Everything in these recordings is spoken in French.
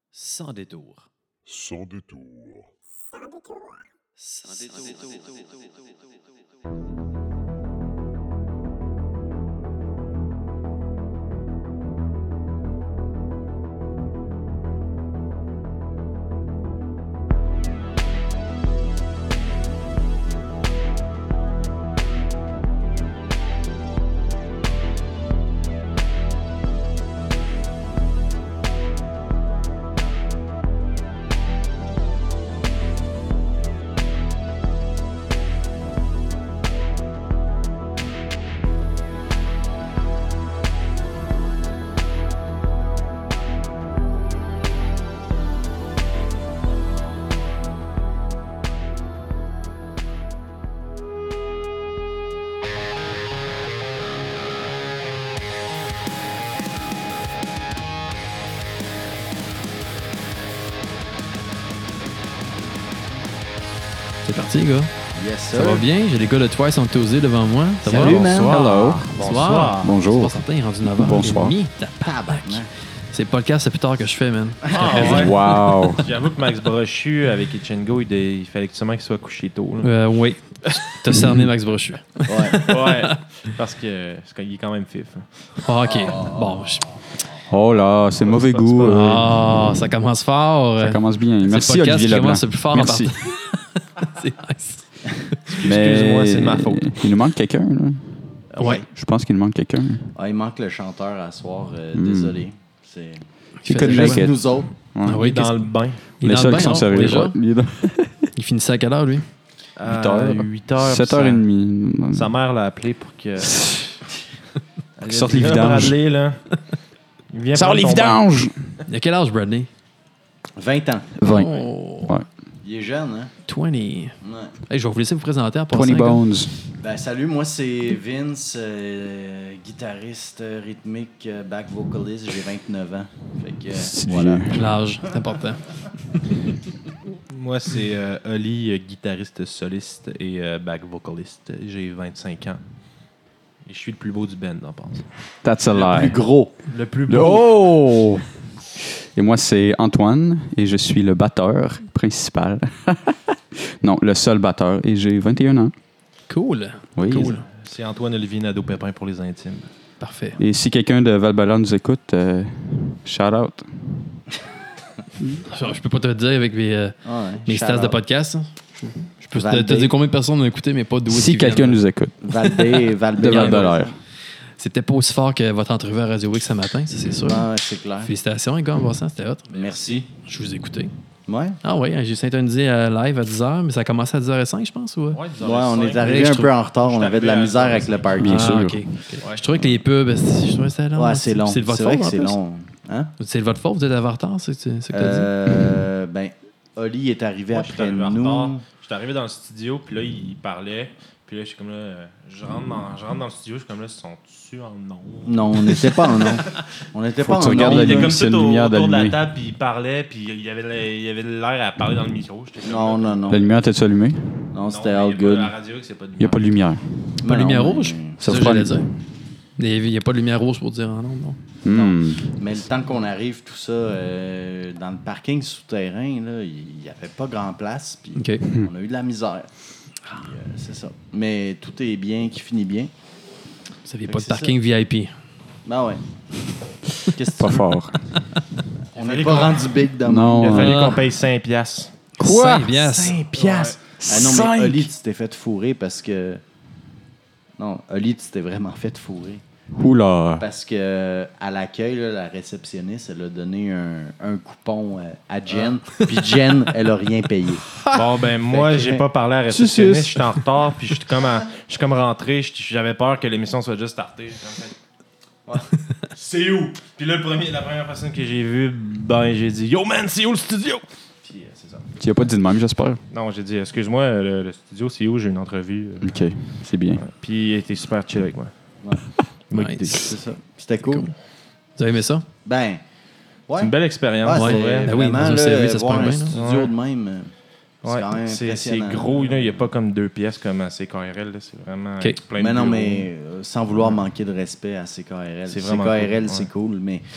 Sans détour. Sans détour. Sans détour. C'est parti, gars. Yes, Ça va bien? J'ai les gars de Twice ont osé devant moi. Ça Salut, va? man. Bonsoir. Bonsoir. Bonjour. C'est pas certain, il est rendu 9h. Bonsoir. Tabarnak. C'est le podcast, c'est plus tard que je fais, man. ouais. Wow. J'avoue que Max Brochu, avec Etchengo, il fallait que sûrement qu'il soit couché tôt. Là. Oui. T'as cerné Max Brochu. Ouais, parce qu'il est quand même fif. Ah, OK. Bon. Oh là, c'est mauvais pas- goût. c'est Ah, ça commence fort. Ça commence bien. C'est Merci le podcast Olivier qui Leblanc. commence le plus fort Merci. en partant. C'est nice. Excuse-moi, c'est de ma faute. Il nous manque quelqu'un, là. Ouais. Je pense qu'il nous manque quelqu'un. Ah, il manque le chanteur à soir. Désolé. C'est Qui fait connaît déjà la juste quête. nous autres. Ouais. Ah oui, Dans le bain. Il est Les dans seuls le qui bain, sont non, sérieux. déjà? Ouais. Il est dans Il finissait à quelle heure, lui? 8 heures. 8 heures. 7h30. Sa mère l'a appelé pour que. Qu'il sorte les vidanges. Bradley, là. Il vient Sors prendre les ton vidanges! Il a quel âge, Bradley? 20 ans. 20. Oh, Ouais. Il est jeune, hein? 20. Ouais. Hey, je vais vous laisser vous présenter en passant. 20 gars. bones. Ben, salut, moi c'est Vince, guitariste rythmique, back vocalist. J'ai 29 ans. Fait que C'est voilà. vieux. L'âge, c'est important. Moi, c'est Oli, guitariste soliste et back vocalist. J'ai 25 ans. Et je suis le plus beau du band, en pense. That's a Plus lie. gros. Le plus beau. Oh! Et moi, c'est Antoine et je suis le batteur principal. Non, le seul batteur et j'ai 21 ans. Cool. Oui. Cool. C'est Antoine-Olivier Nadeau-Pépin pour les intimes. Parfait. Et si quelqu'un de Val-Ballard nous écoute, shout out. Je peux pas te le dire avec mes Ouais. stats de podcast. hein. Je peux Val te Bay. dire combien de personnes ont écouté, mais pas d'où est-ce Si qu'ils quelqu'un viennent. nous écoute, Val-Bé, de Val-Bé. Val-Ballard. C'est peut-être pas aussi fort que votre entrevue à Radio Week ce matin, ça c'est sûr. Ouais, c'est clair. Félicitations, les gars, en passant, c'était hot. Merci. Je vous ai écouté. Ouais. Ah oui, j'ai syntonisé live à 10h, mais ça a commencé à 10h05, je pense. Ou... Ouais, on est arrivé Ouais, un je peu en retard. je On suis avait de la arrivé à misère avec le parking. Bien ah, sûr. OK. Je trouvais que les pubs, je trouvais que c'était long. Ouais, c'est long. C'est de votre C'est vrai faute, que en c'est plus? long. Hein? C'est de votre faute, vous êtes en retard, c'est ce que tu as dit? Ben, Oli est arrivé Moi, j'étais après arrivé en retard. nous. J'étais arrivé dans le studio, puis là, il parlait. Puis là, je suis comme là, je rentre dans le studio, je suis comme là, sont-tu en nom? Non, on n'était pas en nom. On n'était Faut pas que tu en regardes nom. la Il était comme c'est tout une lumière autour de la d'allumée. table, puis il parlait, puis il y avait l'air à parler dans le micro. J'étais comme Non, là, non, non. La lumière était allumée? Non, non, c'était mais all il y a good. pas- À la radio, c'est pas de Il n'y a pas de lumière. Pas de lumière Non, rouge? Ça Ça, se j'allais prend- dire. Il n'y a pas de lumière rouge pour dire non, non. Mais le temps qu'on arrive, tout ça, dans le parking souterrain, là, il n'y avait pas grand place. Puis OK. on a eu de la misère. Puis, c'est ça. Mais tout est bien, qui finit bien. Vous n'aviez Fait pas que de c'est parking VIP. Ben ouais. Qu'est-ce que Pas tu veux? fort. On n'est pas rendu big dans Non. Il a fallu Ah. qu'on paye 5 piastres. Quoi? 5 piastres. 5 piastres. Ah non, Cinq? mais Oli, tu t'es fait fourrer parce que... Non, Oli, tu t'es vraiment fait fourrer. Oula. Parce que à l'accueil, là, la réceptionniste, elle a donné un coupon à Jen. Puis Jen, elle a rien payé. Bon, ben, moi, Fait que- j'ai pas parlé à la Sucis. réceptionniste, j'étais en retard, puis je suis comme rentré, j'avais peur que l'émission soit juste startée. J'ai comme fait, ouais. C'est où? Puis là, la première personne que j'ai vue, ben, j'ai dit, Yo man, c'est où le studio? Puis c'est ça. Tu n'as pas dit de même, j'espère. Non, j'ai dit, excuse-moi, le studio, c'est où? J'ai une entrevue. OK, c'est bien. Puis il était super chill avec moi. Ouais. Il m'a Nice. quitté. C'est ça. C'était cool. Cool. Vous avez aimé ça? Ben, ouais. C'est une belle expérience, Ouais, pour c'est- vrai. Ben oui, vraiment, dans un là, CV, ça se voir prend un bien, là. studio Ouais. de même, c'est quand même C'est impressionnant. gros, là, il n'y a pas comme 2 pièces comme à CKRL. là, C'est vraiment OK. plein de Mais non, bureaux. mais sans vouloir manquer de respect à CKRL. C'est vraiment CKRL, cool, c'est ouais. cool, mais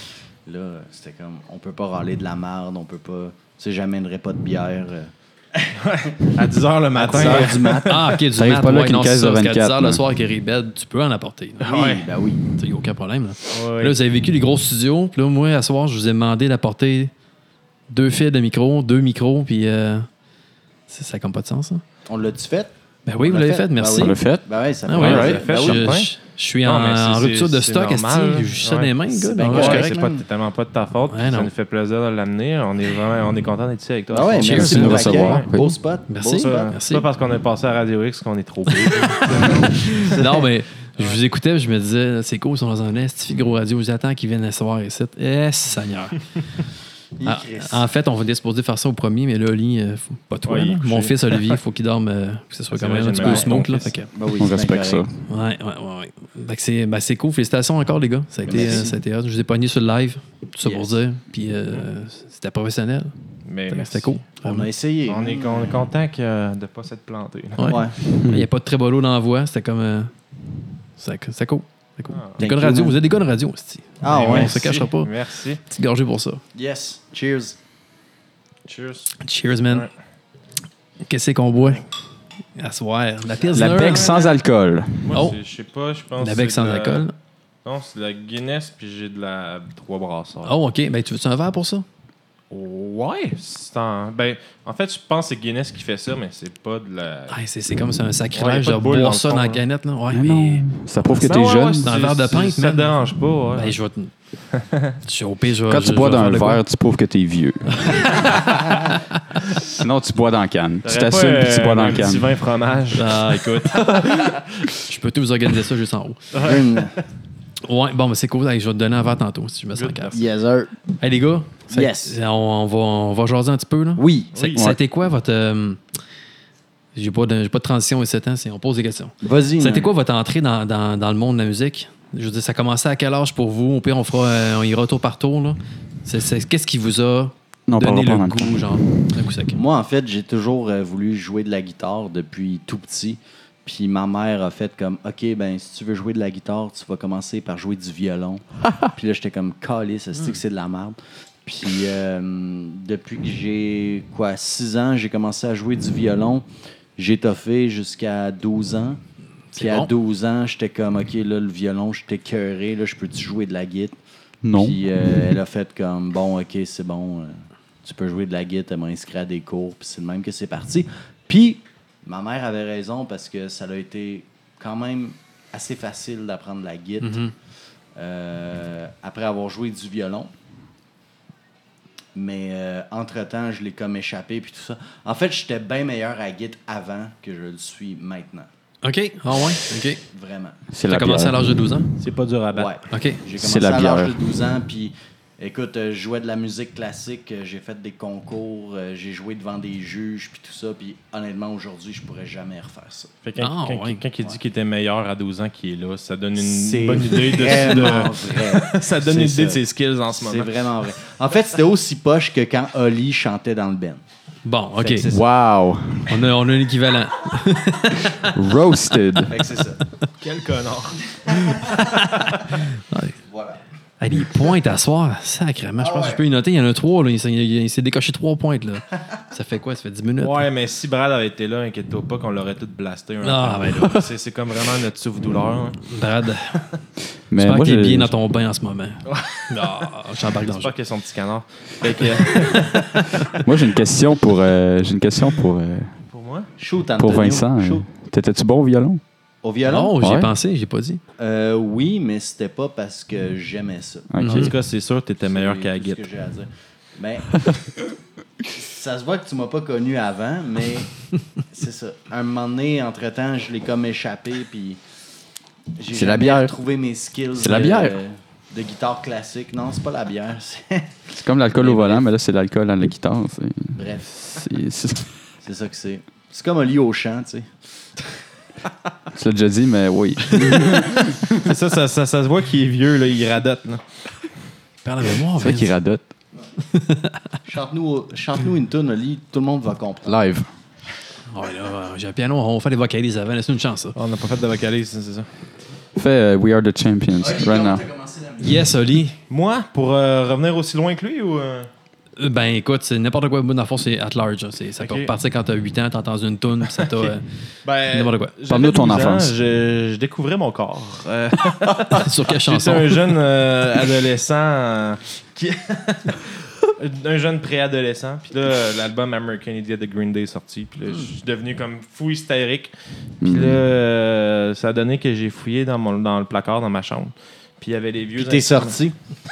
Là, c'était comme, on peut pas râler de la merde, on peut pas... Tu sais, j'amènerais pas de bière. À 10h le matin. 10 heures du matin. Ah, ok, du T'arrives mat, pas là ouais, qu'une non, c'est caisse de ça, parce qu'à 24, 10 heures le là. soir, avec Ribed, tu peux en apporter. Là. Oui, Ouais. ben oui. Il n'y a aucun problème. Là. Ouais. Là, vous avez vécu les gros studios. Puis là, moi, à soir, je vous ai demandé d'apporter 2 fils de micro, 2 micros, puis ça n'a comme pas de sens, ça. On l'a-tu fait? Ben oui, On vous l'a l'avez fait. fait, merci. On l'a fait. Ben oui, ça fait Ah ouais, plaisir. ouais, Ben fait, oui. certain. Je suis Non, mais en c'est- rupture de c'est stock, normal, là. je suis ça Ouais. des mains, C'est gars. bien Non, correct. je suis Ouais, correct. c'est tellement pas de ta faute. Ouais, Ça non. nous fait plaisir de l'amener. On est content d'être ici avec toi. Ah ouais, Cheers, merci de de nous nous recevoir. recevoir. Oui. Beau spot. Merci. Beau spot. Merci. C'est pas parce qu'on est passé à Radio X qu'on est trop beau. Non, mais je vous écoutais, je me disais, c'est cool, ils sont dans un estifi gros radio, j'attends qu'ils viennent asseoir ici. Seigneur. Ah, en fait, on va supposé faire ça au premier, mais là, Oli, pas toi. Ouais, il là. est couché. Mon fils Olivier, il faut qu'il dorme, que ce soit C'est quand vrai, même un j'ai petit le peu même smoke. Là, fils. fait que, Ben oui, On c'est respecte bien ça. correct. ouais. Fait que c'est cool. Félicitations encore, les gars. Ça a été, Merci. ça a été hot. Je vous ai pogné sur le live, tout ça pour Yes. dire. Puis c'était professionnel. Mais C'était cool. On a essayé. On est content de ne pas s'être planté. Ouais. Ouais. Il n'y a pas de très bolo dans la voix. C'était comme. C'était cool. C'était cool. Ah. Les Thank gars de you, radio, man. vous êtes des gars de radio, aussi. Ah Mais ouais. On se cachera pas. Merci. Petite gorgée pour ça. Yes. Cheers. Cheers. Cheers, man. Ouais. Qu'est-ce qu'on boit? À soir. La Pilsner. La bec sans alcool. Moi, Oh. je sais pas, je pense. La bec c'est sans de la- alcool. Non, c'est de la Guinness, puis j'ai de la 3 brasseurs. Oh, OK. Ben, tu veux-tu un verre pour ça? Ouais. En fait, je pense que c'est Guinness qui fait ça, mais c'est pas de la. Ah, c'est comme c'est un Ouais, sacrilège y a pas de de boule dans boire le ça fond, dans la hein. canette. Là. Ouais, Mais mais... non. Ça prouve que Non, t'es ouais, jeune. ouais, Dans un c'est- verre de pinte, Ça man. te dérange pas, ouais. Ben, je vais te... Je suis au pire, je vais- Quand je- tu je bois vais dans faire un de quoi. verre, tu prouves que t'es vieux. Sinon, tu bois dans la canne. Tu T'aurais t'assumes pas, puis tu bois dans un la petit canne. vin fromage. Ah, écoute. Je peux tout vous organiser ça juste en haut. Une- Ouais, bon, mais c'est cool. Hey, je vais te donner un verre tantôt si je me sens Good, capable. Yes, sir. Hey, les gars. Yes. On va jaser un petit peu, là. Oui. Ça a été quoi votre... j'ai pas de transition ici, on pose des questions. Vas-y. Ça a été man. quoi votre entrée dans le monde de la musique? Je veux dire, ça a commencé à quel âge pour vous? Au pire, on ira tour par tour, là. Qu'est-ce qui vous a Non, on donné parlera pas le dans le goût, temps. genre, d'un coup sec? Moi, en fait, j'ai toujours voulu jouer de la guitare depuis tout petit. Puis ma mère a fait comme, OK, ben si tu veux jouer de la guitare, tu vas commencer par jouer du violon. Puis là, j'étais comme, calisse, c'est que c'est de la merde. Puis depuis que j'ai, 6 ans, j'ai commencé à jouer du violon. J'ai toffé jusqu'à 12 ans. Puis à bon. 12 ans, j'étais comme, OK, là, le violon, j'étais cœuré. Là, je peux-tu jouer de la guitare? Non. Puis elle a fait comme, bon, OK, c'est bon, tu peux jouer de la guitare, elle m'a inscrit à des cours, puis c'est le même que c'est parti. Puis, ma mère avait raison parce que ça a été quand même assez facile d'apprendre la guitare Mhm. après avoir joué du violon. Mais entre-temps, je l'ai comme échappé, puis tout ça. En fait, j'étais bien meilleur à la guitare avant que je le suis maintenant. OK. Ah ouais? OK. Vraiment. C'est Tu as la commencé à bière. l'âge de 12 ans? C'est pas dur à battre. Ouais. OK. J'ai C'est commencé la à l'âge bière. de 12 ans, puis écoute, je jouais de la musique classique, j'ai fait des concours, j'ai joué devant des juges, puis tout ça, puis honnêtement, aujourd'hui, je pourrais jamais refaire ça. Fait que Ah, quand ouais. il dit qu'il était meilleur à 12 ans qu'il est là, ça donne une C'est bonne idée vraiment vrai. ça donne C'est une idée de ça. ses skills en ce C'est moment. vraiment vrai. En fait, c'était aussi poche que quand Oli chantait dans le band. Bon, OK. Fait que c'est Wow! On a un équivalent. Roasted. Fait que c'est ça. Quel connard. Voilà. Hey, les pointes à soir, sacrément. Je pense que je peux y noter. Il y en a 3. Là. Il s'est décoché 3 pointes. Là. Ça fait quoi? Ça fait 10 minutes? Ouais, mais si Brad avait été là, inquiète-toi pas qu'on l'aurait tout blasté. Ah, ben c'est comme vraiment notre souffle-douleur. Hein. Brad, Mais j'espère moi, que t'es j'ai- bien dans ton bain en ce moment. Ah, j'embarque dans le jeu. J'espère qu'il y a son petit canard. Fait que, moi, j'ai une question pour pour moi, Shoot, Antonio. Vincent. Shoot. T'étais-tu bon au violon? Au violon? Non, j'y ai Ouais. pensé, j'ai pas dit. Oui, mais c'était pas parce que j'aimais ça. Ok. en tout cas, c'est sûr que t'étais meilleur C'est qu'à la tout ce guitare. que j'ai à dire. Ben, ça se voit que tu m'as pas connu avant, mais c'est ça. Un moment donné, entre-temps, je l'ai comme échappé, puis j'ai C'est la jamais bière. retrouvé mes skills C'est la bière. de guitare classique. Non, c'est pas la bière. C'est comme l'alcool au volant, mais là, c'est l'alcool à la guitare. Bref, C'est- c'est ça que c'est. C'est comme un lit au chant, tu sais. Tu l'as déjà dit, mais oui. C'est ça se voit qu'il est vieux, là, il radote. Là. Perds la mémoire, C'est vrai qu'il Vince. radote. Chante-nous une tune, Oli, tout le monde va comprendre. Live. Ouais, là, j'ai un piano, on fait les vocalises avant. Laisse-nous une chance, ça. On n'a pas fait de vocalise, c'est ça. Fais We Are the Champions, right now. T'as commencé la Yes, Oli. Moi, pour revenir aussi loin que lui ou. Ben écoute, c'est n'importe quoi. Dans le fond, c'est at large. Ça peut Ok. repartir quand t'as 8 ans, t'as entendu une toune, puis ça t'a. Ben, N'importe quoi. j'avais Parle-nous de ton 12 ans, enfance. Je découvrais mon corps. Sur quelle J'étais chanson? un jeune adolescent qui. Un jeune préadolescent. Puis là, l'album American Idiot de Green Day est sorti. Puis là, je suis devenu comme fou hystérique. Puis là, ça a donné que j'ai fouillé dans le placard dans ma chambre. Puis il y avait les vieux. Puis t'es instruments. sorti.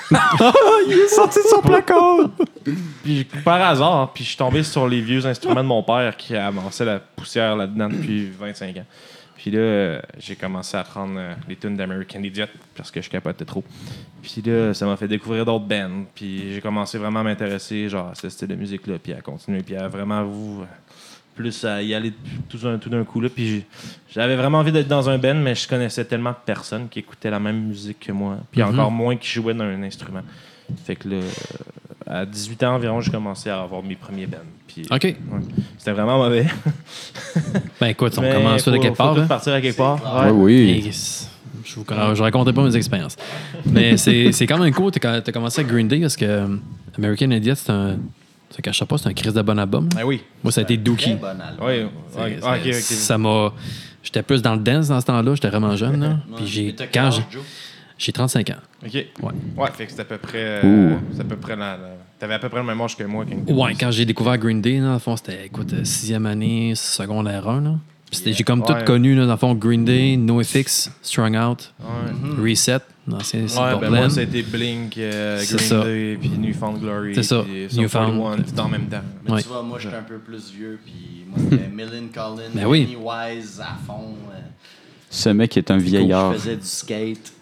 Il est sorti de son placard! Puis par hasard, puis je suis tombé sur les vieux instruments de mon père qui avançait la poussière là-dedans depuis 25 ans. Puis là, j'ai commencé à prendre les tunes d'American Idiot parce que je capotais trop. Puis là, ça m'a fait découvrir d'autres bands. Puis j'ai commencé vraiment à m'intéresser genre, à ce style de musique-là, puis à continuer, puis à vraiment plus à y aller tout d'un coup. Là. Puis j'avais vraiment envie d'être dans un band, mais je connaissais tellement de personnes qui écoutaient la même musique que moi, puis encore moins qui jouaient d'un instrument. Fait que là, à 18 ans environ, j'ai commencé à avoir mes premiers bands. Puis, OK. ouais, c'était vraiment mauvais. Ben écoute, on Mais commence ça de quelque part. Faut tout hein. partir à quelque part. clair. Ouais. Oui. Et je raconterai pas mes expériences. Mais c'est quand même cool. T'as commencé avec Green Day parce que American Idiot, c'est un. Ça cache pas, c'est un crise de bon album. Ben oui. Moi, ça a été Dookie. Très bon album. Oui. Ok. Ça m'a. J'étais plus dans le dance dans ce temps-là, j'étais vraiment jeune. Là. Puis Mais t'as quel âge, Joe? j'ai 35 ans. Ok. Ouais. Ouais, fait que c'est à peu près. Ouh. C'est à peu près t'avais à peu près le même âge que moi. Ouais, quand j'ai découvert Green Day, là, dans le fond, c'était, écoute, 6e année, secondaire 1. Là. Puis j'ai comme tout Ouais. connu, là, dans le fond, Green Day, NoFX, Strung Out, Ouais. Reset, l'ancien Ouais, Simple ben Plan. moi, c'était Blink, C'est Green ça. Day, puis Newfound Glory. C'est ça, Puis Newfound. Sum 41, tout en même temps. Mais Ouais. tu vois, moi, j'étais un peu plus vieux, puis moi, c'était Millen Collins, Ben oui. Pennywise à fond. Ce mec est un vieillard. Je faisais du skate.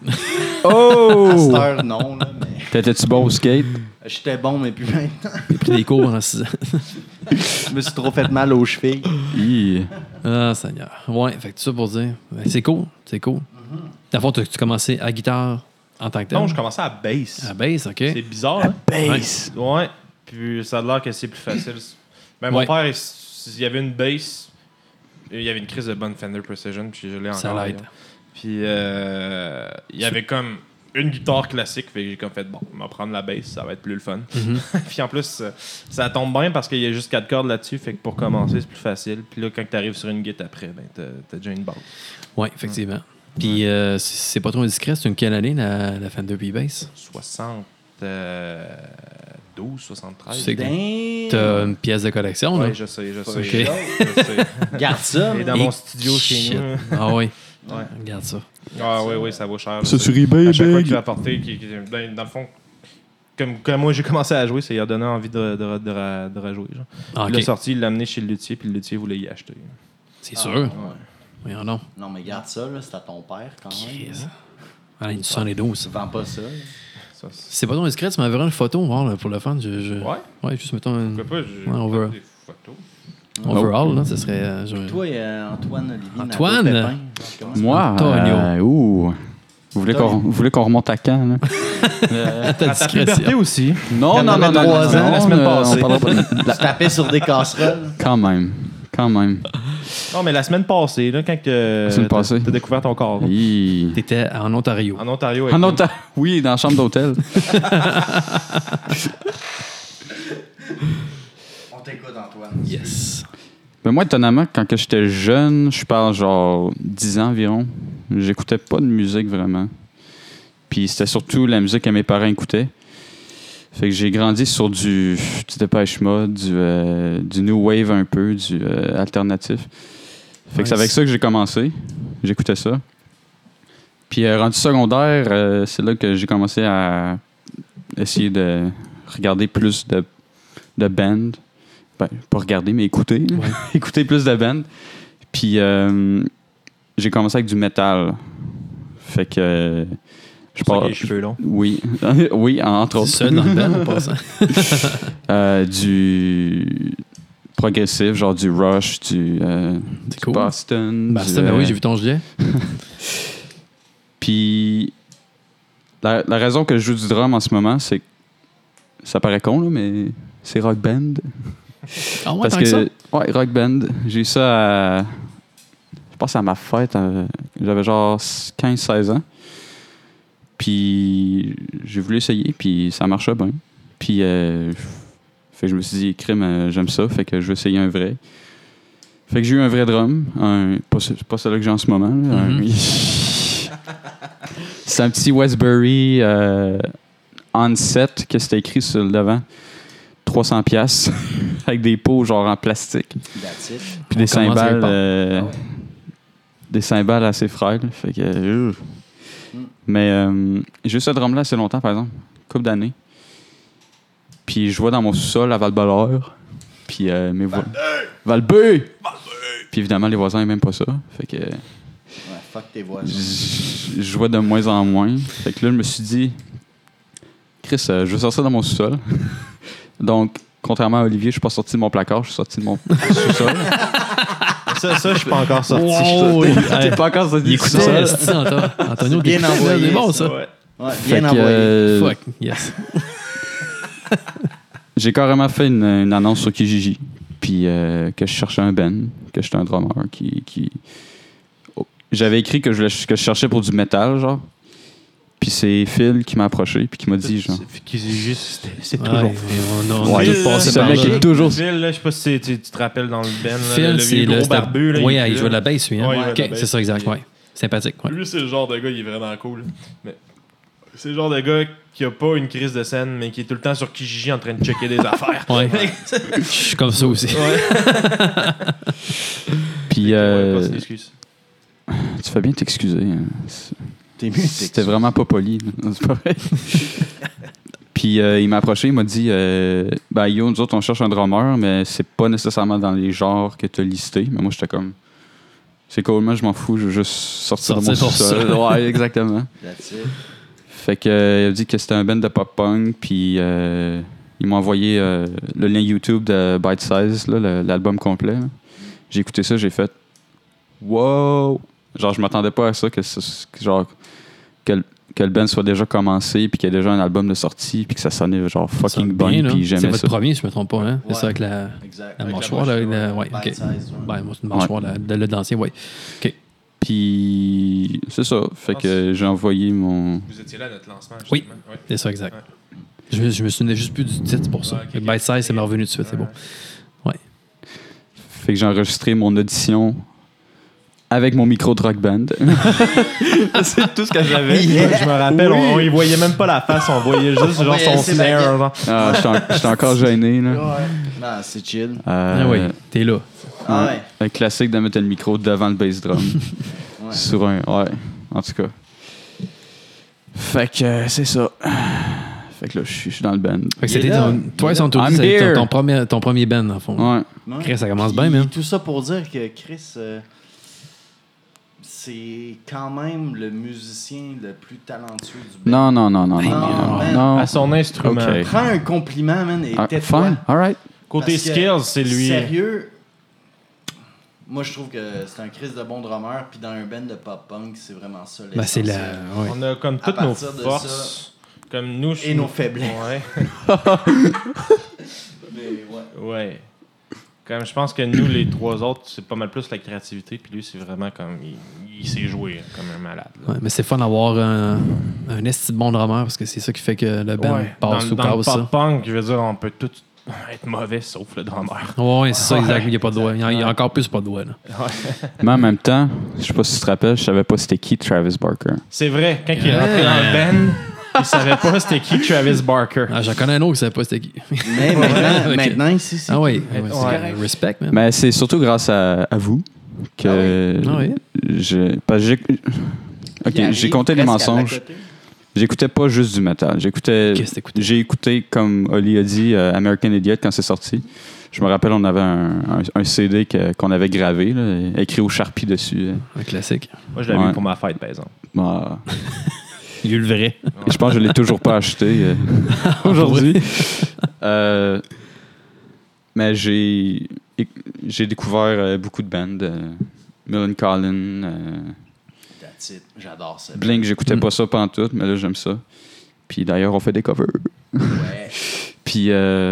Oh! À cette heure, non, là, mais T'étais-tu bon au skate? j'étais bon, mais plus maintenant. J'ai pris des cours pendant 6 ans. Je me suis trop fait mal aux chevilles. Hi. Ah, Seigneur. Ouais, fait que tout ça pour dire. Ben, c'est cool, c'est cool. Dans le fond, tu commençais à guitare en tant que tel. Non, je commençais à bass. À bass, OK. C'est bizarre, hein? Bass! Ouais. Puis ça a l'air que c'est plus facile. Ben, mon Ouais. père, il y avait une bass. Il y avait une crise de bonne Fender Precision, puis je l'ai encore. Ça l'aide. d'ailleurs. Puis il y avait comme une guitare classique, fait que j'ai comme fait, bon, on va prendre la bass, ça va être plus le fun. Puis en plus, ça tombe bien parce qu'il y a juste 4 cordes là-dessus, fait que pour commencer, c'est plus facile. Puis là, quand tu arrives sur une guitare après, ben, t'as déjà une base. Oui, effectivement. Puis c'est pas trop indiscret, c'est une quelle année la Fender P-Bass? 72, 73. Tu sais que Damn! t'as une pièce de collection, là? Ouais, je sais. Ok. Je sais. Garde ça. Et dans Et mon studio chez shit. nous. Ah oui. Ouais. Regarde ça. Ah oui, ça vaut cher. Ça là. sur eBay, À chaque fois big. qu'il a apporté, dans le fond, comme moi j'ai commencé à jouer, ça lui a donné envie de rejouer. Genre. Ah, Il l'a OK. sorti, il l'a amené chez le luthier, puis le luthier voulait y acheter. C'est sûr. Voyons donc. Non, mais garde ça, là, c'est à ton père quand même. Chris. Ah, une 72. Tu vends pas ça. là. Ça, c'est- C'est pas trop indiscret, tu m'enverras une photo, voir, là, pour le fun. Ouais, Ouais, juste mettons une pourquoi pas, j'ai Ouais, on verra. des photos. overall, là, ça serait. Toi, Antoine, Olivier, Antoine? Nadeau, Pépin, comment ça Moi, Antonio. ouh. Vous voulez qu'on remonte à quand, là? ta À ta puberté aussi. Non, Il y en avait 3 ans, la semaine passée. on parlera pas de- Tu tapais sur des casseroles. Quand même. Non, mais la semaine passée, là, quand semaine passée. t'as découvert ton corps. Hi. T'étais en Ontario. En Ontario. avec En nous. Ontario, oui, dans la chambre d'hôtel. On t'écoute, Antoine. Yes. Mais moi, étonnamment, quand que j'étais jeune, je parle genre 10 ans environ, j'écoutais pas de musique vraiment. Puis c'était surtout la musique que mes parents écoutaient. Fait que j'ai grandi sur du Depeche Mode, du New Wave un peu, du alternatif. Fait que c'est avec ça que j'ai commencé. J'écoutais ça. Puis rendu secondaire, c'est là que j'ai commencé à essayer de regarder plus de bands. Ben, pas regarder, mais écouter. Ouais. Écouter plus de bands. Puis j'ai commencé avec du métal. Fait que je C'est pour ça parle. qu'il a les cheveux longs. Oui, oui, entre autres. C'est ça dans le band, en passant. Du progressif, genre du Rush, du cool. Boston. Ben, du, ça, ben oui, j'ai vu ton gilet. Puis la raison que je joue du drum en ce moment, c'est que ça paraît con, là, mais c'est Rock Band. Ah ouais, Parce tant que ça? ouais, Rock Band. J'ai eu ça à. Je pense à ma fête. J'avais genre 15-16 ans. Puis j'ai voulu essayer, puis ça marchait bien. Puis fait que je me suis dit, crime, j'aime ça, fait que je vais essayer un vrai. Fait que j'ai eu un vrai drum, pas celui que j'ai en ce moment. Là, c'est un petit Westbury Onset que c'était écrit sur le devant. 300$ avec des pots genre en plastique. That's it. Puis des commence cymbales, quelque des cymbales assez frêles. Fait que, mais j'ai eu ce drum-là assez longtemps, par exemple, une couple d'années. Puis je jouais dans mon sous-sol à Val-Belair. Puis mes voisins. Val-B! Puis évidemment, les voisins n'aiment même pas ça. Fait que. Ouais, fuck tes voisins. Je jouais de moins en moins. Fait que là, je me suis dit, Chris, je vais sortir dans mon sous-sol. Donc, contrairement à Olivier, je suis pas sorti de mon placard, je suis sorti de mon sous-sol. Ça, je suis pas encore sorti. Wow, T'es pas encore sorti il du écoutait, sous-sol. esti, Antonio, Bien t'écoutais, envoyé, c'est bon, ça. ça. Ouais. Ouais, Fait bien que, envoyé. Fuck, yes. j'ai carrément fait une annonce sur Kijiji. Puis que je cherchais un band, que j'étais un drummer qui... Oh. J'avais écrit que je cherchais pour du métal, genre. Puis c'est Phil qui m'a approché puis qui m'a dit, genre... C'est Ouais, toujours on a Phil, tous là, passé ce par mec là. est toujours... Phil, là, je sais pas si tu te rappelles dans le band, là, Phil, le c'est vieux le gros barbu. Là, oui, est il plus joue de là. la bass, lui. Hein? Ouais, il joue de la Ok, bass. c'est ça, exact. Ouais. Sympathique. Ouais. Lui, c'est le genre de gars, il est vraiment cool. Mais c'est le genre de gars qui a pas une crise de scène, mais qui est tout le temps sur Kijiji en train de checker des affaires. Ouais. Je suis comme ça aussi. Puis Ouais, pas d'excuses. tu fais bien t'excuser. Hein. T'es mieux, C'était vraiment pas poli. Non, c'est pas vrai. Puis il m'a approché, il m'a dit ben yo, nous autres on cherche un drummer, mais c'est pas nécessairement dans les genres que tu as listé. Mais moi j'étais comme c'est cool, moi je m'en fous, je veux juste sortir de mon Sortir pour sous-sol. Ouais, exactement. That's it. Fait que il a dit que c'était un band de pop-punk, puis il m'a envoyé le lien YouTube de Bite Size, là, l'album complet. Là. J'ai écouté ça, j'ai fait wow! Genre, je m'attendais pas à ça, que le band soit déjà commencé, puis qu'il y ait déjà un album de sortie, puis que ça sonnait genre fucking Ça sonne bon, puis c'est j'aimais votre ça. premier, si je me trompe pas. Hein? Ouais. C'est ça avec la Exact. la Avec mâchoire. Là, ouais, ok. Bite size, ouais. Ouais, moi, c'est une mâchoire de l'ancien, ouais. OK. Puis c'est ça. Fait que j'ai envoyé mon. Vous étiez là à notre lancement, Oui. justement. Ouais. C'est ça, exact. Ouais. Je me souvenais juste plus du titre pour ça. Ouais, ok, ok. Bite Size, c'est m'est revenu tout de suite, c'est bon. Ouais. Fait que j'ai enregistré mon audition avec mon micro de rock band. C'est tout ce que j'avais. Je me rappelle, on y voyait même pas la face, on voyait juste genre voyait son ses snare. Genre. Ah, j'étais encore gêné, là. Ouais. Non, c'est chill. Ah oui, t'es là. Ah ouais. Un classique de mettre le micro devant le bass drum. Ouais. Sur un. Ouais, en tout cas. Fait que c'est ça. Fait que là, je suis dans le band. Fait que Il est c'était là. toi, Il est on là. t'a dit, I'm c'était here. ton premier band, en fond. Ouais. Ouais. Chris, ça commence Puis, bien, man. Tout ça pour dire que Chris, c'est quand même le musicien le plus talentueux du band. Non. non, man. À son instrument. Ok. Prends un compliment, man, et Ah, tais-toi. fine, alright. Côté Parce que, skills, c'est lui. Sérieux, moi je trouve que c'est un Chris de bon drummer, puis dans un band de pop-punk, c'est vraiment ça. Ben, c'est la. l'essentiel. Ouais. On a comme À toutes nos partir de forces. Comme nous. Et nos faiblesses. Ouais. Mais ouais. Ouais. Comme je pense que nous, les trois autres, c'est pas mal plus la créativité, puis lui, c'est vraiment comme. Il sait jouer comme un malade. là. Ouais, mais c'est fun d'avoir un esti de bon drummer parce que c'est ça qui fait que le band Ouais. passe ou dans le casse ça. pop-punk, je veux dire, on peut tous être mauvais sauf le drummer. Ouais, c'est ça, exact. Il n'y a pas de doigt. Il y a encore plus pas de doigt. Là. Mais en même temps, je sais pas si tu te rappelles, je savais pas c'était qui Travis Barker. C'est vrai, quand il est rentré dans le band, il savait pas c'était qui Travis Barker. Ah, j'en connais un autre qui savait pas c'était qui. Mais maintenant, Ok. maintenant ici, c'est. Ah oui, Ouais. respect, man. Mais c'est surtout grâce à vous que Ah oui. parce que j'ai. Ok, Il arrive j'ai compté les presque à mensonges. l'à côté. J'écoutais pas juste du métal. Qu'est-ce que t'écoutais? J'ai écouté, comme Oli a dit, American Idiot quand c'est sorti. Je me rappelle, on avait un CD qu'on avait gravé, là, écrit au Sharpie dessus. Un classique. Moi, je l'avais Ouais. eu pour ma fête, par exemple. Bah, Il y a eu le vrai. je pense que je l'ai toujours pas acheté aujourd'hui. Mais j'ai découvert beaucoup de bands. Millencolin, That's it. J'adore ça. Blink, j'écoutais pas ça pantoute, mais là j'aime ça. Puis d'ailleurs, on fait des covers. Ouais. Puis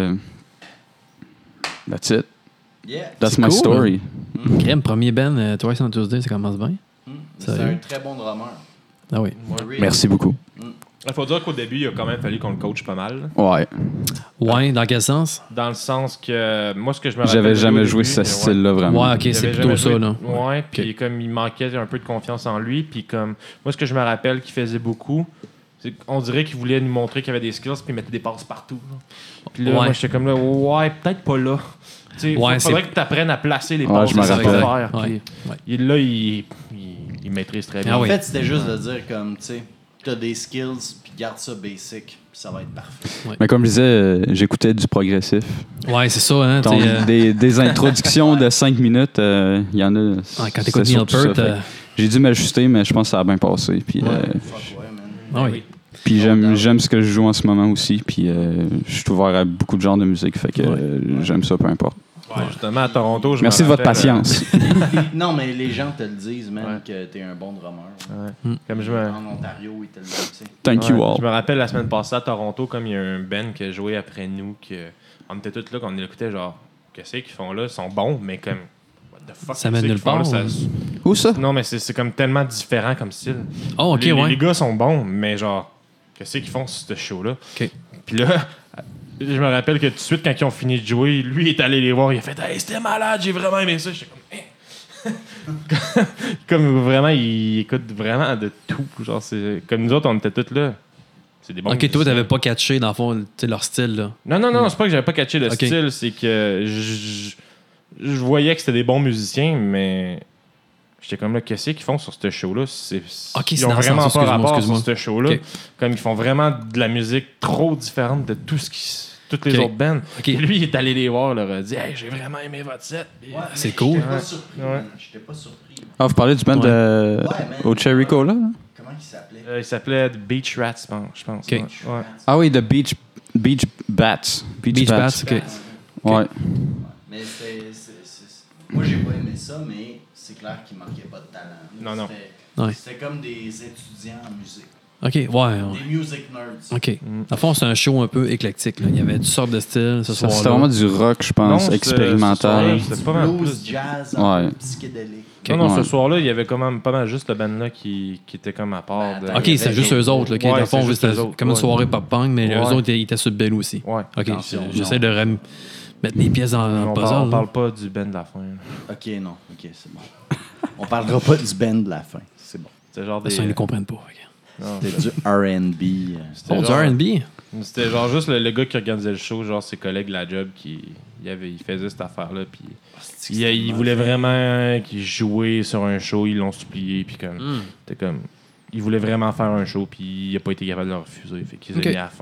that's it. Yeah. That's C'est my cool, story. Crème, premier band, Twice on Tuesday, ça commence bien. C'est Sérieux? un très bon drummer. Ah oui. Really. Merci beaucoup. Il faut dire qu'au début, il a quand même fallu qu'on le coach pas mal. Ouais. Ouais, dans quel sens? Dans le sens que moi, ce que je me rappelle. J'avais jamais au joué début, ce style-là, vraiment. Ouais, ok, il c'est avait plutôt jamais ça, joué- là. Ouais, puis comme il manquait un peu de confiance en lui, puis comme moi, ce que je me rappelle qu'il faisait beaucoup, c'est qu'on dirait qu'il voulait nous montrer qu'il y avait des skills, puis il mettait des passes partout. Là. Puis là, Ouais. moi, j'étais comme là, ouais, peut-être pas là. Tu sais, Ouais, faudrait c'est- que tu apprennes à placer les Ouais, passes, je me c'est ça qu'il faut rappelle. faire. Ouais. Puis là, il maîtrise très bien. Ah En oui. fait, c'était juste de dire comme, tu sais, t'as des skills, puis garde ça basic, puis ça va être parfait. Mais comme je disais, j'écoutais du progressif. Ouais, c'est ça, hein. Donc, t'sais, des introductions de 5 minutes, il y en a. ouais, quand t'écoutes c'est Neil surtout ça. Peart, Fait que j'ai dû m'ajuster, mais je pense que ça a bien passé. Puis, Fuck ouais, man. ah oui. puis j'aime ce que je joue en ce moment aussi. Puis je suis ouvert à beaucoup de genres de musique. Fait que j'aime ça, peu importe. Ouais, justement, à Toronto, je Merci me de votre rappelle, patience. Non, mais les gens te le disent, man, Ouais. que t'es un bon drummer. Comme je me... En Ontario, ils te le disent, tu sais. Thank you all. Je me rappelle la semaine passée à Toronto, comme il y a un band qui a joué après nous, on était tous là, qu'on écoutait genre, qu'est-ce qu'ils font là? Ils sont bons, mais comme, what the fuck? Ça qu'est-ce mène qu'ils nulle font là? part, Où ça? Non, mais c'est comme tellement différent comme style. Oh, ok, les ouais. gars sont bons, mais genre, qu'est-ce qu'ils font sur ce show-là? Ok. Puis là, je me rappelle que tout de suite, quand ils ont fini de jouer, lui il est allé les voir, il a fait « Hey, c'était malade, j'ai vraiment aimé ça. » J'étais comme « Comme vraiment, il écoute vraiment de tout. Genre, c'est comme nous autres, on était tous là. C'est des bons Ok, toi, musiciens. t'avais pas catché, dans le fond, leur style, là. Non, c'est pas que j'avais pas catché le Ok. style, c'est que je voyais que c'était des bons musiciens, mais j'étais comme là, qu'est-ce qu'ils font sur ce show-là? Ok, ils c'est ont dans ce vraiment sens, pas rapport excuse-moi. sur ce show-là. Ok. Comme ils font vraiment de la musique trop différente de toutes les Ok. autres bands. Ok. Et lui, il est allé les voir, leur a dit Hey, j'ai vraiment aimé votre set. Puis, C'est cool. J'étais pas surpris, Ouais. man. J'étais pas surpris. Ah, vous parlez du band Ouais. au Cherry Cola? Là? Comment il s'appelait? il s'appelait The Beach Rats, je pense. Ok. Ouais. Ah oui, The Beach Bats. Beach Bats, ok. Ouais. Mais moi, j'ai pas aimé ça, mais c'est clair qu'il manquait pas de talent. Non. Ouais. C'était comme des étudiants en musique. Ok, ouais. Des music nerds. Ok. Dans le fond, c'est un show un peu éclectique, là. Il y avait toutes sortes de styles ce soir-là. C'était vraiment du rock, je pense, expérimental. C'était pas mal Blues, plus. jazz, Ouais. un peu psychédélique. Ok. Non, Ouais. ce soir-là, il y avait quand même pas mal juste le band-là qui était comme à part. Ben, Ok, Il y c'est avait juste des- eux autres, là. ok. Ouais, Dans le fond, c'est juste c'était eux autres, comme une ouais. soirée pop-punk, mais eux Ouais. autres, ils étaient sur le bel aussi. Ouais. Ok, Attention, j'essaie non. de mettre les pièces dans le On puzzle. parle, on là. parle pas du band de la fin. Ok, non. Ok, c'est bon. On parlera pas du band de la fin. C'est bon. C'était genre De toute façon, ils ne comprennent pas. ok. Non. C'était du R&B. C'était Oh, du genre- R&B? C'était genre juste le gars qui organisait le show, genre ses collègues de la job il faisait cette affaire-là. Puis il voulait vraiment qu'il jouer sur un show, ils l'ont supplié. Puis comme, Hmm. c'était comme, il voulait vraiment faire un show, puis il a pas été capable de le refuser. Fait qu'ils Ok. ont mis à la fin.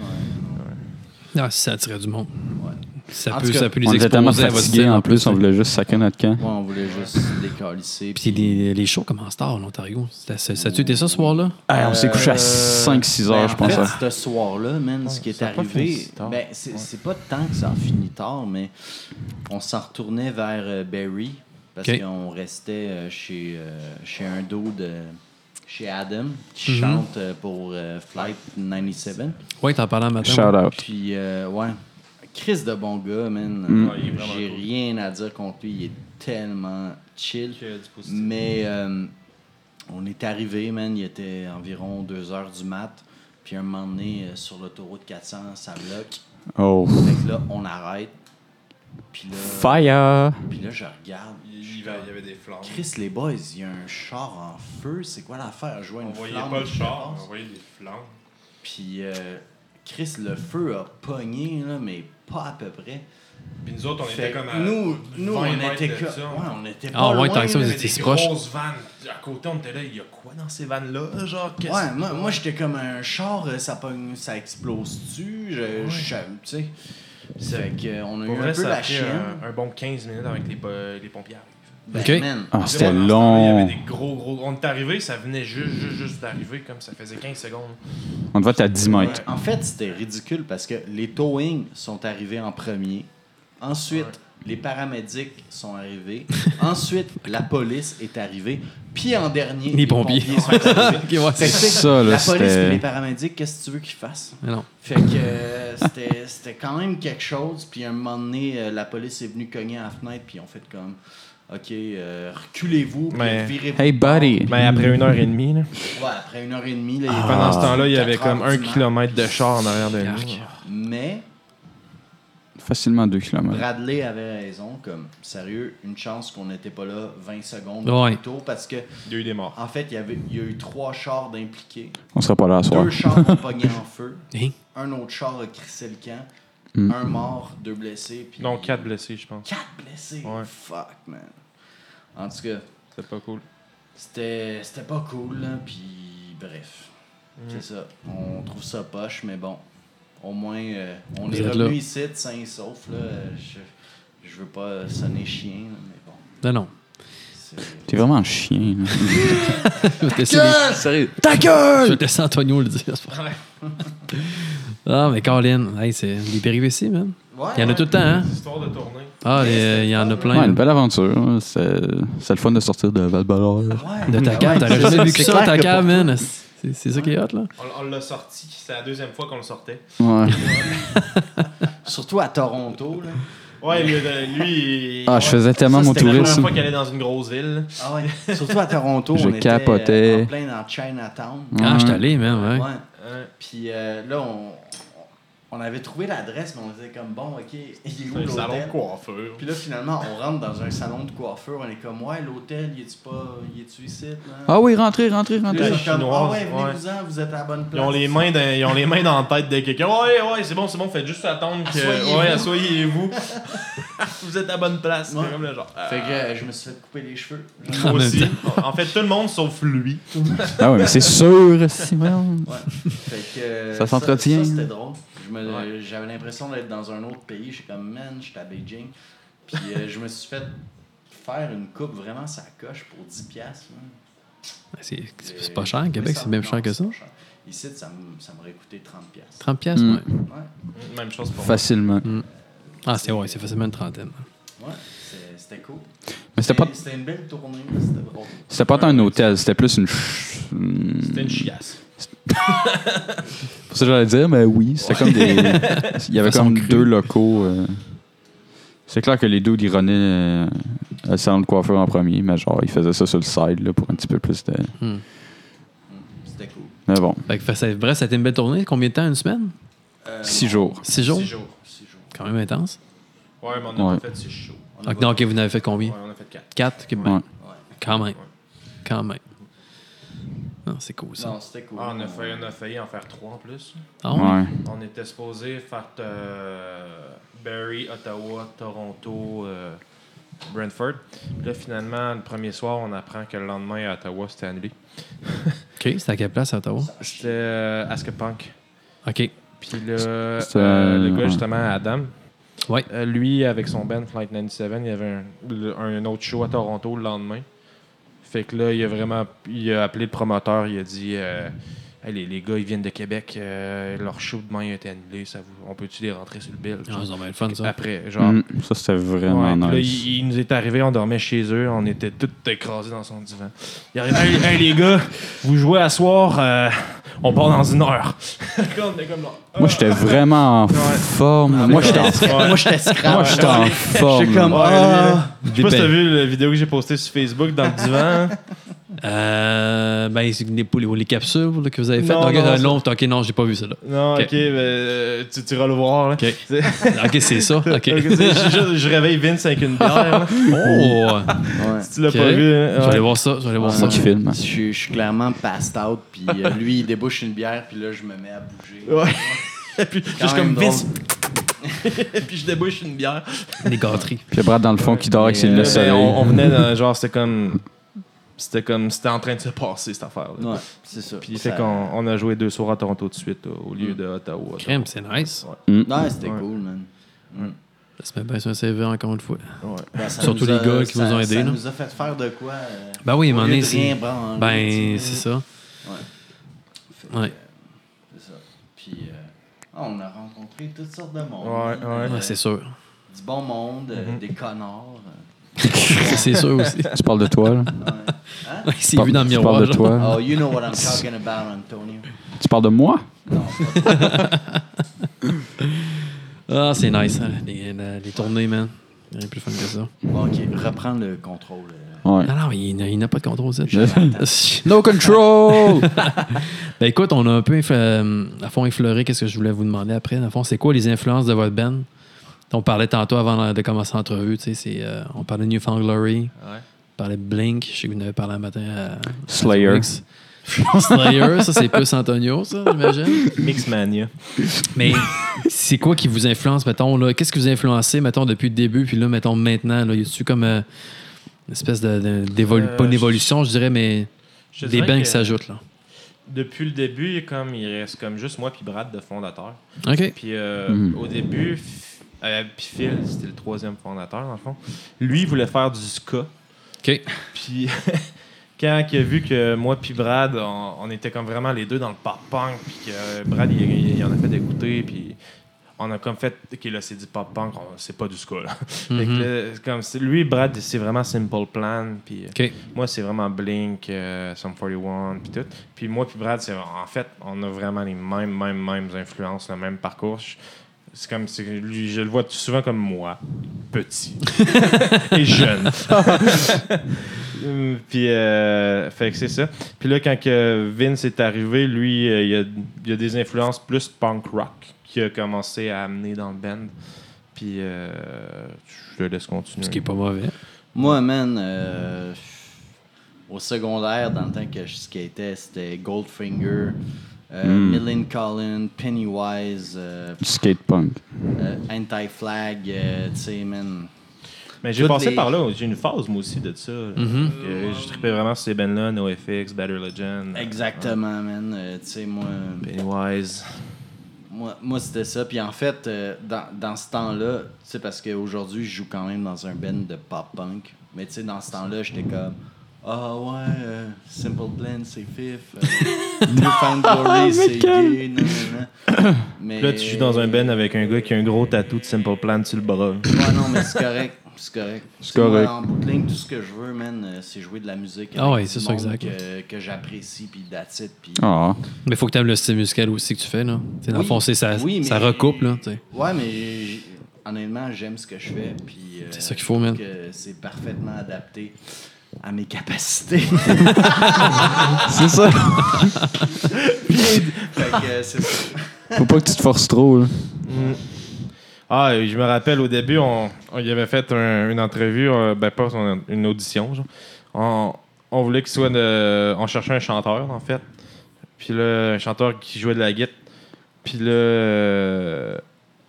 Ah, si ça attirait du monde. Ça En peut, tout cas, ça peut les On était tellement exposer à votre fatigués style en plus, on là. voulait juste sacrer notre camp. Ouais, on voulait juste décalisser. Puis les shows commencent tard en Ontario. Ça a-tu été ça ce soir-là? On s'est couché à 5-6 heures, je pense. En hein. fait, ce soir-là, man, ce qui est ça a pas fini arrivé, si tard. ben, c'est pas tant que ça a fini tard, mais on s'en retournait vers Barrie parce Ok. qu'on restait chez un dude, chez Adam, qui chante pour Flight 97. Oui, t'en parlais un matin. Shout out. Puis, ouais, Chris de bon gars, man. Ouais, il est vraiment J'ai cool. rien à dire contre lui. Il est tellement chill. Mais on est arrivé, man. Il était environ 2h du mat. Puis un moment donné, sur l'autoroute 400, ça bloque. Oh. Fait que là, on arrête. Puis là, Fire! je regarde. Il y avait des flammes. Chris, les boys, il y a un char en feu. C'est quoi l'affaire? Je vois une flamme qui passe. voyait des flammes. Puis Chris, le feu a pogné, là, mais pas à peu près. Puis nous autres, on Fait était comme que à nous 20 on mètres était de comme. ça. Ouais, on était pas Ah, ouais, loin. tant que ça, là. vous Il y étiez avait si des proche. grosses vannes. À côté, on était là, il y a quoi dans ces vannes-là? Genre, qu'est-ce Ouais, moi j'étais comme un char, ça explose-tu? Tu sais. Fait que, on a eu Pour un vrai, peu ça a la pris chienne. un bon 15 minutes avec les pompiers arrivent. Ben, Ok. man, Ah, c'était Vraiment, dans ce temps-là, il y long. avait des gros... On est arrivé, ça venait juste d'arriver, comme ça faisait 15 secondes. On devait être à 10 mètres. En fait, c'était ridicule parce que les towing sont arrivés en premier. Ensuite, les paramédics sont arrivés. Ensuite, la police est arrivée. Puis en dernier, Les pompiers. sont arrivés. Ok, ouais, Fait que, tu sais, Ça, là, la police c'était- et les paramédics, qu'est-ce que tu veux qu'ils fassent? Mais non. Fait que c'était quand même quelque chose. Puis à un moment donné, la police est venue cogner à la fenêtre, puis ils ont fait comme OK, reculez-vous, puis Mais- virez-vous. Hey, de bord. buddy. Mais après 1h30, là, Ouais, après 1h30, là, pendant ce temps-là, il y avait 4 comme heures 1 du mat. kilomètre de char en arrière de nous. Arc. Mais Facilement 2 km. Bradley avait raison, comme, sérieux, une chance qu'on n'était pas là 20 secondes Ouais. plus tôt, parce que, Il y a eu des morts. en fait, il y a eu 3 chars d'impliqués. On sera pas là à soir. 2 chars ont pogné en feu. Hein? Un autre char a crissé le camp. Mm. Un mort, 2 blessés. Puis Donc 4 blessés, je pense. 4 blessés. Ouais. Fuck, man. En tout cas, C'est pas cool. c'était pas cool, là, puis bref. Mm. C'est ça. On trouve ça poche, mais bon. Au moins, on Vous est êtes revenu là. ici, sain et sauf. Là. Je veux pas sonner chien, là, mais bon. Non. c'est- T'es vraiment un chien. là. Je vais te laisser les- Sérieux. Ta gueule! je vais te laisser Antonio le dire. c'est pas grave. Ah, mais Colin, hey, c'est des péripéties, man. Ouais, Il y en a ouais. tout le temps, hein? Histoire de tournée. Ah, il y en a plein. Ouais, une hein. belle aventure. C'est le fun de sortir de Val-Ballard. Ouais, De ta ouais, cave, t'aurais c'est jamais ça, vécu c'est ça, clair ta que cave, pour toi- man. C'est ça qui est hot, là. On l'a sorti. C'est la deuxième fois qu'on le sortait. Ouais. Surtout à Toronto, là. Ouais, lui Ah, je faisais tellement Ça, mon c'était la la première tourisme. fois qu'il allait dans une grosse ville. Ah ouais. Surtout à Toronto, Je on était capotais. en plein dans Chinatown. Ah, je suis Ouais. allé, man, ouais. Ouais. Puis là, on avait trouvé l'adresse, mais on était comme, bon, OK, il est où C'est un salon l'hôtel? de coiffure. Puis là, finalement, on rentre dans un salon de coiffure. On est comme, ouais, l'hôtel, il est-tu ici? Là? Ah oui, rentrez. Puis là, les je suis comme, Chinoises, ah ouais, venez-vous-en, vous êtes à la bonne place. Ils ont les mains dans la tête de quelqu'un. Ouais, c'est bon, faites juste attendre que. Asseyez-vous. Ouais, asseyez-vous. Vous êtes à la bonne place. Ouais. C'est comme le genre. Fait que je me suis fait couper les cheveux. Moi En même aussi. En fait, tout le monde sauf lui. Ah ouais, mais c'est sûr. Si, voyons. Ouais. Fait que, Ça s'entretient. Ça, c'était drôle. Ouais. J'avais l'impression d'être dans un autre pays. J'étais comme, man, j'étais à Beijing. Puis je me suis fait faire une coupe vraiment sa coche pour 10$. C'est pas cher, Québec, c'est même cher que ça. Ici, ça m'aurait coûté 30$. 30 piastres, Mm. ouais. Ouais, Même chose pour moi. Facilement. Ah, c'est facilement une trentaine. ouais, c'était cool. Mais c'était pas, C'était une belle tournée, là, c'était drôle. c'était pas tant un hôtel, c'était plus une. C'était une chiasse. Pour ça que j'allais dire, mais oui, c'était comme des. Il y avait Façon comme crue. 2 locaux. C'est clair que les dudes, ils runnaient le salon de coiffeur en premier, mais genre, ils faisaient ça sur le side là, pour un petit peu plus de. C'était cool. Mais bon, Fait que, bref, ça a été une belle tournée. Combien de temps? Une semaine? 6 jours. 6 jours? 6 jours. 6 jours. Quand même intense. Ouais, mais on a Ouais. pas fait 6 shows. On a Ok, non, ok, vous en avez fait combien? Ouais, on a fait 4. 4? Ouais. Ouais. Quand même. Quand même. Non, c'est cool, ça. Non, c'était cool. Ah, on a failli en faire 3 en plus. Ah ouais? Ouais. On était supposé faire Barrie, Ottawa, Toronto, Brantford. Puis là, finalement, le premier soir, on apprend que le lendemain, à Ottawa, c'était annulé. Ok, c'était à quelle place à Ottawa? C'était Askapunk. Ok. Puis là, C'était, le gars, ouais. justement, Adam, Ouais. lui, avec son band Flight 97, il y avait un autre show à Toronto le lendemain. Fait que là, il a appelé le promoteur, il a dit hey, les gars, ils viennent de Québec, leur show demain a été annulé, on peut-tu les rentrer sur le bill? Ah, c'est bien le fun, ça. Après, genre. Ça, c'était vraiment Ouais, puis là, nice. il nous est arrivé, on dormait chez eux, on était tous écrasés dans son divan. Il arrive, hey les gars, vous jouez à soir, on part dans 1 heure. On était comme là, Moi, j'étais vraiment en forme. Moi, j'étais en Moi, j'étais scrap. Moi, j'étais en forme. J'étais comme, Ouais, ah. je sais pas si t'as vu la vidéo que j'ai postée sur Facebook dans le divan. Ben, c'est les capsules là, que vous avez faites. Non, Ok, non, ok, non, j'ai pas vu ça là. Non, Ok. ok, mais tu iras le voir. Là. Ok. Ok, c'est ça. Ok. Je réveille Vince avec une bière. Là. Oh! Ouais. Si tu l'as Ok. pas vu. Je vais aller voir ça. Je vais aller voir Ouais. ça. Ça qui filme. Je suis clairement passed out, puis lui, il débouche une bière, puis là, je me mets à bouger. Ouais. Et puis, je Quand suis comme même Vince. Et puis, je débouche une bière. Les gâteries. Puis le Brad dans le fond qui dort avec ses Mais, lunettes soleil. On venait dans, genre, c'était en train de se passer cette affaire. Là. Ouais, c'est ça. Puis, Ça- fait qu'on a joué 2 soirs à Toronto de suite au lieu de Ottawa. Crème, c'est nice. Ouais, c'était Ouais. cool, man. Ça se met bien sur un CV encore une fois. Ouais. Ben, ça Surtout nous a- les gars qui vous ont aidé, Ça là. nous a fait faire de quoi? Ben oui, à un moment au lieu donné, de c'est. rien branler, Ben, tu sais. c'est ça. Fait que, Ouais. c'est ça. Puis, on a rencontré toutes sortes de monde. Ouais. Ouais, c'est sûr. Du bon monde, des connards. C'est sûr aussi. Tu parles de toi, là? Ouais. Il s'est vu dans le Tu miroir. parles de genre. toi. Oh, you know what I'm talking about, Antonio. Tu parles de moi? Non, c'est pas Ah, c'est nice, hein, les tournées, man. Rien plus fun que ça. Bon, OK, reprends le contrôle. Ouais. Non, il n'a pas de contrôle, ça. No control! Ben écoute, on a un peu à fond effleuré qu'est-ce que je voulais vous demander après. À fond, c'est quoi les influences de votre band? On parlait tantôt avant de commencer l'entrevue, tu sais, on parlait de New Found Glory, on parlait de Blink, je sais que vous en avez parlé un matin à Slayer. Slayer, ça c'est plus Antonio, ça, j'imagine. Mixmania. Mais c'est quoi qui vous influence, mettons, là? Qu'est-ce qui vous a influencé, mettons, depuis le début, puis là, mettons, maintenant, là? Y a-tu comme une espèce pas une évolution, je dirais, mais Je des dirais bands que qui s'ajoutent, là? Depuis le début, il reste comme juste moi puis Brad de fondateur. OK. Puis au début, puis Phil, c'était le 3e fondateur, dans le fond. Lui, il voulait faire du ska. OK. Puis quand il a vu que moi puis Brad, on était comme vraiment les deux dans le pop-punk, puis que Brad, il en a fait écouter, puis on a comme fait, OK, là, c'est du pop-punk, c'est pas du ska, là. Fait que là, comme, lui, Brad, c'est vraiment Simple Plan, puis OK. moi, c'est vraiment Blink, Sum 41, puis tout. Puis moi puis Brad, en fait, on a vraiment les mêmes influences, le même parcours. C'est comme lui, je le vois souvent comme moi, petit et jeune. Puis, fait que c'est ça. Puis là, quand Vince est arrivé, lui, il y a des influences plus punk rock qu'il a commencé à amener dans le band. Puis, je le laisse continuer. Ce qui est pas mauvais. Moi, man, au secondaire, dans le temps que je skatais, c'était Goldfinger, Millencolin, Pennywise, Du skate-punk. Anti-Flag, tu sais, man. Mais j'ai passé par là. J'ai une phase, moi aussi, de ça. Je trippais vraiment sur ces bands-là, NoFX, Better Legend. Exactement, man. Tu sais, moi... Pennywise. Moi, c'était ça. Puis en fait, dans ce temps-là, tu sais, parce qu'aujourd'hui, je joue quand même dans un band de pop-punk. Mais tu sais, dans ce temps-là, j'étais comme... Ah ouais, Simple Plan, c'est fif. New Found Glory, c'est gay. Mais... Là, tu joues dans un band avec un gars qui a un gros tatou de Simple Plan sur le bras. Ouais, non, mais c'est correct. C'est correct. C'est correct. Moi, en bout de ligne, tout ce que je veux, man, c'est jouer de la musique avec ouais, du c'est ça, monde exact. que j'apprécie, puis that's it. Puis... Ah. Mais il faut que tu aimes le style musical aussi que tu fais, là. T'sais, dans le fond, ça recoupe, là. T'sais. Ouais, mais honnêtement, j'aime ce que je fais. Puis, c'est ça qu'il faut, man. C'est parfaitement adapté à mes capacités. C'est ça. Fait que c'est ça. Faut pas que tu te forces trop, là. Ah, je me rappelle, au début, on y avait fait une entrevue, pas une audition, genre. On voulait qu'il soit on cherchait un chanteur, en fait. Puis là, un chanteur qui jouait de la guitare. Puis là,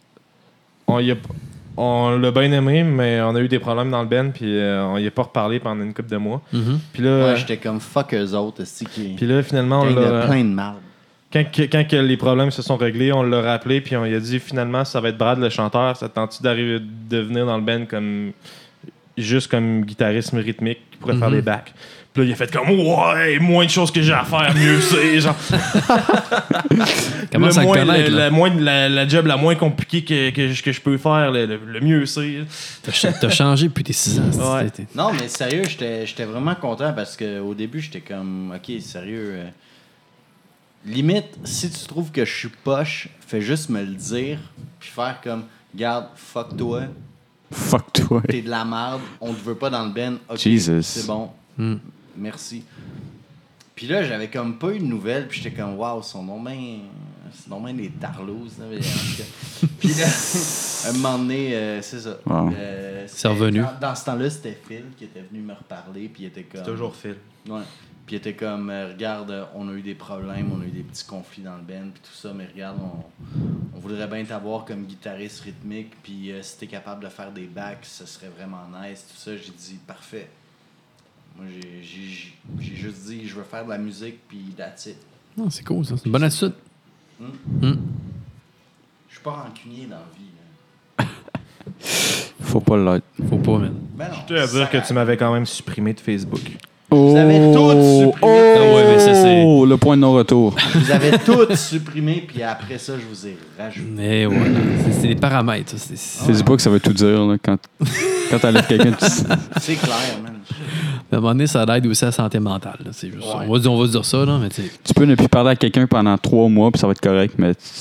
on l'a bien aimé, mais on a eu des problèmes dans le band, puis on y a pas reparlé pendant une couple de mois. Puis là, Ouais, j'étais comme fuck eux autres, puis là, finalement, on l'a... plein de marde. Quand que les problèmes se sont réglés, on l'a rappelé, puis on lui a dit finalement, ça va être Brad le chanteur. Ça tente-tu d'arriver de venir dans le band juste comme guitariste rythmique qui pourrait faire des backs? Puis là, il a fait comme ouais, moins de choses que j'ai à faire, mieux c'est. Genre. Comment ça le connaître, là? La job la moins compliquée que je peux faire, le mieux c'est. T'as changé depuis tes 6 ans. Ouais. Non, mais sérieux, j'étais vraiment content parce qu'au début, j'étais comme ok, sérieux. Limite, si tu trouves que je suis poche, fais juste me le dire, puis faire comme, garde, fuck toi, Fuck toi. t'es de la merde, on te veut pas dans le band, ok, Jesus. c'est bon, merci. Puis là, j'avais comme pas eu de nouvelles, puis j'étais comme, waouh, c'est non bien les tarlouses. Là, mais en tout cas. Puis là, un moment donné, c'est ça. Wow. C'est revenu. Dans ce temps-là, c'était Phil qui était venu me reparler, puis il était comme... C'est toujours Phil. Ouais. Puis il était comme, regarde, on a eu des problèmes, on a eu des petits conflits dans le band, puis tout ça, mais regarde, on voudrait bien t'avoir comme guitariste rythmique, puis si t'es capable de faire des backs, ce serait vraiment nice, tout ça. J'ai dit, parfait. Moi, j'ai juste dit, je veux faire de la musique, puis that's it. Non, c'est cool, ça. C'est une bonne attitude. Je suis pas rancunier dans la vie. Là. Faut pas l'être. Faut pas, man. Ben non. Je tiens à dire que tu m'avais quand même supprimé de Facebook. Vous avez tous supprimé. Ah ouais, mais ça, c'est... le point de non-retour. Vous avez toutes supprimé, puis après ça, je vous ai rajouté. Mais voilà. C'est des paramètres, ça. Facebook, ça veut tout dire. Là, quand t'enlèves quelqu'un, C'est clair, man. À un moment donné, ça aide aussi à la santé mentale. Là. C'est juste ça. On va dire ça, là, mais tu sais. tu peux ne plus parler à quelqu'un pendant 3 mois, puis ça va être correct, mais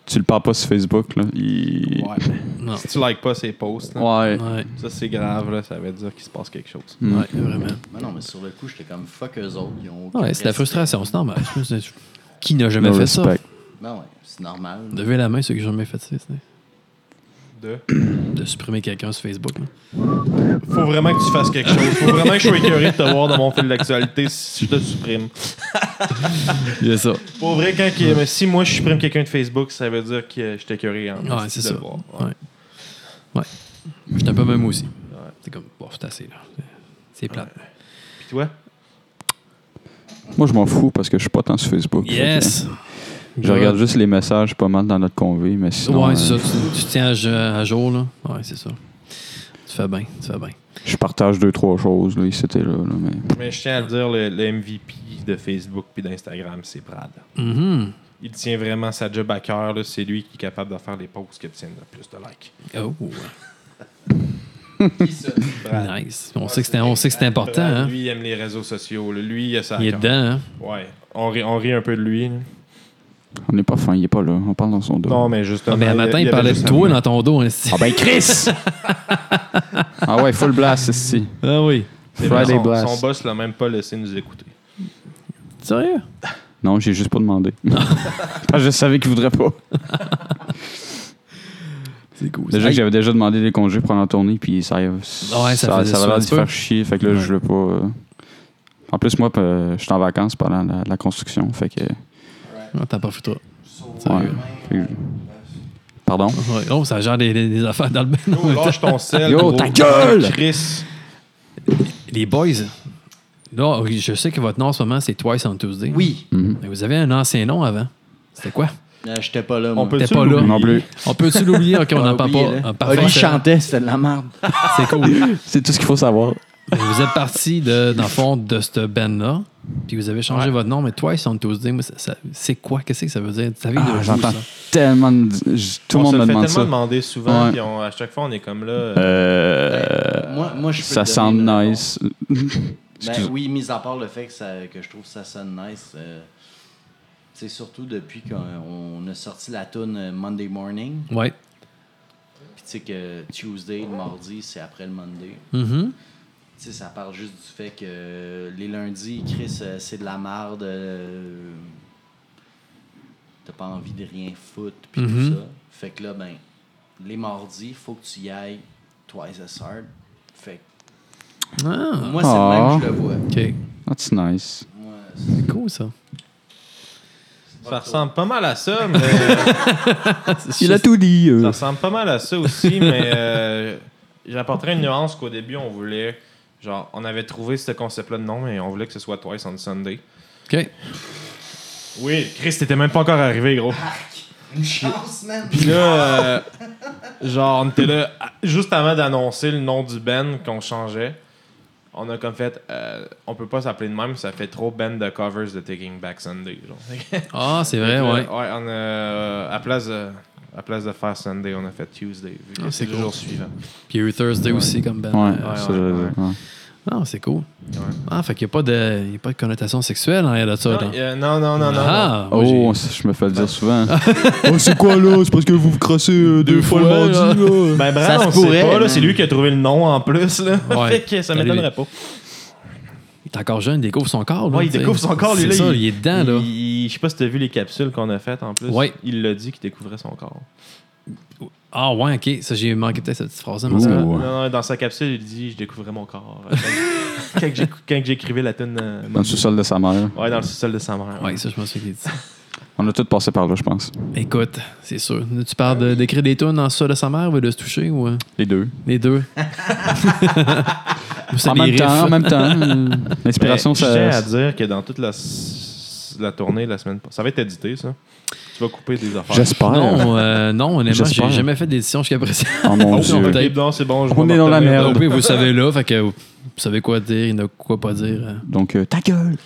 tu le parles pas sur Facebook, là, Ouais. Non. Si tu likes pas ses posts, là, Ouais. Ouais, ça c'est grave, là, ça veut dire qu'il se passe quelque chose. ouais, vraiment. Mais non, mais sur le coup, j'étais comme fuck eux autres. Ils ont Ouais, c'est la frustration, c'est normal. Qui n'a jamais No fait ça? respect. Ben ouais, c'est normal. Levez la main, ceux qui n'ont jamais fait ça. De... De supprimer quelqu'un sur Facebook. Là. Faut vraiment que tu fasses quelque chose. Faut vraiment que je sois écœuré de te voir dans mon fil d'actualité si je te supprime. C'est ça. Pour vrai, mais si moi je supprime quelqu'un de Facebook, ça veut dire que je t'ai écœuré. Hein, Ouais, c'est de ça. le voir. Ouais. Ouais. J'étais un peu même aussi. C'est comme, bon, c'est assez, là. C'est plate. Puis toi? Moi, je m'en fous parce que je suis pas tant sur Facebook. Yes! Fait que je regarde juste les messages pas mal dans notre convie, mais sinon. Ouais, c'est ça. Tu tiens à jour, là. Ouais, c'est ça. Tu fais bien, tu fais bien. Je partage 2-3 choses, là, ici et là. Mais... Mais je tiens à le dire, le MVP de Facebook puis d'Instagram, c'est Brad. Mhm. Il tient vraiment sa job à cœur. Là. C'est lui qui est capable de faire les posts qui obtiennent le plus de likes. Oh, Qui ça? Brad. nice. On sait que c'est important, Brad, hein? Lui, il aime les réseaux sociaux. Là. Lui, il a ça à Il est cœur. dedans, hein? Ouais. On rit un peu de lui. Là. On n'est pas fin, il est pas là. On parle dans son dos. Non, mais justement. Ah, mais un matin, il avait parlait de juste toi amené. dans ton dos. Hein, Ah ben Chris! Ah ouais, full blast ici. Ah oui. C'est vrai, Friday son Blast. boss l'a même pas laissé nous écouter. Sérieux? Non, j'ai juste pas demandé. Parce que je savais qu'il voudrait pas. C'est cool. Déjà que j'avais déjà demandé des congés pour aller en tournée, puis ça avait faisait l'air ça d'y un petit peu. faire chier. Fait que là, je voulais pas. En plus, moi, je suis en vacances pendant la construction. Fait que. Ah, t'as pas fait toi. Ouais. Fait que- Pardon? Ouais. Oh, ça gère des affaires dans le bain. Yo, lâche ton sel. Yo, gros. ta gueule! Chris. Les boys, là, je sais que votre nom en ce moment, c'est Twice on Tuesday. Oui. Mhm. Mais vous avez un ancien nom avant. C'était quoi? J'étais pas là, moi. On peut T'es pas là. Non plus. On peut-tu l'oublier? OK, on n'en parle Oubliez-le. pas. Ah, parfait. Oli chantait, c'était de la merde. C'est cool. C'est tout ce qu'il faut savoir. Vous êtes parti, dans le fond, de cette band-là, puis vous avez changé votre nom, mais Twice on Tuesday, moi, c'est quoi? Qu'est-ce que ça veut dire? Ça vient de où, J'entends ça? tellement. Tout le monde me On se le fait demande tellement ça. demander souvent, Ouais. puis à chaque fois, on est comme là. Moi, je peux Ça te sent donner le nice. Ben oui, mis à part le fait que je trouve que ça sonne nice. C'est surtout depuis qu'on a sorti la tune Monday Morning. Ouais. Puis tu sais que Tuesday, le mardi, c'est après le Monday. Mhm. Tu sais, ça parle juste du fait que les lundis, Chris, c'est de la merde. T'as pas envie de rien foutre, puis Mhm. tout ça. Fait que là, ben, les mardis, faut que tu y ailles twice as hard. Fait que Ah, moi, c'est le même que je le vois. OK. That's nice. Moi, C'est cool, ça. Ça ressemble pas mal à ça, mais. Il a tout dit. Ça ressemble pas mal à ça aussi, mais j'apporterais une nuance qu'au début, on voulait. Genre, on avait trouvé ce concept-là de nom, mais on voulait que ce soit Twice on Sunday. OK. Oui, Chris, t'étais même pas encore arrivé, gros. une chance, man! Puis là, genre, on était là, juste avant d'annoncer le nom du band qu'on changeait, on a comme fait, on peut pas s'appeler de même, ça fait trop band de covers de Taking Back Sunday. Genre. Ah, c'est vrai, ouais. Ouais, on a, à place de faire Sunday, on a fait Tuesday, vu que Ah, c'est c'est le cool. jour suivant. Puis il y a eu Thursday aussi comme band. Ouais, ouais, ça, ouais, ouais. Ah, c'est cool. Ouais. Ah, fait qu'il n'y a pas de connotation sexuelle en arrière de ça. là. Non. Ah, moi, Oh, je me fais le dire souvent. Oh, c'est quoi là? C'est parce que vous vous crossez deux fois le fois, mardi, là. Ben, Brad, Ça se on sait pourrait, pas, là, man. c'est lui qui a trouvé le nom en plus, là. Ouais. Fait que ça m'étonnerait pas. il est encore jeune, il découvre son corps. Là, Ouais, il tu sais. découvre son corps, lui, C'est là. ça, il est dedans, là. Je sais pas si t'as vu les capsules qu'on a faites en plus. Ouais. Il l'a dit qu'il découvrait son corps. Ah, ouais, OK. Ça, j'ai manqué peut-être cette petite phrase-là. Ouh. mais c'est vrai. Non, dans sa capsule, il dit je découvrais mon corps. Quand j'écrivais la tune. Dans le sous-sol de sa mère. Ouais, dans le sous-sol de sa mère. Ouais, ça, je me souviens qu'il dit ça. On a tous passé par là, je pense. Écoute, c'est sûr. Tu parles d'écrire des tunes dans ça de sa mère ou de se toucher ou Les deux. les deux? Ou c'est En des même riffs? temps, en même temps. L'inspiration, Je tiens à ça. dire que dans toute la tournée la semaine passée, ça va être édité, ça. Tu vas couper des affaires. J'espère. Non, honnêtement, j'ai J'espère. jamais fait d'édition jusqu'à présent. Oh mon Oh, Dieu. ok, Peut-être. non, c'est bon. Je On vais est dans la m'en retenir. merde. Au pire, vous le savez là, fait que vous savez quoi dire, il y en a quoi pas dire. Donc, ta gueule.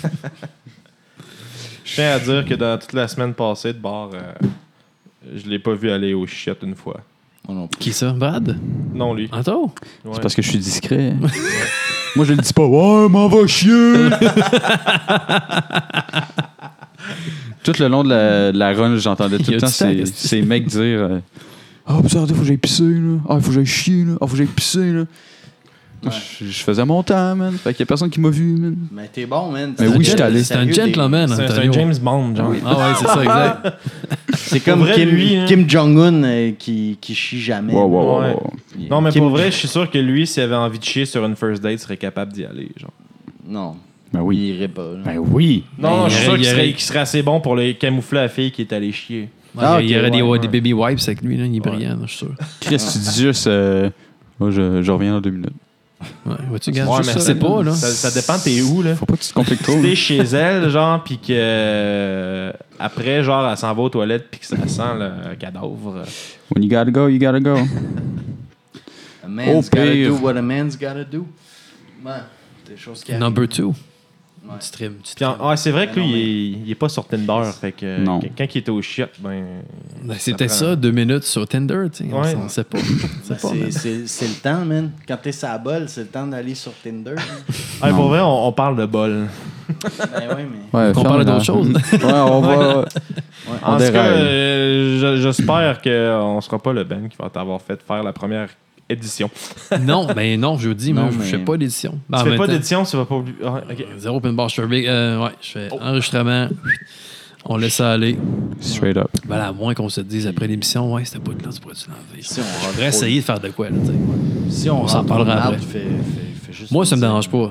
Je tiens à dire que dans toute la semaine passée de bar, je l'ai pas vu aller au chiottes une fois. Moi non plus. Qui ça? Brad? Non, lui. Anto? Ouais. C'est parce que je suis discret. Moi, je le dis pas. Ouais, m'en va chier. Tout le long de la run, j'entendais tout Il y le a temps du temps, ces mecs dire ah, putain, faut que j'aille pisser, là. Ah, faut que j'aille chier, là. Ah, faut que j'aille pisser, là. Moi, je faisais mon temps, man. Fait qu'il y a personne qui m'a vu, man. Mais t'es bon, man. Mais oui, j'étais allé. C'est un gentleman, C'est Antonio. un James Bond, genre. Ah ouais, c'est ça, exact. C'est comme Pour vrai, Kim, lui, hein. Kim Jong-un qui chie jamais. Wow. Ouais. Non, mais Kim- pour vrai, je suis sûr que lui, s'il avait envie de chier sur une first date, il serait capable d'y aller, genre. Non. Ben oui. Il irait pas. là. Ben oui. Non, Ben, je suis il sûr aurait- qu'il serait assez bon pour le camoufler la fille qui est allée chier. Ah, Il y aurait ok, ouais. des baby wipes avec lui, là, il est brillant, là, je suis sûr. Chris, tu dis juste moi, je reviens dans 2 minutes. Ouais, vois-tu, gars, Ouais, je mais sais pas, là. Ça dépend t'es où, là. Faut pas que tu te compliques trop. Si là. t'es chez elle, genre, pis que après, genre, elle s'en va aux toilettes pis que ça sent le cadavre. When you gotta go, you gotta go. A man's gotta pire. do what a man's gotta do. Ouais. Des choses qui arrivent. Number 2. Ouais. Tu trim, tu Puis trim. c'est vrai que Ben non, lui, il est pas sur Tinder. Fait que Non. quand il était au shit, ben. Ben, c'était prend- ça, 2 minutes sur Tinder, tu sais. Ouais. On sait pas. Ben, pas, man. c'est le temps, man. Quand t'es sa bol, c'est le temps d'aller sur Tinder. Ouais, Non. pour vrai, on parle de bol. Ben oui, mais. Ouais, On parle d'autre chose. Ouais, on va. En tout cas, déraille. j'espère qu'on sera pas le Ben qui va t'avoir fait faire la première édition. Non, ben non, je vous dis, Non, moi, je mais- fais pas d'édition. Ben, en Tu fais même pas temps, d'édition, tu vas pas oublier. Ah, ok. Zéro open bar, je fais ouais, je fais enregistrement. On laisse ça aller. Straight up. Ben, à moins qu'on se dise après l'émission, ouais, c'était pas de là, tu pourrais-tu l'enlever. Si on Je rentre voudrais trop- essayer de faire de quoi, là, tu sais. Si on s'en rentre parlera trop après. mal, fais juste Moi, ça me dire. dérange pas.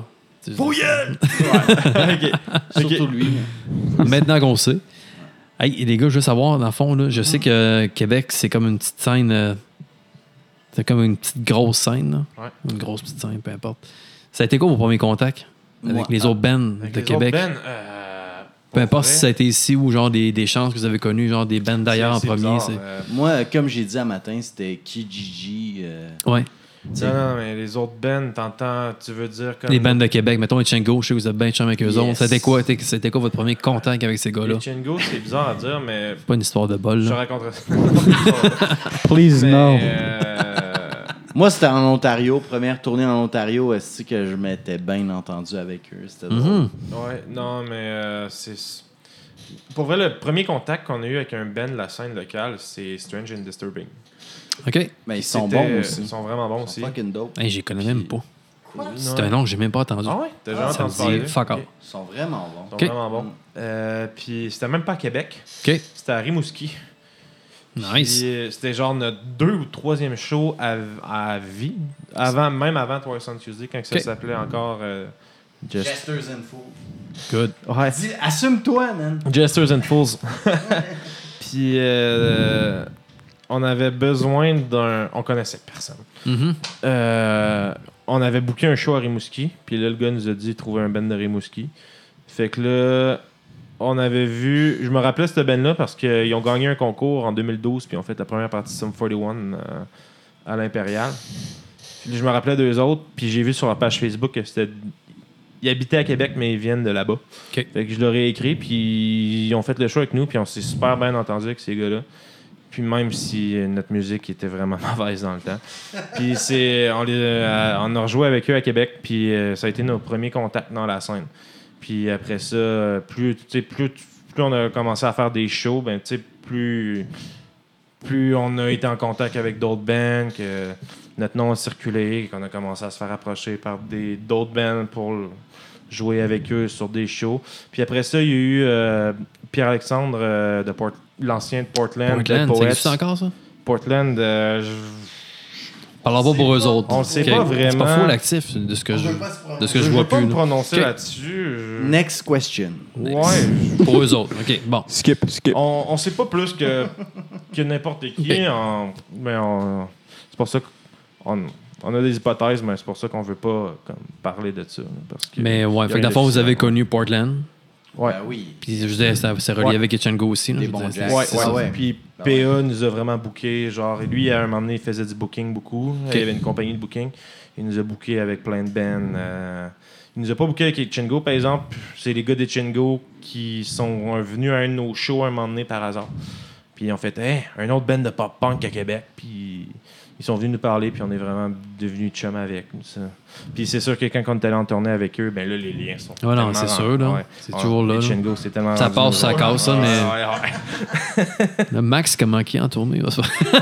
Surtout lui. Maintenant qu'on sait. Hey, les gars, je veux savoir, dans le fond, là, je sais que Québec, c'est comme une petite scène. C'est comme une petite grosse scène. Là. Ouais. Une grosse petite scène, peu importe. Ça a été quoi vos premiers contacts avec Moi, les autres bands Avec de les Québec? autres Ben, Peu importe pour si vrai, ça a été ici ou genre des chances que vous avez connues, genre des bands d'ailleurs en c'est premier. bizarre, c'est... Moi, comme j'ai dit un matin, c'était Kijiji. Ouais. Non, mais les autres bands, t'entends, tu veux dire comme. Les bands de Québec, mettons les Chango, je sais que vous êtes bien chum avec eux Yes. autres. C'était quoi votre premier contact avec ces gars-là? Les Chingo, c'est bizarre à dire, mais. Pas une histoire de bol, Je là. raconterai ça. Please, Mais, no. Moi, c'était en Ontario. Première tournée en Ontario, est-ce que je m'étais bien entendu avec eux? C'était drôle. Mhm. Ouais, non, mais c'est. Pour vrai, le premier contact qu'on a eu avec un band de la scène locale, c'est Strange and Disturbing. OK. Ben, ils sont C'était- bons aussi. Ils sont vraiment bons Ils aussi. sont fucking dope. Hey, j'y connais même pas. C'est Ouais. un nom que j'ai même pas entendu. Ah ouais? T'as jamais Ça me entendu parler dit d'eux? fuck Ok. all. Ils sont vraiment bons. Ils sont Ok. vraiment bons. Puis c'était même pas à Québec. OK. C'était à Rimouski. Nice. Puis, c'était genre notre 2 ou 3e show à vie. Même avant Twice on Tuesday, quand ça Ok. s'appelait encore Jesters and Fools. Good. Ouais. Dis, assume-toi, man. Jesters and Fools. Puis on avait besoin d'un. On connaissait personne. Mhm. On avait booké un show à Rimouski. Puis là, le gars nous a dit trouver un band de Rimouski. Fait que là, on avait vu. Je me rappelais cette band-là parce qu'ils ont gagné un concours en 2012. Puis ils ont fait la première partie de Sum 41 à l'Impérial. Puis je me rappelais d'eux autres. Puis j'ai vu sur leur page Facebook que c'était. Ils habitaient à Québec, mais ils viennent de là-bas. OK. Fait que je leur ai écrit, puis ils ont fait le show avec nous, puis on s'est super bien entendu avec ces gars-là. Puis même si notre musique était vraiment mauvaise dans le temps. Puis on a rejoué avec eux à Québec, puis ça a été nos premiers contacts dans la scène. Puis après ça, plus on a commencé à faire des shows, ben tu sais, plus on a été en contact avec d'autres bands, que notre nom a circulé, qu'on a commencé à se faire approcher par d'autres bands pour jouer avec eux sur des shows. Puis après ça, il y a eu Pierre-Alexandre de l'ancien de Portland, Dead Portland, ça Poets. existe encore, ça? Portland, Parlons pas pour eux autres. on le sait OK. pas C'est pas vraiment. faux l'actif de ce que je je vois veux pas plus. me là. prononcer OK. là-dessus. Next question. Ouais. Pour eux autres. OK, bon. Skip. On sait pas plus que n'importe qui. Mais c'est pour ça qu'on a des hypothèses, mais c'est pour ça qu'on veut pas comme, parler de ça. Là, parce que Mais ouais, y a fait que rien dans le fond, vous avez d'officiel. connu Portland. Ouais. Ben oui. Puis je disais, c'est relié Ouais. avec Echango aussi. Là, Des je bons disais, jazz. Ouais, c'est ouais, ça. ouais. Puis Ben PA nous a vraiment booké. Genre, et lui, à un moment donné, il faisait du booking beaucoup. Il y avait une compagnie de booking. Il nous a booké avec plein de bands. Il nous a pas booké avec Echango, par exemple. C'est les gars d'Echango qui sont venus à un de nos shows un moment donné par hasard. Puis ils ont fait hey, un autre band de pop-punk à Québec. Puis ils sont venus nous parler, puis on est vraiment devenus chum avec. Ça. Puis c'est sûr que quand on est allé en tournée avec eux, ben là, les liens sont Ouais, non, tellement c'est sûr, là. ouais. C'est toujours là. Hitch là. and Go, c'est tellement Ça rendu passe, ça nous casse, ça, autres. mais- Ouais. Le Max, comment qui est en tournée? Ça,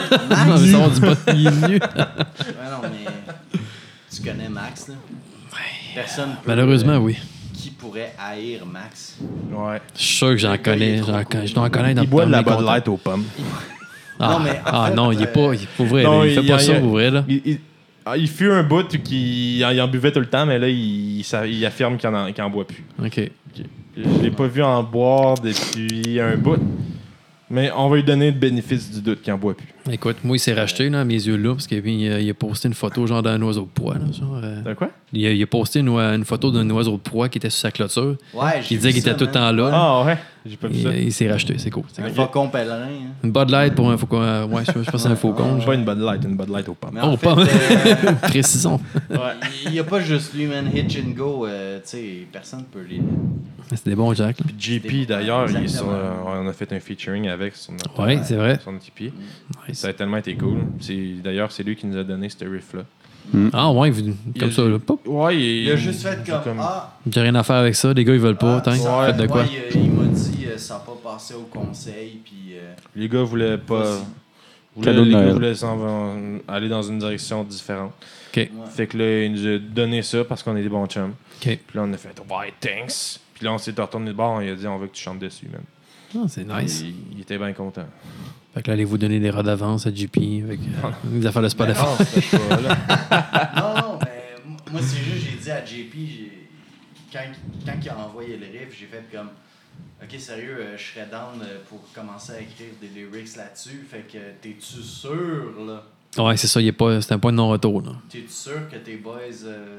on dit pas qu'il est venu. Ouais, non, mais tu connais Max, là? Personne peut, Malheureusement, oui. Qui pourrait haïr Max? Ouais. Je suis sûr que j'en Le gars, il est connais. trop Je dois en connaître dans Il boit de la dans mes Bud contacts. Light aux pommes. Ah, Non, mais en fait, non, il est pas. Il est pas vrai. non, là. Il fait pas il- ça il- pour vrai. Là. Il fut un bout qu'il en buvait tout le temps, mais là, il affirme qu'il en boit plus. OK. Je l'ai pas vu en boire depuis un bout. Mais on va lui donner le bénéfice du doute qu'il en boit plus. Écoute, moi, il s'est racheté, là, à mes yeux là, parce qu'il a posté une photo genre d'un oiseau de proie. Là, genre, De quoi? il a posté une photo d'un oiseau de proie qui était sur sa clôture. Ouais, Qui disait qu'il était tout le temps là. Ah ouais, j'ai pas vu ça. Il s'est racheté, c'est cool. C'est Un cool. faucon pèlerin. Hein. Une Bud Light pour un faucon. Ouais, je pense que c'est un faucon. Pas une Bud Light aux pommes. Mais Oh, en fait, pas Précisons. il n'y a pas juste lui, man. Hitch and Go, tu sais, personne peut les. C'est des bons Jack. Là. Puis JP, d'ailleurs, Exactement. on a fait un featuring avec sur notre, Ouais, c'est vrai. sur notre EP. Nice. Ça a tellement été cool. D'ailleurs, c'est lui qui nous a donné ce riff-là. Ah, ouais, comme ça. Là. Pop. Ouais, Il a juste fait comme. Ah, J'ai rien à faire avec ça. Les gars, ils veulent pas. Tiens, ça, faites de quoi? ouais, il m'a dit, ça n'a pas passé au conseil, puis. Les gars voulaient pas. Cadeau de Les gars Noël. voulaient aller dans une direction différente. OK. Fait que là, il nous a donné ça parce qu'on est des bons chums. OK. Puis là, on a fait ouais, thanks. Puis là, on s'est retourné de bord, il a dit on veut que tu chantes dessus, man. Ah, c'est nice. Il était bien content. Fait que là, allez-vous donner des rods d'avance à JP avec des affaires de Spotify. Non, c'était pas, là. Non, mais moi, c'est juste, j'ai dit à JP, quand il a envoyé le riff, j'ai fait comme. Ok, sérieux, je serais down pour commencer à écrire des lyrics là-dessus. Fait que, t'es-tu sûr, là? Ouais, c'est ça. C'est un point de non-retour. Là. T'es-tu sûr que tes boys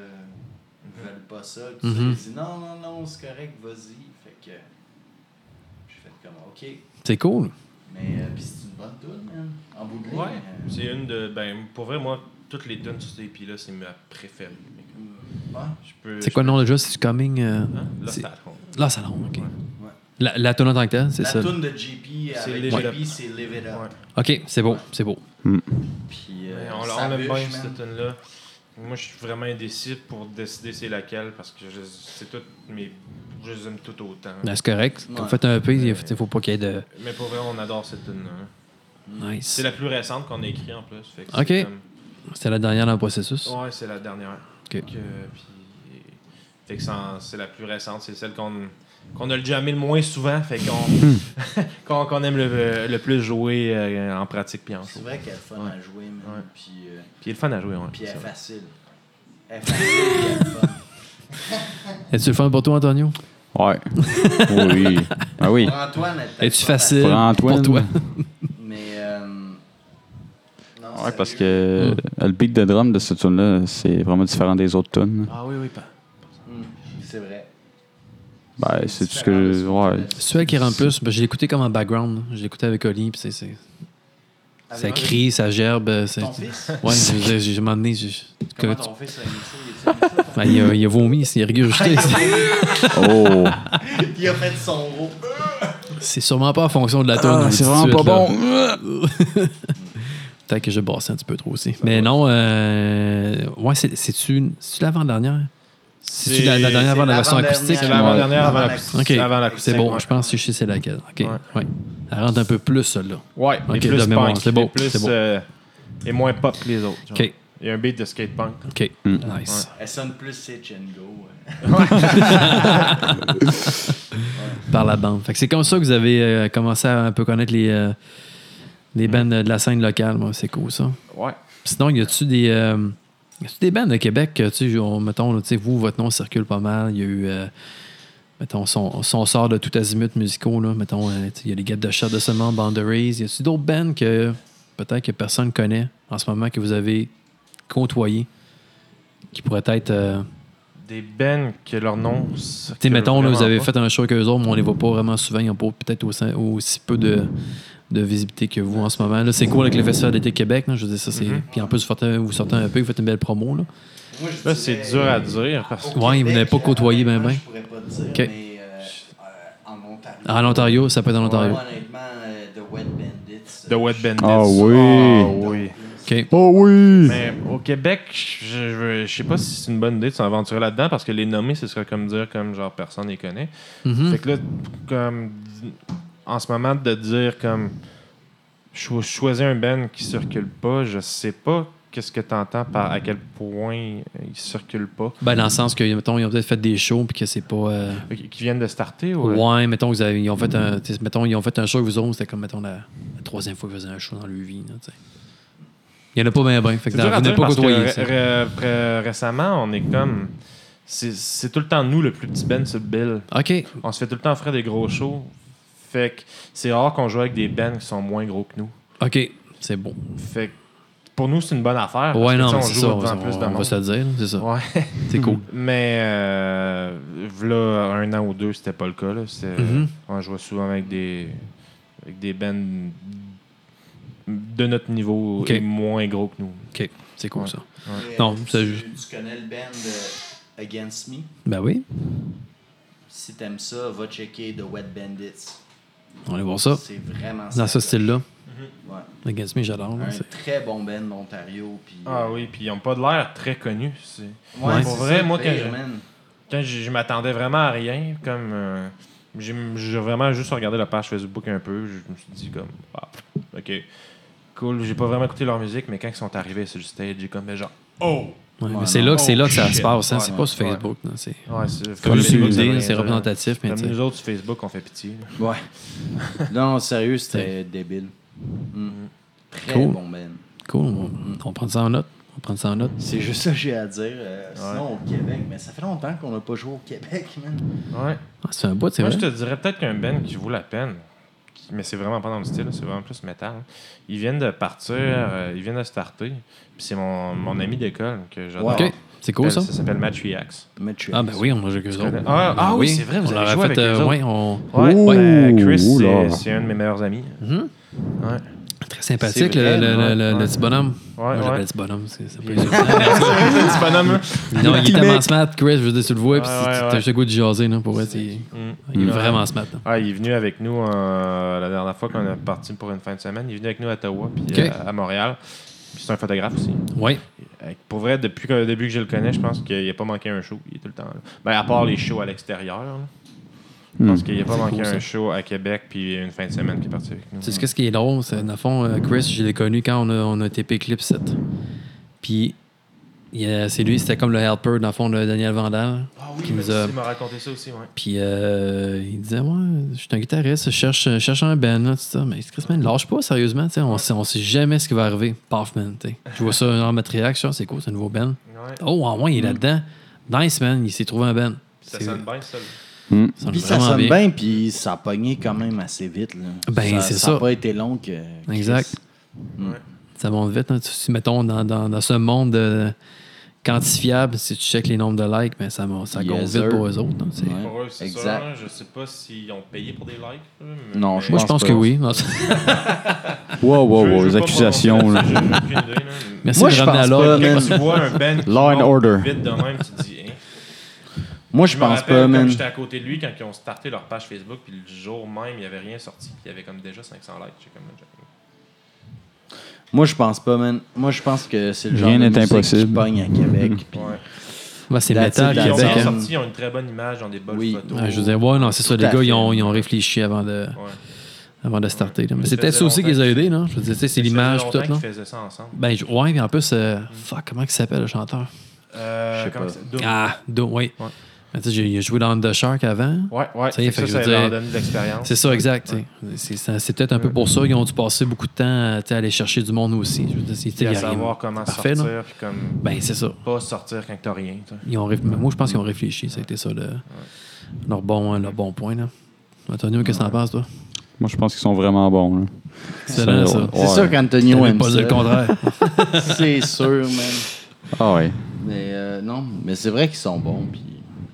veulent pas ça? Puis Mhm. j'ai dit non, c'est correct, vas-y. Fait que. J'ai fait comme, ok. C'est cool. Mais, pis c'est une bonne tune, man. En bout de ligne. Ouais. C'est une de. Ben, pour vrai, moi, toutes les tunes sur ces EP-là, c'est ma préférée. Ouais. C'est quoi le nom déjà? C'est Coming. Hein? Lost c'est- at Home. Là, ça long, OK. Ouais. La tune en tant que telle, c'est La ça. tune de JP C'est avec Live It JP, Up. c'est Live It Up. Ouais. OK, c'est beau, c'est beau. Puis, Mais on ça l'aime bûche, bien, man. cette tune-là. Moi, je suis vraiment indécis pour décider c'est laquelle parce que c'est toutes mes. Je les aime toutes autant. Ben, c'est correct. Quand Ouais. vous faites un EP, il faut pas qu'il y ait de. Mais pour vrai, on adore cette tune-là. Nice. C'est la plus récente qu'on a écrite en plus. Fait que Ok. c'est comme- C'était la dernière dans le processus. Ouais, c'est la dernière. Ok. Fait que c'est la plus récente. C'est celle qu'on a le jammé le moins souvent. Fait qu'on aime le plus jouer en pratique puis en C'est show. vrai qu'elle est fun à jouer, man. Ouais. Puis, Puis il est le fun à jouer, ouais. puis elle est c'est vrai. facile. Elle est facile et elle est fun. Es-tu le fun pour toi, Antonio? Ouais. Oui. Ah oui. Pour Antoine, elle est peut-être Es-tu pas facile Pour Antoine. pour toi? Mais, non, Ouais, parce sérieux. que le beat de drum de cette tune-là, c'est vraiment différent des autres tunes. Ah oui, oui, pas. C'est vrai. Ben, c'est tout ce que. Ouais. C'est elle qui rend plus. Ben, je l'ai écouté comme en background. Je l'ai écouté avec Oli, puis ça Avec crie, ça gerbe. ton fils? Ouais, j'ai m'en donné. Comment ton fils a aimé ça? Ben, il a vomi, il a régurgité. Oh! Il a fait son gros. C'est sûrement pas en fonction de la tonne. Ah, c'est vraiment pas bon! Peut-être que j'ai bassé un petit peu trop aussi. Mais non, ouais, c'est-tu l'avant-dernière? C'est-tu la dernière avant la version acoustique? C'est l'avant-dernière avant l'acoustique. OK, Avant l'acoustique, c'est bon. ouais. Je pense que je sais c'est laquelle. OK, Ouais. ouais. Elle rentre un peu plus, celle-là. Ouais, Ok, et plus de mémoire, punk, c'est beau, et plus, c'est beau. et moins pop que les autres. genre. OK, Il y a un beat de skate punk. OK, nice. Elle sonne plus Hitch and Go. Par la bande. Fait que c'est comme ça que vous avez commencé à un peu connaître les bands de la scène locale. Moi, c'est cool, ça. Ouais. Sinon, y a-tu des bands de Québec que, tu sais, mettons, là, tu sais, vous, votre nom circule pas mal. Il y a eu, mettons, son sort de tout azimut musicaux, là. Mettons, tu sais, il y a les Guettes de Chat de Seulement, Boundaries. Y a-tu d'autres bands que peut-être que personne connaît en ce moment que vous avez côtoyé qui pourraient être. Des bands que leur nom. Tu sais, mettons, là, vous avez fait un show avec eux autres, mais on les voit pas vraiment souvent. Ils n'ont pas peut-être aussi peu de visibilité que vous en ce moment. Là, c'est cool avec le Festival d'été Québec. Là, je veux dire, ça, c'est. Puis en plus, vous sortez un peu, vous faites une belle promo. Là. Moi, je Là, dirais, c'est dur à dire parce que. au Ouais, vous n'avez pas côtoyé ben, honnêtement, ben. Je pourrais pas te dire, OK. mais en Ontario. En Ontario, ça peut être en Ontario. Moi, honnêtement, The Wet Bandits. The Wet Bandits. Ah oui. Ah oui. OK. Oh oui! Mais au Québec, je sais pas si c'est une bonne idée de s'aventurer là-dedans parce que les nommer, ce serait comme dire comme genre personne les connaît. Mhm. Fait que là, comme en ce moment, de dire comme choisir un band qui circule pas, je sais pas qu'est-ce que tu entends par à quel point il circule pas. Ben, dans le sens que, mettons, ils ont peut-être fait des shows puis que c'est pas. Qui viennent de starter ou. Ouais, mettons, ils ont fait un. Mettons, ils ont fait un show avec vous autres, c'était comme, mettons, la troisième fois qu'ils faisaient un show dans leur vie. Là, t'sais. Il y en a pas bien, bien. Fait que C'est dur à vous dire n'avez pas parce côtoyé. que récemment, on est comme. C'est tout le temps nous, le plus petit band sur le bill. OK. On se fait tout le temps offrir des gros shows. Fait que c'est rare qu'on joue avec des bands qui sont moins gros que nous. OK. C'est bon. Fait que pour nous, c'est une bonne affaire. Parce Ouais, que, non, tu sais, mais on c'est joue ça. devant plus de On va monde. se le dire, c'est ça. Ouais. C'est cool. Mais là, 1 an ou 2, c'était pas le cas. Là. Mhm. On jouait souvent avec des bands de notre niveau OK. et moins gros que nous. OK. C'est cool, Ouais. ça. Et, Non, tu, c'est tu connais le band Against Me? Ben oui. Si t'aimes ça, va checker The Wet Bandits. On va aller voir ça. C'est vraiment Dans ce style-là. Ouais. Against Me, j'adore. là, Un c'est- très bon band d'Ontario. Puis, Ah oui, puis ils n'ont pas de l'air très connus. Ouais, Pour c'est vrai, ça, moi, le quand pire, je- man. Quand je m'attendais vraiment à rien, comme j'ai vraiment juste regardé la page Facebook un peu, je me suis dit comme ah, ok, cool, j'ai pas vraiment écouté leur musique, mais quand ils sont arrivés sur le stage, j'ai comme genre oh! Ouais, Ouais, mais c'est non. là que ça shit. se passe. Hein. Ouais, c'est ouais, pas sur ouais. Facebook. là, C'est Ouais, c'est comme c'est une une idée, rien c'est dire. représentatif. Mais Comme tu sais. nous autres sur Facebook, on fait pitié. Ouais. Non, sérieux, c'était débile. Mm. Très Cool. bon band. Cool. On prend ça en note. On prend ça en note. C'est juste ça que j'ai à dire. Sinon, au Québec, mais ça fait longtemps qu'on n'a pas joué au Québec, man. Ouais. Ah, c'est un bout, c'est Moi, vrai. je te dirais peut-être qu'un band qui vaut la peine, mais c'est vraiment pas dans le style, là, c'est vraiment plus métal. Ils viennent de partir, ils viennent de starter, puis c'est mon ami d'école que j'adore. Ouais. OK. C'est cool, ça. Ça s'appelle Matriax. Ah, ben oui, on a joué avec eux autres. Ah oui, c'est vrai, vous on avez leur a joué avec fait, eux autres. ouais, on... Ouais, Ouh, ben, Chris, oula. c'est un de mes meilleurs amis. Mhm. Ouais. Très sympathique, C'est vrai, le petit bonhomme. Ouais, Moi, j'appelle ouais. le petit bonhomme. C'est pas C'est un petit bonhomme, là. Non, il est tellement smart, Chris. Je veux dire, tu le vois, puis Ouais, ouais, t'as ouais. juste le goût de jaser, là, pour vrai. Il est Ouais. vraiment smart. là. Ah, il est venu avec nous la dernière fois qu'on est parti pour une fin de semaine. Il est venu avec nous à Ottawa, puis OK. à Montréal. Puis c'est un photographe aussi. Oui. Pour vrai, depuis le début que je le connais, je pense qu'il n'a pas manqué un show. Il est tout le temps là. Ben, à part les shows à l'extérieur. là. Je pense qu'il n'a pas manqué cool, ça. un show à Québec, puis une fin de semaine qui est parti avec nous. Tu sais ce qui est drôle? C'est, dans le fond, Chris, je l'ai connu quand on a été Clip 7. Puis, c'est lui, c'était comme le helper, dans le fond, de Daniel Vandal. Ah oui, qui mais nous a- il m'a raconté ça aussi, ouais. Puis, il disait, ouais, je suis un guitariste, je cherche un band, là, tout ça. Mais Chris, man, lâche pas, sérieusement, tu sais, on sait jamais ce qui va arriver. Paf, man, tu sais. Je vois ça en Matriax, c'est cool, c'est un nouveau band. Ouais. Oh, en moins, il est là-dedans. Nice, man, il s'est trouvé un band. Puis ça C'est- sonne bien, ça. sonne Puis ça vraiment sonne bien, puis ça a pogné quand même assez vite. Là. Ben, c'est Ça n'a ça. pas été long que. Exact. Ouais. Ça monte vite. Hein. Si, mettons, dans ce monde quantifiable, si tu checkes les nombres de likes, mais ça Yes, gonfle vite sir. pour eux autres. hein. C'est- Ouais. Pour eux, c'est exact. ça. Hein. Je sais pas s'ils ont payé pour des likes. là, mais- Non, mais- Moi, je pense pas. que oui. Non, Wow, Je veux les pas accusations. prononcer, Là. j'ai aucune idée, là. Merci Moi, de je ramener à pense l'ordre. pas, man. Quand tu vois un band qui Law and monte order. vite de même, tu te dis, hein. Moi, je me pense rappelle, pas, comme man. j'étais à côté de lui quand ils ont starté leur page Facebook, puis le jour même, il n'y avait rien sorti, puis il y avait comme déjà 500 likes. J'ai comme, Moi, je pense pas, man. Moi, je pense que c'est le genre Rien de n'est musique impossible. qui pogne à Québec. puis- ouais. Ouais, c'est That's métal, it, Ils ont that's Québec. it. Hein. sorti, ils ont une très bonne image, ils ont des bonnes Oui. photos. Ouais, je veux dire, ouais, non, c'est ça. Tout Les à gars, fait. ils ont réfléchi avant de starter. là. Mais c'est Ça peut-être faisait ça aussi qui les a longtemps aidés, non? Je veux dire, tu sais, c'est Ça faisait l'image, tout, longtemps non? qu'ils faisaient ça ensemble. Ben, ouais, puis en plus, fuck, comment il s'appelle, le chanteur? Je sais Comment pas. ça- Doom. Ah, oui. Ouais. Mais tu sais, il a joué dans The Shark avant. Ouais. Ça y est, Fait fait que que ça, je ça veux leur dire- donne de l'expérience. C'est ça, exact. tu sais. C'est peut-être un peu pour ça qu'ils ont dû passer beaucoup de temps à aller chercher du monde aussi. Je veux dire, Puis il y à a rien- savoir comment parfait, sortir, là. puis comme Ben, c'est ça. pas sortir quand t'as rien. tu sais. Moi, je pense qu'ils ont réfléchi. Ça a été ça leur bon point. Là. Antonio, qu'est-ce que t'en penses, toi? Moi, je pense qu'ils sont vraiment bons. Là. Excellent, ça. C'est sûr qu'Antonio T'avais aime pas dit ça. le contraire. C'est sûr, man. Ah ouais. Mais non, mais c'est vrai qu'ils sont bons. Puis,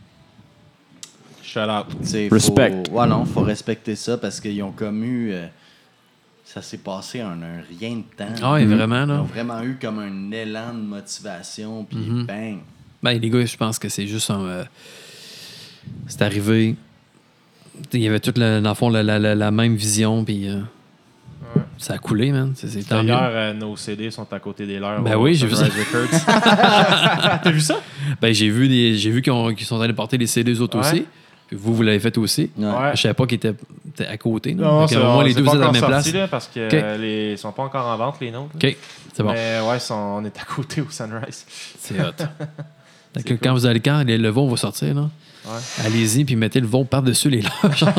Shout out. tu sais, Respect. Ouais, non, faut respecter ça parce qu'ils ont comme eu. Ça s'est passé en un rien de temps. Ah oui, vraiment, Ils ont là. vraiment eu comme un élan de motivation. Puis Mhm. bang. Ben, les gars, je pense que c'est juste un. C'est arrivé. Il y avait toute, dans le fond, la même vision. Puis, Ça a coulé, man. C'est tant mieux. D'ailleurs, nos CD sont à côté des leurs. Ben au oui, j'ai vu ça. Sunrise Records. T'as vu ça? Ben, j'ai vu qu'ils sont allés porter les CD autres Ouais. aussi. Puis vous l'avez fait aussi. Ouais. Je savais pas qu'ils étaient à côté. là. Non, Fait que au moins, les deux, vous êtes à la même place. Là, parce que Ok. ils sont pas encore en vente, les nôtres. là. OK, c'est bon. Mais ouais, on est à côté au Sunrise. C'est hot. Fait que quand vous allez, quand le vont va sortir, là, Ouais. allez-y puis mettez le vont par-dessus les leurs. genre.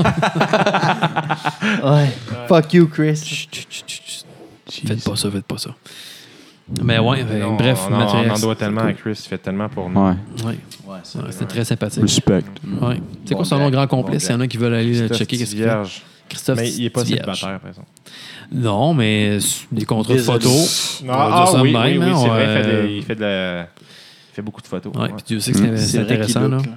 Ouais. Fuck you, Chris. Chut, chut, chut, chut. Faites pas ça. Mais ouais, Non, bref, on matériel. en doit tellement c'est à Chris, il fait tellement pour nous. Ouais. cool. Ouais, Ouais, c'est ouais, vrai. c'était très sympathique. Respect. Ouais. C'est Bon quoi son nom Jack, grand complet? bon S'il y en a qui veulent aller Christophe checker qu'est-ce qu'il fait. Vierge. Christophe Mais il est pas Tivierge. célibataire, par exemple. Non, mais des contrats de Désolé. photos. Non, On va dire ça de oui, même, hein, c'est vrai, ouais. il fait beaucoup de photos. Ouais, ouais. puis Dieu sait que c'est C'est vrai intéressant, qu'il là. look, là.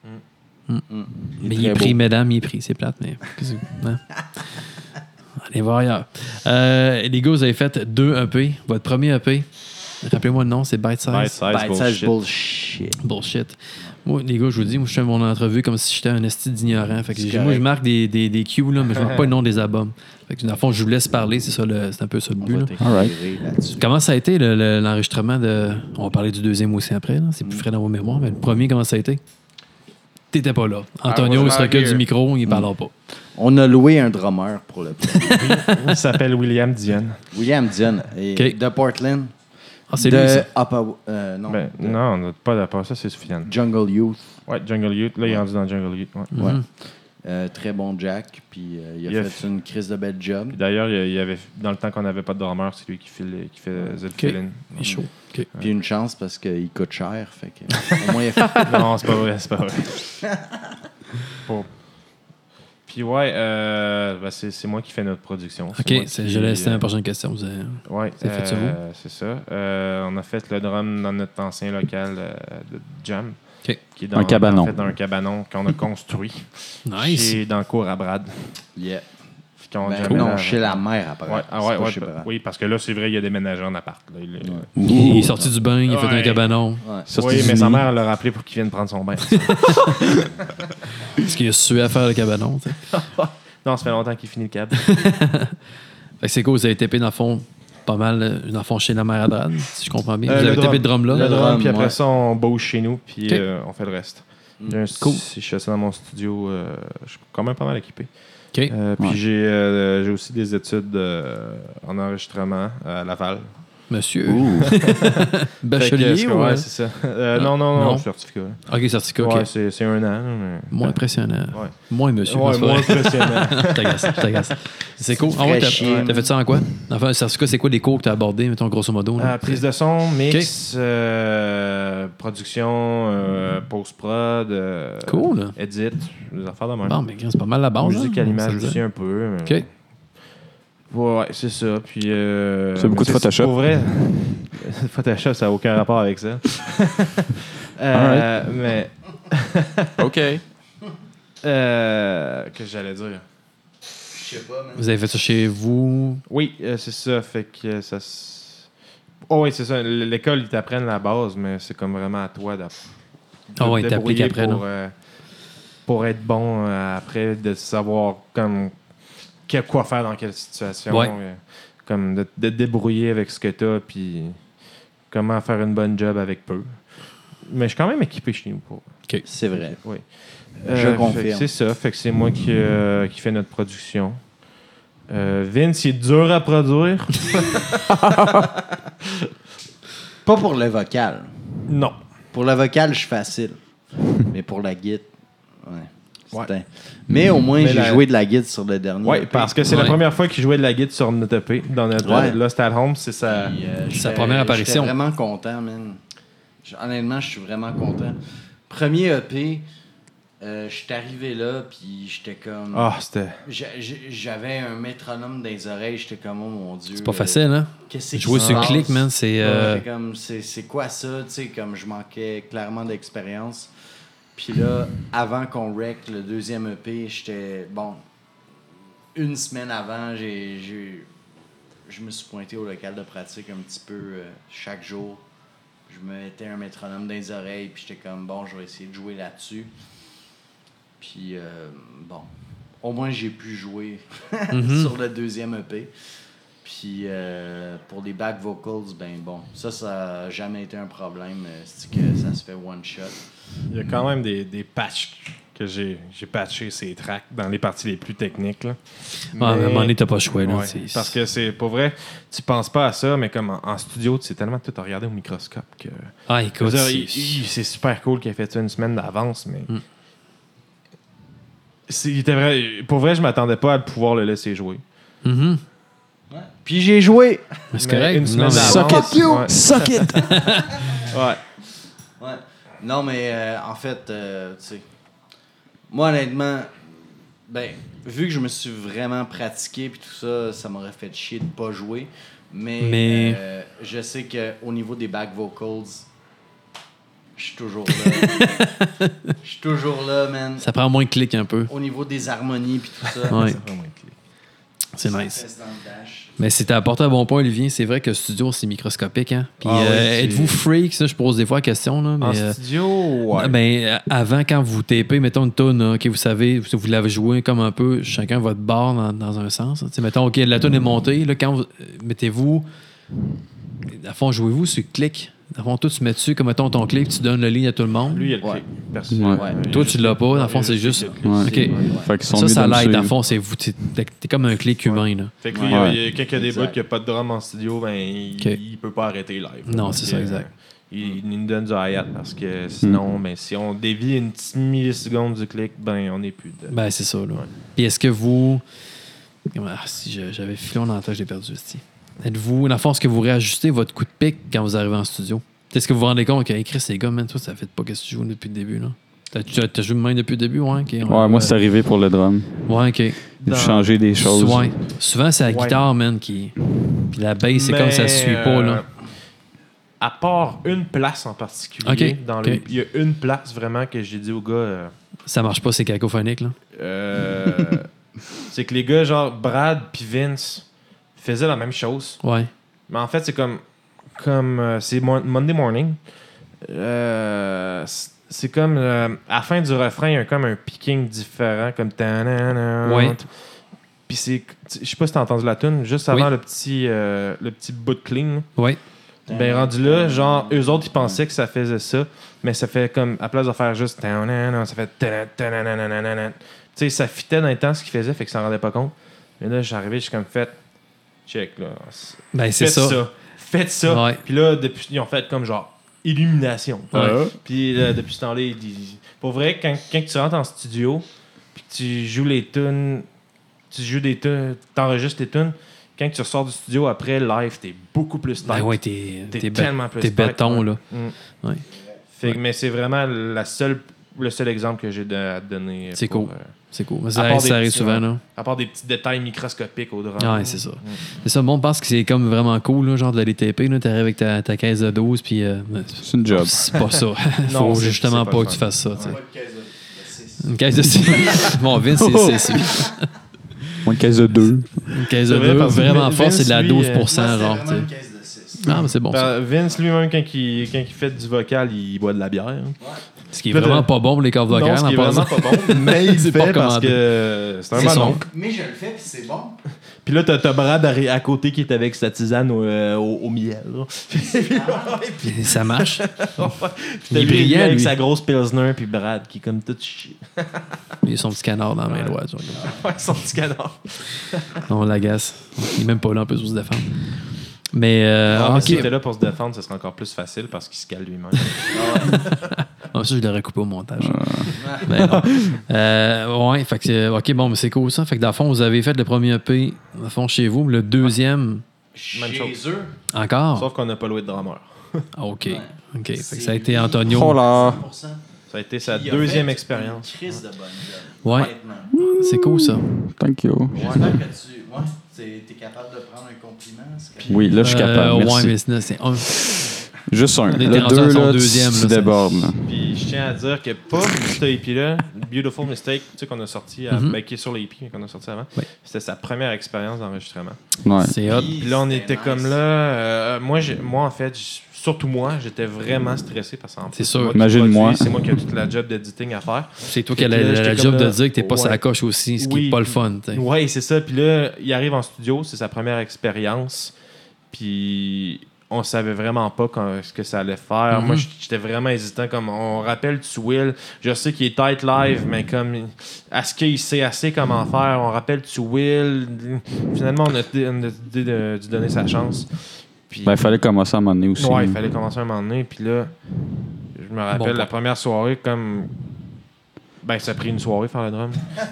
Mais il est pris, mesdames, il est pris. C'est plate, mais. qu'est-ce que- hein? Allez voir ailleurs. Les gars, vous avez fait 2 EP. Votre premier EP, rappelez-moi le nom, c'est Bite Size. Bite size Bite-size bullshit. bullshit. Bullshit. Moi, les gars, je vous dis, moi, je fais mon entrevue comme si j'étais un esti d'ignorant. Fait que C'est moi, correct. je marque des cues, là, mais je marque pas le nom des albums. Fait que, dans le fond, je vous laisse parler, c'est un peu ça le On but. va Là. t'éclairer là-dessus. Comment ça a été l'enregistrement de. On va parler du deuxième aussi après, là. C'est plus frais dans vos mémoires, mais le premier, comment ça a été? T'étais pas là. Antonio, il se recule du micro, il parlera pas. On a loué un drummer pour le Il s'appelle William Dionne. William Dion. Ok. De Portland. Ah, c'est de lui, ça. non. Ben, de non, on n'a pas d'apport. Ça, c'est Soufiane. Jungle Youth. Ouais, Jungle Youth. Là, il est rendu dans Jungle Youth. Ouais. Ouais. Mhm. Très bon Jack. Puis il a fait une crise de belle job. Puis d'ailleurs, il y avait, dans le temps qu'on n'avait pas de drummer, c'est lui qui faisait le fill-in. Il est chaud. OK. Puis une chance parce qu'il coûte cher. Fait que, au moins, il a fait. Non, c'est pas vrai, c'est pas vrai. Bon. Puis ouais, ben c'est moi qui fais notre production. C'est moi OK, qui, je laisse la prochaine question. Vous avez... Ouais, C'est fait sur vous? c'est ça. On a fait le drum dans notre ancien local de Jam. OK. Qui est dans, Un cabanon. En fait, dans un cabanon qu'on a construit. Nice. Dans le cours à Brad. Yeah. Puis qu'on Ben, jamais non, la- chez la mère après. Ouais, C'est pas chez ouais, Brad. oui, parce que là, c'est vrai, il a déménagé en appart. Là. Il est sorti du bain, il a fait un Ouais. cabanon. Ouais. Sorti Oui, du mais sa nid. mère l'a rappelé pour qu'il vienne prendre son bain. Parce qu'il a sué à faire le cabanon. tu sais. Non, ça fait longtemps qu'il finit le câble. Fait que c'est cool, vous avez tapé dans le fond pas mal, dans le fond chez la mère à Brad, si je comprends bien. Vous Le avez tapé de drum là. Le Le drum, drum, puis après ouais. ça, on bouge chez nous, puis Ok. on fait le reste. Cool. Si je fais ça dans mon studio, je suis quand même pas mal équipé. OK. Puis Ouais. j'ai aussi des études en enregistrement à Laval. Monsieur. Fait que, Bachelier ou... ouais, c'est ça. Non, Non. je suis certificat. OK, certificat, OK. Ouais, c'est un an. là, mais... Moins impressionnant. Ouais. Moins monsieur. Ouais, c'est pas moins vrai. impressionnant. Je t'agace. C'est cool. Ah ouais, Fraîchier. t'as fait ça en quoi? Enfin, un certificat, c'est quoi les cours que t'as abordés, mettons, grosso modo? là? Prise de son, mix, production, post-prod, Cool. edit, des affaires de même. Bon, mais c'est pas mal la base. Musique hein, à l'image on va se aussi dire. un peu. mais- OK. Ouais, c'est ça. Puis, C'est beaucoup mais de Photoshop. Pour vrai, Photoshop, ça n'a aucun rapport avec ça. Mais, OK. que j'allais dire? Je sais pas, man. Vous avez fait ça chez vous? Oui, c'est ça. Fait que ça. Oh, oui, c'est ça. L'école, ils t'apprennent la base, mais c'est comme vraiment à toi Ah ouais, te t'appliques débrouiller après, pour être bon après, de savoir comme quoi faire dans quelle situation. Ouais. Comme de te débrouiller avec ce que t'as, puis comment faire une bonne job avec peu. Mais je suis quand même équipé chez nous pour. C'est vrai. Oui. Je Fait que confirme. c'est ça. Fait que c'est moi qui fait notre production. Vince, il est dur à produire. Pas pour le vocal. Non. Pour le vocal, je suis facile. Mais pour la guitare, ouais. Ouais. c'est un- Mais au moins, Mais j'ai la- joué de la guitare sur le dernier. Oui, EP. parce que c'est la Ouais. première fois qu'il jouait de la guitare sur notre EP, dans notre Ouais. Lost at Home. C'est ça. Puis, Sa j'étais- première apparition. J'étais vraiment content, man. Honnêtement, je suis vraiment content. Premier EP, je suis arrivé là, puis j'étais comme. Ah, c'était. J'avais un métronome dans les oreilles, j'étais comme, oh mon Dieu. C'est pas facile, hein? Qu'est-ce qui Jouer se sur passe? clic, man, c'est... J'étais comme, c'est quoi ça? Tu sais, comme je manquais clairement d'expérience. Puis là, avant qu'on rec le deuxième EP, j'étais. Bon, une semaine avant, je me suis pointé au local de pratique un petit peu chaque jour. Je me mettais un métronome dans les oreilles, puis j'étais comme, bon, je vais essayer de jouer là-dessus. Puis, bon, au moins j'ai pu jouer Mhm. sur le deuxième EP. Puis pour les back vocals, ben bon, ça n'a jamais été un problème. C'est que ça se fait one shot. Il y a quand même des patchs que j'ai patché ces tracks dans les parties les plus techniques. Là. À un moment donné, t'as pas le choix. Là, Ouais, parce que c'est pas vrai, tu penses pas à ça, mais comme en studio, c'est tellement tout à regarder au microscope que. Ah, écoute. C'est super cool qu'il ait fait ça une semaine d'avance, mais. Il était vrai, pour vrai, je m'attendais pas à pouvoir le laisser jouer. Mhm. Ouais. Puis j'ai joué. Mais c'est correct. Une semaine Non, mais- d'avance. Suck it, you! Ouais. Suck it! Ouais. Ouais. Non, mais en fait, tu sais, moi, honnêtement, ben, vu que je me suis vraiment pratiqué puis tout ça, ça m'aurait fait chier de pas jouer. Mais je sais qu'au niveau des back vocals, je suis toujours là. Je suis toujours là, man. Ça prend moins de clics un peu. Au niveau des harmonies puis tout ça. Ouais. C'est vraiment clé. C'est ça nice. fesse dans le dash. Mais c'était apporté un bon point, Olivier. C'est vrai que le studio, c'est microscopique. Hein? Puis, Ah oui, c'est- êtes-vous freak? Ça, je pose des fois la question. Là, En mais, studio, ouais. ben, avant, quand vous tapez, mettons une tune, OK, vous savez, vous l'avez joué comme un peu chacun votre barre dans un sens. Tu sais, mettons, OK, la tune est montée. Là, quand vous mettez-vous, à fond, jouez-vous sur clic. À fond, toi, tu mets dessus, comme mettons ton clic, tu donnes le ligne à tout le monde. Lui, il a le Ouais. clic. Personne. Ouais. Toi, tu l'as pas. Dans le fond, c'est juste. Ouais. OK. Fait qu'ils sont Ça, mieux ça de me l'aide. Dans le suivre. fond, c'est vous. T'es comme un clic humain. Là. Fait que lui, Ouais. quand il y a des Exact. bouts qu'il n'y a pas de drum en studio, ben, Ok. il peut pas arrêter live. Non, Parce c'est que, ça, exact. Il nous donne du hi-hat parce que sinon, ben, si on dévie une petite milliseconde du clic, ben, on n'est plus dedans. Ben, c'est ça. Là. Ouais. Puis est-ce que vous. Ah, si j'avais filé dans la tête, je l'ai perdu. Êtes-vous, dans le fond, est-ce que vous réajustez votre coup de pic quand vous arrivez en studio? Est-ce que vous vous rendez compte que, hey, Chris, les gars, man, toi, ça fait pas qu'est-ce que tu joues depuis le début, là? T'as joué même depuis le début, ouais? Okay, Ouais, moi, c'est arrivé pour le drum. Ouais, ok. J'ai changé des choses. Ouais. Souvent, c'est la Ouais. guitare, man, qui. Puis la bass, c'est comme ça se suit pas, là. À part une place en particulier, Ok, dans ok. il y a une place vraiment que j'ai dit aux gars. Ça marche pas, c'est cacophonique, là. C'est que les gars, genre Brad puis Vince, faisaient la même chose. Ouais. Mais en fait, c'est comme c'est Monday Morning. C'est comme à la fin du refrain, il y a comme un picking différent, comme ta-na-na. Ouais. Puis c'est, je sais pas si t'as entendu la tune, juste avant Oui. le petit bout de clean. Ouais. Ben rendu là, genre eux autres ils pensaient que ça faisait ça, mais ça fait comme à place de faire juste ta-na-na, ça fait ta-na-na-na-na-na-na. Tu sais, ça fitait dans les temps ce qu'ils faisaient, fait qu'ils s'en rendaient pas compte. Mais là, j'arrivais, je suis comme fait check là. Ben, c'est Faites ça. ça. Faites ça. Ouais. Puis là, depuis, ils ont fait comme genre illumination. Ouais. Puis là, depuis ce temps-là, pour vrai, quand tu rentres en studio, puis que tu joues les tunes, t'enregistres tes tunes, quand tu ressors du studio après, live, t'es beaucoup plus tight. Ben, ouais, t'es tellement plus t'es tight, béton, ouais. là. Mm. Ouais. Fait que- mais c'est vraiment le seul exemple que j'ai à te donner. C'est pour, cool. C'est cool. Mais À ça, part ça des arrive petits, souvent, ouais. là. À part des petits détails microscopiques au drum. Ouais, c'est ça. C'est ça, le monde pense que c'est comme vraiment cool, là, genre de l'aller taper, là. T'arrives avec ta caisse de 12, puis. C'est une job. C'est pas ça. Faut Non, justement c'est pas pas que le tu fun. fasses ça, tu sais. Pas de caisse de 6. Une caisse de 6. Bon, Vince, c'est Moins de caisse de 2. une caisse de C'est vrai, 2. parce que Vraiment Vince, fort, c'est de la lui, 12%, Moi, c'est genre, vraiment tu sais. une caisse de 6. Ah, mais c'est bon, ça. Vince lui-même, quand il fait du vocal, il boit de la bière. Ce qui est vraiment pas bon pour les cordes vocales, Non, ce qui est en vraiment passant. pas bon, mais il C'est le pas fait parce recommandé. que c'est un C'est son- mononcle. Mais je le fais, puis c'est bon. Puis là, t'as Brad à côté qui est avec sa tisane au miel. là. Puis ça marche. Puis Il t'as est lui brillant, avec lui. sa grosse pilsner, puis Brad qui est comme tout chier. Il a son petit canard dans la main droite. genre. Ouais, son petit canard. On l'agace. Il est même pas là, un peu pour se défendre. Mais, Ah, mais ok. si t'étais là pour se défendre, ce serait encore plus facile parce qu'il se cale lui-même. Ah, ça, je l'aurais coupé au montage. Mais non. Ouais, fait que, ok, bon, mais c'est cool ça. Fait que dans le fond, vous avez fait le premier EP, dans le fond, chez vous. Le deuxième, Même Chez chose. eux, encore. Sauf qu'on n'a pas loué de drummer. Ah, ok. Ouais. Ok. Fait que c'est ça a été lui. Antonio. Oh là! 100%. Ça a été sa Puis il a deuxième fait expérience. une crise de bonne job. Ouais. Honnêtement. C'est cool ça. Thank you. J'espère que t'es capable de prendre un compliment. c'est correct. Oui, là, je suis capable. Ouais, Merci. mais sinon, c'est un. Juste un. On était Le rendu à 2, son là, deuxième, tu là, ça- débordes. là. Puis je tiens à dire que pas ce EP-là, Beautiful Mistake, tu sais, qu'on a sorti, qui est sur l'EP qu'on a sorti avant, Ouais. c'était sa première expérience d'enregistrement. Ouais. C'est hot. Puis là, on C'était était nice. comme là. Moi, en fait, surtout moi, j'étais vraiment stressé parce qu'en plus, C'est sûr. moi qui Imagine-moi. produis, c'est moi qui ai toute la job d'editing à faire. C'est toi qui as Fait que là, la j'étais job comme de là, dire que t'es pas sur la ouais. coche aussi, ce qui Oui. est pas le fun. t'sais. Ouais, c'est ça. Puis là, il arrive en studio, c'est sa première expérience. Puis on savait vraiment pas ce que ça allait faire. Moi, j'étais vraiment hésitant. Comme on rappelle tu Will, je sais qu'il est tight live, mais comme est-ce qu'il sait assez comment faire? On rappelle tu Will. Finalement, on a décidé de lui donner sa chance. Puis, Ben, il fallait commencer à un moment donné aussi. ouais, il fallait commencer à un moment donné. Puis là, je me rappelle Bon, la première soirée, comme. Ben, ça a pris une soirée faire le drum.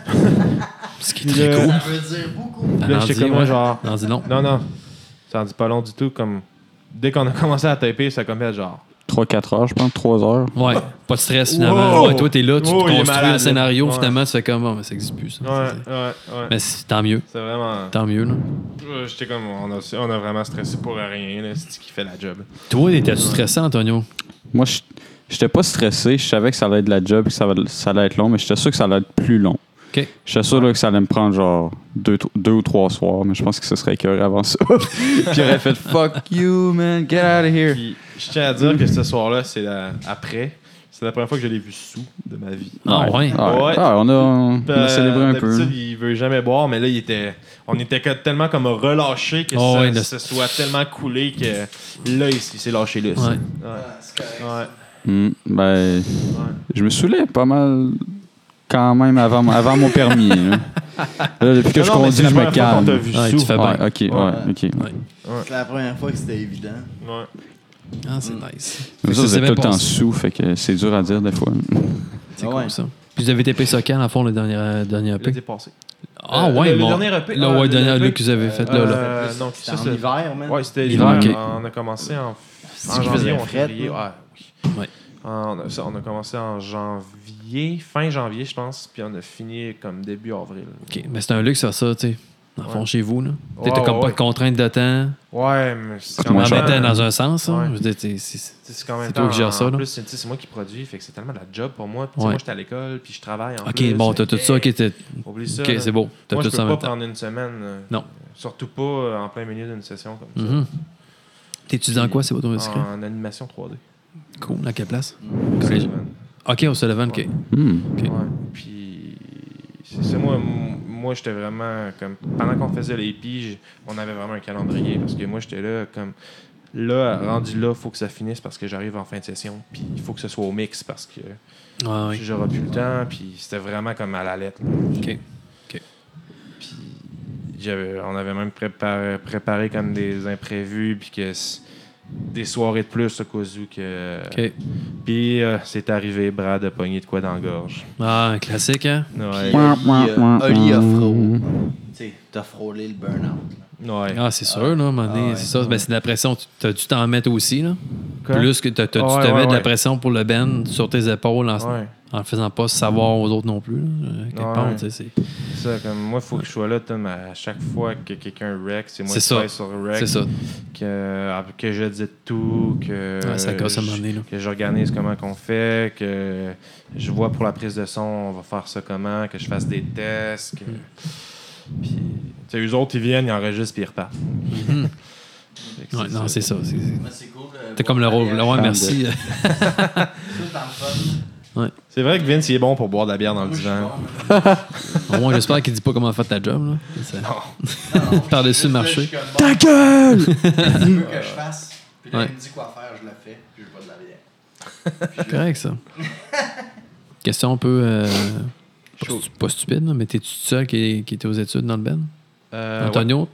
Ce qui est très Le- cool. Ça veut dire beaucoup. Puis là, j'étais comme moi, genre. Non, dis non. Non. Ça en dit pas long du tout. Comme dès qu'on a commencé à taper, ça a comme fait genre. 3-4 heures, je pense, 3 heures. Ouais, pas de stress finalement. Wow! Ouais, toi, t'es là, tu Oh, il est construis malade, le scénario, là. finalement, tu fais comme, bon, mais ça existe plus. Ça. Ouais. Mais tant mieux. C'est vraiment. Tant mieux, là. J'étais comme. On a vraiment stressé pour rien, là. C'est ce qui fait la job. Toi, étais-tu stressé, Antonio? Moi, j'étais pas stressé. Je savais que ça allait être de la job, que ça allait être long, mais j'étais sûr que ça allait être plus long. OK. J'étais sûr là, que ça allait me prendre genre 2 ou 3 soirs, mais je pense que ce serait écœuré avant ça. Puis j'aurais fait fuck you, man, get out of here. Puis je tiens à dire que ce soir-là, après. C'est la première fois que je l'ai vu sous de ma vie. Ah, ouais. Ouais. On a célébré un peu. D'habitude, il veut jamais boire, mais là, on était tellement comme relâché que Oh, ouais, ça soit tellement coulé que là, il s'est lâché là. Ouais. C'est correct. Ouais. Ben, je me saoulais pas mal quand même avant mon permis. Là. Là, depuis que je Non, mais c'est conduis, la je me première fois qu'on t'a calme. vu Ouais, sous. tu fais bien. Ouais, ok. C'est la première fois que c'était évident. Ouais. Ah, c'est nice. Mais Ça ça, vous s'est êtes bien tout le temps passé. sous, fait que c'est dur à dire des fois. C'est Ah cool, ouais. ça. Puis vous avez tapé ça quand, en fond, le dernier EP? L'été passé. Ah, ouais, le bon. dernier EP. Là, ouais, le dernier que vous avez fait, là. Non, C'était ça, en c'est. hiver, man. Ouais, c'était L'hiver, l'hiver. ok. On a commencé en qu'il janvier faisait ou en fret, février. là. Ouais. On a commencé en janvier, fin janvier, je pense, puis on a fini comme début avril. OK. Mais c'est un luxe, ça, tu sais. Dans le fond, Ouais. chez vous, là. Ouais, T'as comme ouais. pas de contrainte de temps. Ouais, mais c'est Coûte quand moins En même. cher. même temps, dans un sens, hein. Ouais. Je veux dire, C'est quand même c'est toi qui gères ça, En là. plus, c'est moi qui produis, fait que c'est tellement de la job pour moi. Puis, tu sais, Ouais. moi, j'étais à l'école, puis je travaille en OK, plus. bon, t'as tout ça. OK, Oublie ça. OK, là. c'est beau. T'as Moi, tout je ça en peux même pas temps. prendre une semaine. Non. Surtout pas en plein milieu d'une session comme ça. Mhm. T'es-tu dans quoi, c'est votre indiscret? En animation 3D. Cool. Dans quelle place? Sullivan. Collège. OK, au Sullivan, OK. OK. Ouais. Puis, c'est moi, j'étais vraiment comme. Pendant qu'on faisait les EP, on avait vraiment un calendrier parce que moi, j'étais là comme. Là, rendu là, il faut que ça finisse parce que j'arrive en fin de session. Puis il faut que ce soit au mix parce que Ah, oui. j'aurai plus le temps. Puis c'était vraiment comme à la lettre. Là. OK. Puis on avait même préparé comme des imprévus. Puis que des soirées de plus au cas où que. OK. Puis c'est arrivé, Brad a pogné de quoi dans la gorge. Ah, un classique, hein? Ouais. Oli a frôlé. Tu sais, t'as frôlé le burn-out. Ouais. Ah, c'est sûr, là, à un moment donné, Ah, ouais. c'est ça. Ben, c'est de la pression. T'as dû t'en mettre aussi, là. Quoi? Plus que t'as dû Ah, te ouais, mettre de la ouais. pression pour le band sur tes épaules en Ouais. le faisant pas savoir aux autres non plus. Là. Quelque Ouais. part, tu sais, Ça, comme moi, il faut que je sois là, Tom, à chaque fois que quelqu'un rec, c'est moi C'est qui ça. travaille sur le rec. c'est ça. Que je dis tout, que, Ouais, ça casse à un moment donné, là. que j'organise comment qu'on fait, que je vois pour la prise de son, on va faire ça comment, que je fasse des tests. Que... Puis, tu sais, eux autres, ils viennent, ils enregistrent, puis ils repartent. Mhm. Fait que Ouais, non, c'est ça. Mais c'est cool. T'es comme le rôle. Ouais, merci. C'est tout le fun. C'est vrai que Vince, il est bon pour boire de la bière dans le Moi, je suis divan. bon, Au moins, j'espère qu'il dit pas comment faire ta job. Là. C'est- Non. Par-dessus le marché. Ta gueule! Tu veux que je fasse. Puis là, Ouais. il me dit quoi faire, je le fais. Puis je bois de la bière. C'est correct, ça. Question un peu. Chaud. Pas stupide, là, mais t'es-tu seul qui était aux études dans le band? Antonio,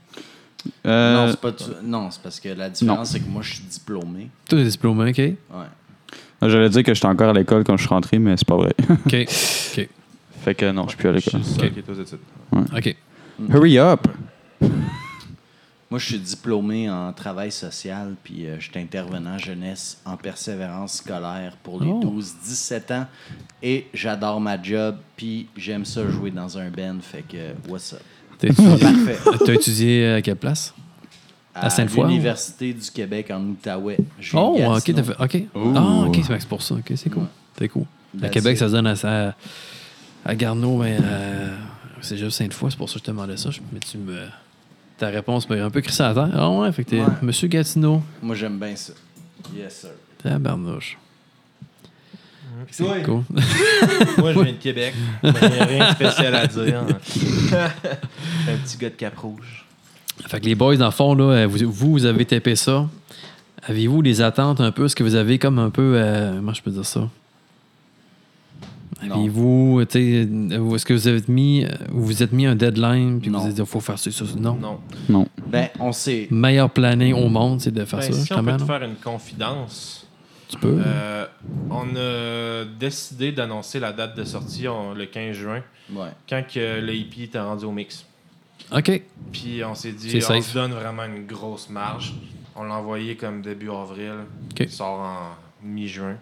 Non, c'est pas non, c'est parce que la différence, c'est que moi, je suis diplômé. toi, t'es diplômé, OK? Ouais. J'allais dire que j'étais encore à l'école quand je suis rentré, mais c'est pas vrai. OK. OK. Fait que non, je suis plus à Je l'école. suis seul Ok. qui est aux études. OK. Hurry up! Moi, je suis diplômé en travail social, puis je suis intervenant jeunesse en persévérance scolaire pour les Oh. 12-17 ans. Et j'adore ma job, puis j'aime ça jouer dans un band, fait que what's up? T'as étudié, Parfait. t'as étudié à quelle place? À Sainte-Foy, l'Université du Québec en Outaouais. Oh, OK, Gatineau. t'as fait. OK. Ah, OK, c'est pour ça. OK, c'est cool. C'est cool. À That's Québec, it. ça se donne à Garneau, mais c'est juste Sainte-Foy, c'est pour ça que je te demandais ça. Mais ta réponse m'a un peu crissé à terre. Ah ouais, fait que t'es Ouais. Monsieur Gatineau. Moi, j'aime bien ça. Yes, sir. Tabarnouche. Puis toi? C'est cool. Moi, je viens de Québec. Il n'y a rien de spécial à dire. Je suis un petit gars de Cap-Rouge. Fait que les boys, dans le fond, là, vous avez tapé ça. Avez-vous des attentes un peu? Est-ce que vous avez comme un peu... comment je peux dire ça? Non. Avez-vous... Est-ce que vous êtes mis un deadline puis Non. vous avez dit, il faut faire ça? Non. Non. Ben, on sait. Meilleur planning au monde, c'est de faire Ben, ça, si on peut justement. te non? faire une confidence, Tu peux. on a décidé d'annoncer la date de sortie le 15 juin, Ouais. quand que le EP était rendu au mix. OK. Puis on s'est dit, C'est on safe. se donne vraiment une grosse marge. On l'a envoyé comme début avril. OK. Il sort en mi-juin.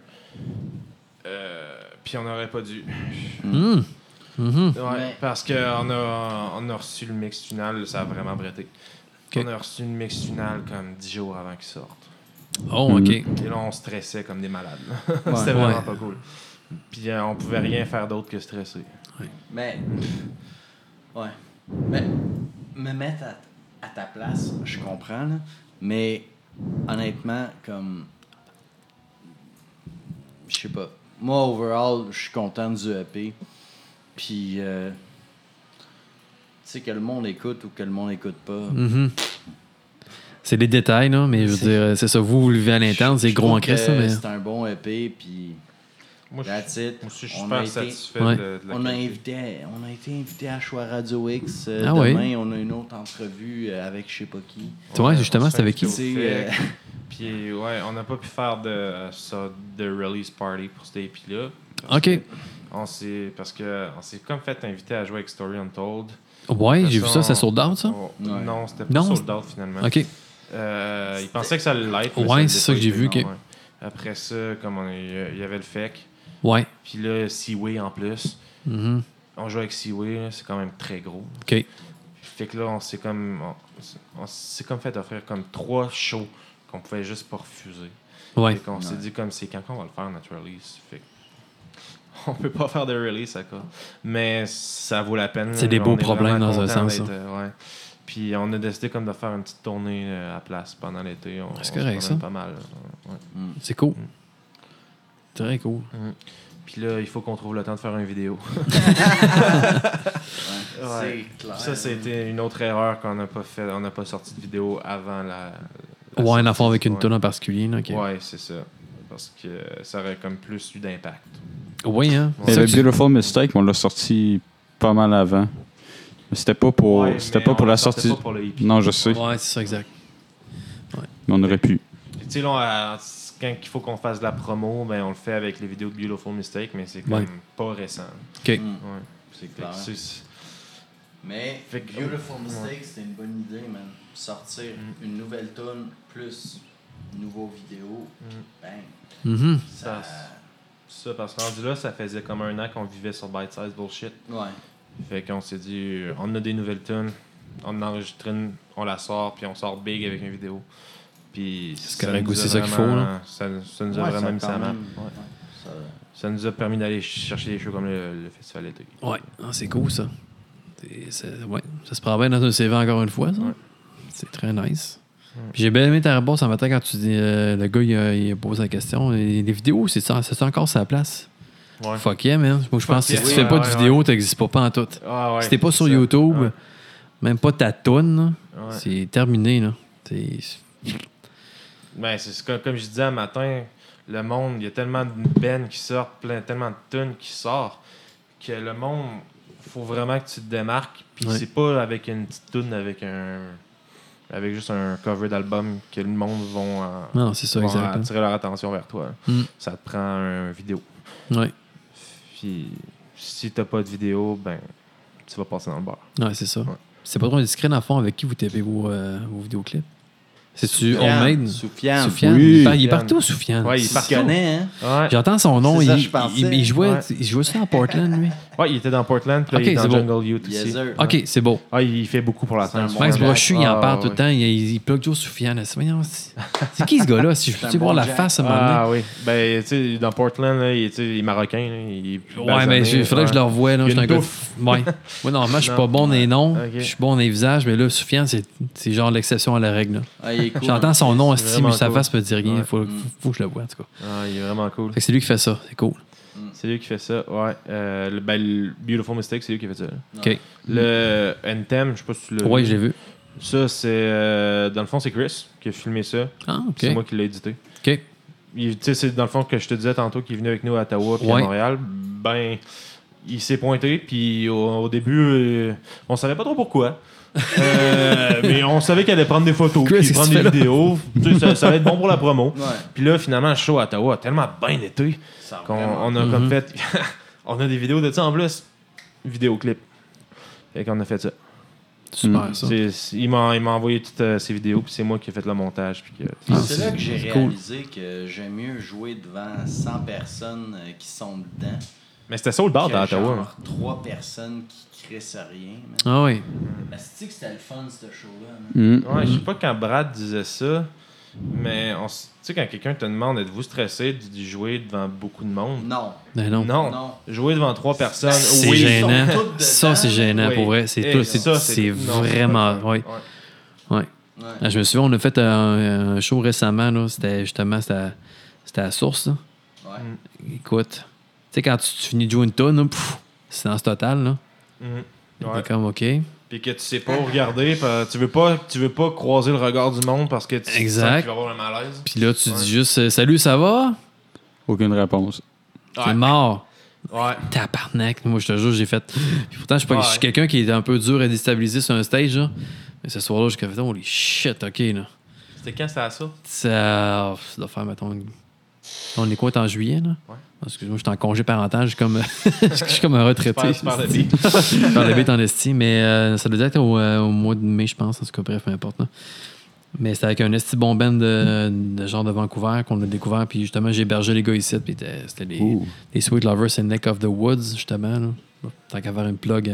Puis on n'aurait pas dû. Mhm. Ouais, Mais- parce qu'on a reçu le mix final, ça a vraiment bretté. OK. On a reçu le mix final comme 10 jours avant qu'il sorte. Oh, OK. Et là, on stressait comme des malades. C'était Ouais. vraiment pas cool. Puis on pouvait rien faire d'autre que stresser. Mais. Ouais. Mais. Me mettre à ta place, je comprends, là. Mais, honnêtement, comme. Je sais pas. Moi, overall, je suis content du EP. Puis. Tu sais, que le monde écoute ou que le monde écoute pas. Mhm. C'est des détails, là, mais je veux dire, c'est ça, vous le vivez à l'interne, c'est Je gros en trouve que Christ, ça, mais... C'est un bon EP, puis. Moi, That's it. moi aussi, je suis On super a été- satisfait Ouais. de la On a qualité. été invité à Choix Radio X. Ah Demain, oui? on a une autre entrevue avec je sais pas qui. Ouais, justement, on c'était avec s'est qui? invité au C'est, FEC. Puis ouais, on n'a pas pu faire de release party pour cet EP-là. OK. Parce que on s'est comme fait inviter à jouer avec Story Untold. Ouais, j'ai vu ça, c'est on- sold out, ça? Ouais. Non, c'était pas Non, sold out finalement. OK. Il pensait que ça allait l'être. mais Ouais, l'était c'est ça pas que j'ai été, vu, non, ok. ouais. Après ça, comme il y avait le FEC. Ouais. Puis là, Seaway en plus. Mhm. On joue avec Seaway, là, c'est quand même très gros. OK. Fait que là, on s'est comme fait offrir comme 3 shows qu'on pouvait juste pas refuser. Ouais. Fait qu'on s'est dit comme c'est quand on va le faire notre release. Fait que on peut pas faire de release à quoi. Mais ça vaut la peine. C'est des On beaux est problèmes vraiment dans un content sens, d'être, ouais. Puis on a décidé comme de faire une petite tournée à place pendant l'été. C'est on correct, se promène ça. pas mal. Ouais. C'est cool. Très cool. Puis là, il faut qu'on trouve le temps de faire une vidéo. C'est clair. Ça, c'était une autre erreur qu'on n'a pas fait. On n'a pas sorti de vidéo avant la Ouais, un enfant sortie. avec une Ouais. tonne en particulier, là, OK. Ouais, c'est ça. Parce que ça aurait comme plus eu d'impact. Oui, hein? Ouais. Mais Ça le que tu- Beautiful Mistake, on l'a sorti pas mal avant. Mais c'était pas pour, Ouais, c'était mais pas pour on la le sortait sortie. pas pour le EP. Non, je sais. Ouais, c'est ça, exact. Mais on aurait pu. Puis, tu sais, là, quand il faut qu'on fasse de la promo, ben, on le fait avec les vidéos de Beautiful Mistake, mais c'est comme Ouais. pas récent. OK. Ouais. C'est Clair. Mais Fait que- Beautiful Mistake, c'est une bonne idée, man. Sortir une nouvelle tune plus une nouveau vidéo, bang. Mhm. Ça... Ça, parce que rendu là, ça faisait comme 1 an qu'on vivait sur Bite Size Bullshit. Ouais. Fait qu'on s'est dit, on a des nouvelles tunes, on en enregistre une, on la sort, puis on sort big avec une vidéo. Puis C'est correct nous a aussi, ça qu'il vraiment- faut, là. Ça nous a Ouais, vraiment ça mis quand sa map. même- Ouais. Ça- Ça nous a permis d'aller chercher des shows comme le Festival d'été. Ouais. Ah, c'est cool, ça. Ouais. Ça se prend bien dans un CV encore une fois, ça. Ouais. C'est très nice. Puis j'ai bien aimé ta réponse ce matin quand tu dis le gars il a posé la question. Les vidéos, c'est encore sa place. Ouais. Fuck yeah, man. Moi, je pense que si yeah. tu fais Ouais, pas de ouais, vidéo, t'existes pas en tout. Ah ouais, Si t'es pas c'est sur ça. YouTube, Ouais. même pas ta toune, là, Ouais. c'est terminé. Là. Ben, c'est comme je disais un matin, le monde, il y a tellement de bands qui sortent, tellement de tunes qui sortent, que le monde, faut vraiment que tu te démarques. Puis Ouais. c'est pas avec une petite tune, avec juste un cover d'album que le monde Non, c'est ça, vont exact. là. attirer leur attention vers toi. Mm. Ça te prend une vidéo. Ouais. Puis si t'as pas de vidéo, ben tu vas passer dans le bar. Ouais, c'est ça. Ouais. C'est pas trop indiscret, dans le fond, avec qui vous tapez vos vidéoclips. C'est-tu Soufiane. Homemade? Soufiane. Soufiane. Oui. Il est partout, Soufiane. Ouais, il est Tu partout. connais, hein? Ouais. J'entends son nom. C'est ça, Il je pensais. il jouait, Ouais. il jouait ça à Portland, lui. Ouais, il était dans Portland, puis là, Ok, il est dans c'est bon. Jungle Youth Yes, aussi. sir. OK, c'est beau. Ah, il fait beaucoup pour la C'est un scène. bon Max Jack. Brochu, il en parle tout le ouais. temps. Il plug Joe Soufiane. Voyons, c'est qui ce gars-là? Si je C'est peux un voir bon la Jack. face à un moment donné. Ah oui. Ben, tu sais, dans Portland, là, il est marocain. Là, il est plus Ouais, mais il faudrait que je le revoie. Là. Il y a Je suis une un gars. touffe. Ouais. Moi, normalement, je suis Non. pas bon dans les noms. Ok. Je suis bon dans les visages. Mais là, Soufiane, c'est genre l'exception à la règle. là. Ah, il est cool, J'entends hein. son nom, c'est esti, mais vraiment sa cool. face me dit rien. Ouais. Faut que je le voie, en tout cas. Ah, il est vraiment cool. Fait que c'est lui qui fait ça. C'est cool. C'est lui qui fait ça, ouais. Le Beautiful Mistake, c'est lui qui a fait ça. OK. Le Anthem, je sais pas si tu l'as Ouais, vu. je l'ai vu. Ça, c'est... dans le fond, c'est Chris qui a filmé ça. Ah, OK. C'est moi qui l'ai édité. OK. Tu sais, c'est dans le fond que je te disais tantôt qu'il est venu avec nous à Ottawa puis Ouais. à Montréal. Ben, il s'est pointé, puis au début, on savait pas trop pourquoi. Mais on savait qu'elle allait prendre des photos, Chris, puis qu'est-ce prendre que tu des fais là? vidéos. Tu sais, ça va être bon pour la promo. Ouais. Puis là, finalement, le show à Ottawa a tellement bien été Ça a qu'on vraiment- on a comme fait... on a des vidéos de ça en plus. Vidéoclip. Fait qu'on a fait ça. Super, ça. Il m'a envoyé toutes ces vidéos, puis c'est moi qui ai fait le montage. Puis Ah, C'est là que j'ai c'est cool. réalisé que j'aime mieux jouer devant 100 personnes qui sont dedans Mais c'était sold out que à Ottawa. genre 3 personnes qui crissent rien. man. Ah oui. Mais c'est que c'était le fun, ce show-là. man. Ouais, je sais pas quand Brad disait ça, mais tu sais, quand quelqu'un te demande êtes-vous stressé d'y jouer devant beaucoup de monde? Non. Ben non. Non. Non. Jouer devant 3 personnes, C'est oui. gênant. ils sont tous dedans. Ça, c'est gênant, Oui. pour vrai. C'est Et tout. ça, C'est non, vraiment... pas Oui. le fun. Ouais. Ouais. Ouais. Ah, je me souviens, on a fait un show récemment. Là. C'était justement... C'était à Source. Là. Ouais. Écoute, tu sais, quand tu finis de jouer une tonne, là, pff, silence total. Là. Mhm. Ouais. T'es comme OK. Puis que tu sais pas où regarder, tu veux pas croiser le regard du monde parce que tu Exact. sens qu'il va avoir un malaise. Puis là, tu Ouais. dis juste salut, ça va? Aucune réponse. T'es mort. Ouais. Tabarnak. Moi, je te jure, j'ai fait. Puis pourtant, je suis Ouais. quelqu'un qui est un peu dur à déstabiliser sur un stage. Là. Mais ce soir-là, j'ai fait holy shit, OK. Là. C'était quand c'était à ça? Ça doit faire, mettons. On est quoi, t'es en juillet, là? Ouais. Parce que moi, je suis en congé parental, je suis comme, je suis comme un retraité. Super de vie. Par le bête en esti, mais ça devait être au mois de mai, je pense. En tout cas, bref, peu importe. Là. Mais c'était avec un esti bon band de genre de Vancouver qu'on a découvert. Puis justement, j'ai hébergé les gars ici. Puis c'était les Sweet Lovers and Neck of the Woods, justement. Là. Tant qu'à faire une plug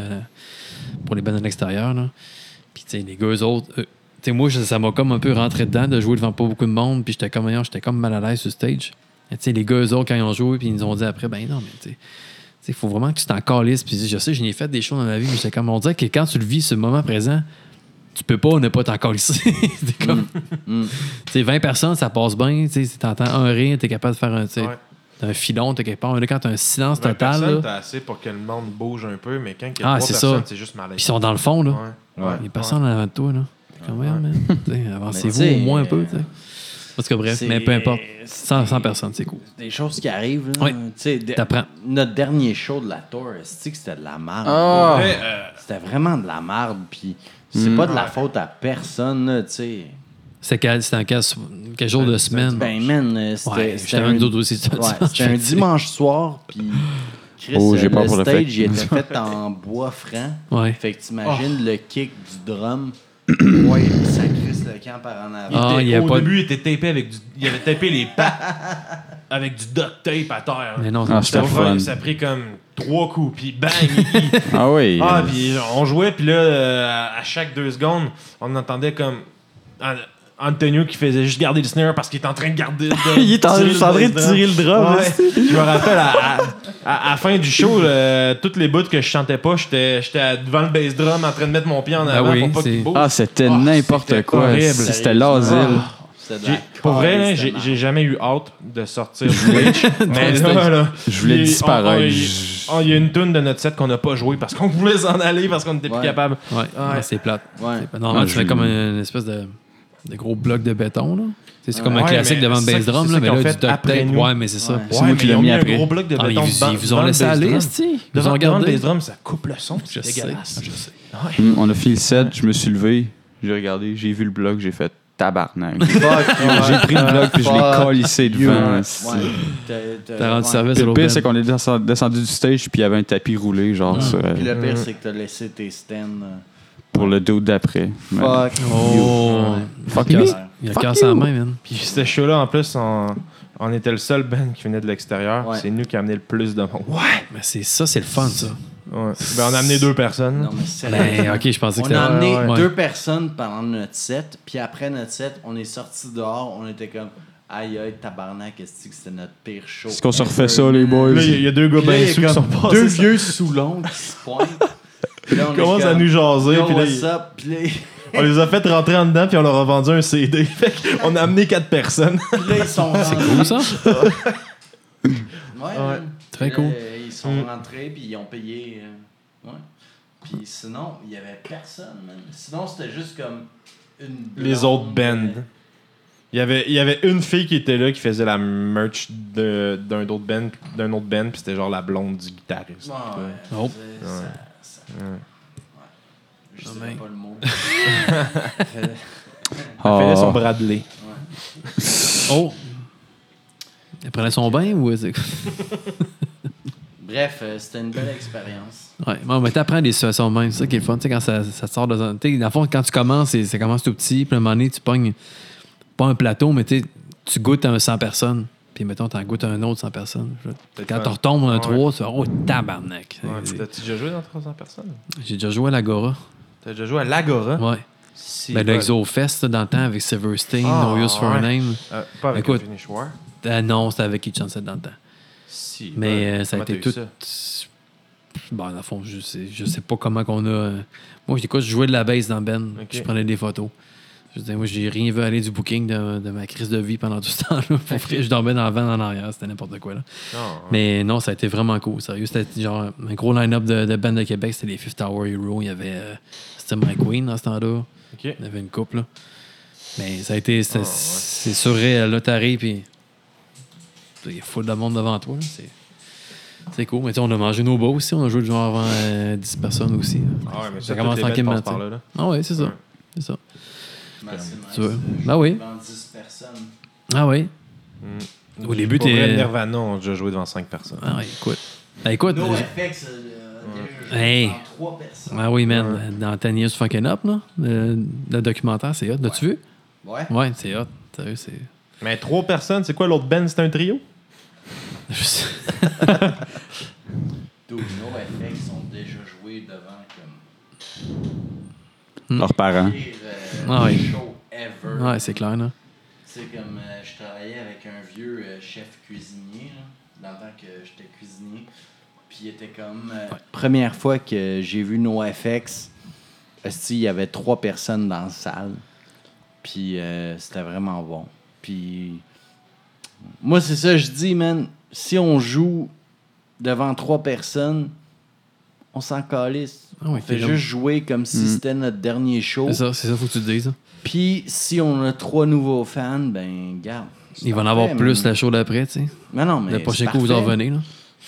pour les bands de l'extérieur. Là. Puis tu sais, les gars, eux autres... tu sais, moi, ça m'a comme un peu rentré dedans de jouer devant pas beaucoup de monde. Puis j'étais comme mal à l'aise sur stage. Tu sais, les gars, eux autres, quand ils ont joué, puis ils nous ont dit après, ben non, mais tu sais, il faut vraiment que tu t'en calisses. Puis je sais, je n'ai fait des choses dans ma vie, mais j'étais comme, on dirait que quand tu le vis, ce moment présent, tu peux pas ne pas t'en calisser. C'est comme, tu sais, 20 personnes, ça passe bien. Tu sais, t'entends un rire, t'es capable de faire un, tu sais, Ouais. un filon, t'es quelque part. Mais là, quand t'as un silence 20 total, personnes, là, t'as assez pour que le monde bouge un peu, mais quand il y Ah, a 3 c'est personnes, ça. c'est juste malaise. puis ils sont dans le fond, là. Ouais. Ouais. Il y a personne en avant de toi, là. Comme, ouais, man. Tu sais, avancez-vous Mais tu sais, au moins un peu, tu sais. En tout cas, bref, c'est- mais peu importe. c'est- 100 personnes, c'est cool. Des choses qui arrivent. Là. Ouais. Tu sais, T'apprends. Notre dernier show de la tour, c'est que c'était de la merde. Ah! Après, C'était vraiment de la merde. Puis c'est pas de la faute à personne. Là, tu sais. C'était en quel jour de semaine? Ben, man, ouais, c'était justement, nous autres aussi. c'était un dimanche soir. Puis Chris, Oh, j'ai peur le pour le stage fait. il était fait en bois franc. Ouais. Fait que t'imagines le kick du drum. Ouais, ça crisse le camp par en avant. Ah, il y a au pas de- début, il était tapé avec il avait tapé les pattes avec du duct tape à terre. Mais non, Ah, c'est c'était fun. Ça a pris comme 3 coups, puis bang! Ah oui. Puis on jouait, puis là, à chaque 2 secondes, on entendait comme Antonio qui faisait juste garder le snare parce qu'il est en train de garder. Il est en train de tirer le drum. Ouais. Je me rappelle, à la fin du show, toutes les bouts que je chantais pas, j'étais devant le bass drum en train de mettre mon pied en Ah avant oui, pour pas c'est- qu'il bouge. Ah, c'était Ah, n'importe c'était quoi. horrible. C'était l'asile. C'était de la Pour vrai, là, calice de j'ai merde. jamais eu hâte de sortir du stage. Mais là, Je voulais il- disparaître. Il y a une tune de notre set qu'on n'a pas joué parce qu'on voulait s'en aller, parce qu'on n'était plus Ouais. capable. Ouais, Ouais. ouais, c'est plate. Ouais. C'est pas normal, Ah, tu fais je- comme une espèce de gros bloc de béton, là. C'est comme un Ouais, classique mais devant le c'est bass ça- drum, c'est là, ça mais qu'ils là, ont du fait duct après tape. nous. Ouais, mais c'est ça. Ouais. C'est moi qui mais l'ai ils ont mis mis un après. gros bloc de Ah, béton ils devant- vous ont devant laissé le bass aller, drum. esti. Ils vous Devant ont devant le regardé. bass drum, ça coupe le son, Je c'est sais, dégueulasse. je sais. Ouais. On a fini le set, je me suis levé, j'ai regardé, j'ai vu le bloc, j'ai fait tabarnak. Fuck, J'ai pris le bloc puis je l'ai Fuck collissé you. devant. Ouais. T'as rendu ouais. service Puis à le l'autre pire, c'est band. qu'on est descendu du stage puis il y avait un tapis roulé, genre, sur, Puis le pire, c'est que t'as laissé tes stands. pour le dos d'après. Mais- Fuck. Oh, Fuck il me. a cassé la main, man. Puis ce show-là, en plus, on était le seul band qui venait de l'extérieur. Ouais. C'est nous qui a amené le plus de monde. Ouais! Mais c'est ça, c'est le fun, ça. Ouais. Ben, on a amené 2 personnes. Non, mais sérieusement. Ben, ok, je pensais que On a c'était. amené Ouais. 2 personnes pendant notre set, puis après notre set, on est sortis dehors, on était comme aïe aïe, tabarnak, est-ce que c'était notre pire show? Est-ce qu'on se refait ça, les boys? Là, il y a 2 gars Puis là, bien il y a sous qui sont comme passés. 2 ça. vieux Soulons qui se pointent. Puis là, on Ils commencent est à comme, nous jaser. Yo, Puis là, what's up? Puis là, on les a fait rentrer en dedans, puis on leur a vendu un CD. Fait qu'on a amené 4 personnes. puis là, ils sont C'est rentrés. cool, ça? Ouais. Très Puis là, cool. Ils sont rentrés, puis ils ont payé. Ouais. Puis sinon, il y avait personne, man. Sinon, c'était juste comme une Les blonde, autres bands. Il y avait une fille qui était là qui faisait la merch d'un autre band, puis c'était genre la blonde du guitariste. Ouais. Oh. Ça. Ouais. Je sais mais- pas le mot. Elle faisait son Bradley. Oh! Elle prenait son bain ou. Bref, c'était une belle expérience. Ouais, mais t'apprends des situations de même, c'est ça qui est le fun. Tu sais, quand ça te sort de zone. Tu sais, dans le fond, quand tu commences, ça commence tout petit, puis à un moment donné, tu pognes pas un plateau, mais tu goûtes à un 100 personnes. Puis mettons, t'en goûtes à un autre 100 personnes. Quand fun. tu retombes dans un Ouais. 3, tu fais oh tabarnak. Ouais, t'as-tu déjà joué dans 300 personnes? J'ai déjà joué à l'Agora. T'as déjà joué à l'Agora? Ouais. Si, Ben, ouais. l'Exofest, dans le temps, avec Silverstein, Ah, No Use for a ouais. Name. Pas avec Écoute. Finish War. Non, c'était avec Keith Sunset dans le temps. Si. Mais ouais. ça a Comment été t'as eu tout. ça? Bon, dans le fond, je sais pas comment qu'on a. Moi, écoute, je jouais de la bass dans Ben. Ok. Je prenais des photos. Je veux dire, moi, j'ai rien vu aller du booking de ma crise de vie pendant tout ce temps-là. Pour vrai, je dormais dans le van en arrière. C'était n'importe quoi. Là. Non. Mais non, ça a été vraiment cool. Sérieux, c'était genre un gros line-up de bands de Québec. C'était les Fifth Hour Hero. Il y avait c'était Mike Queen dans ce temps-là. OK. Il y avait une couple. Là. Mais ça a été. Ah, ouais. C'est surréel. Là, t'arrives, puis il y a full de monde devant toi. Là. C'est cool. Mais tu sais, on a mangé nos bas aussi. On a joué genre avant 10 personnes aussi. Là. Ah ouais, mais Ça ça commence commence tranquillement tranquillement, par là. là. Ah ouais, c'est ça. Ouais. C'est ça. Ben, c'est nice. Tu veux? Je Ben oui. devant 10 personnes. Ah oui. Mm. Au début, Pour vrai, t'es. Nirvana, on a déjà joué devant 5 personnes. Ah ouais, écoute. Ben, écoute. No j'ai- FX, Hey. devant 3 personnes. Ah oui, man. Dans 10 Years Fucking Up, là, le documentaire, c'est hot. L'as-tu vu? Ouais. Ouais, c'est hot. Sérieux, c'est. Mais 3 personnes, c'est quoi l'autre band? C'est un trio? Je sais- Dude, No FX ont déjà joué devant comme Leurs parents. pire Ah ouais. show ever. Ouais, c'est clair, là. Tu sais, comme je travaillais avec un vieux chef cuisinier, là, dans le temps que j'étais cuisinier. Puis il était comme. Première fois que j'ai vu NoFX, il y avait 3 personnes dans la salle. Puis c'était vraiment bon. Puis. Moi, c'est ça, je dis, man. Si on joue devant 3 personnes, on s'en calisse. Ah ouais, On fait t'es juste jouer comme si c'était notre dernier show. C'est ça, faut que tu te dises. Hein. Puis, si on a 3 nouveaux fans, ben, garde. c'est Il va en parfait, avoir plus man. le show d'après, tu sais. Mais non, mais Le prochain c'est coup, vous en parfait. revenez, là.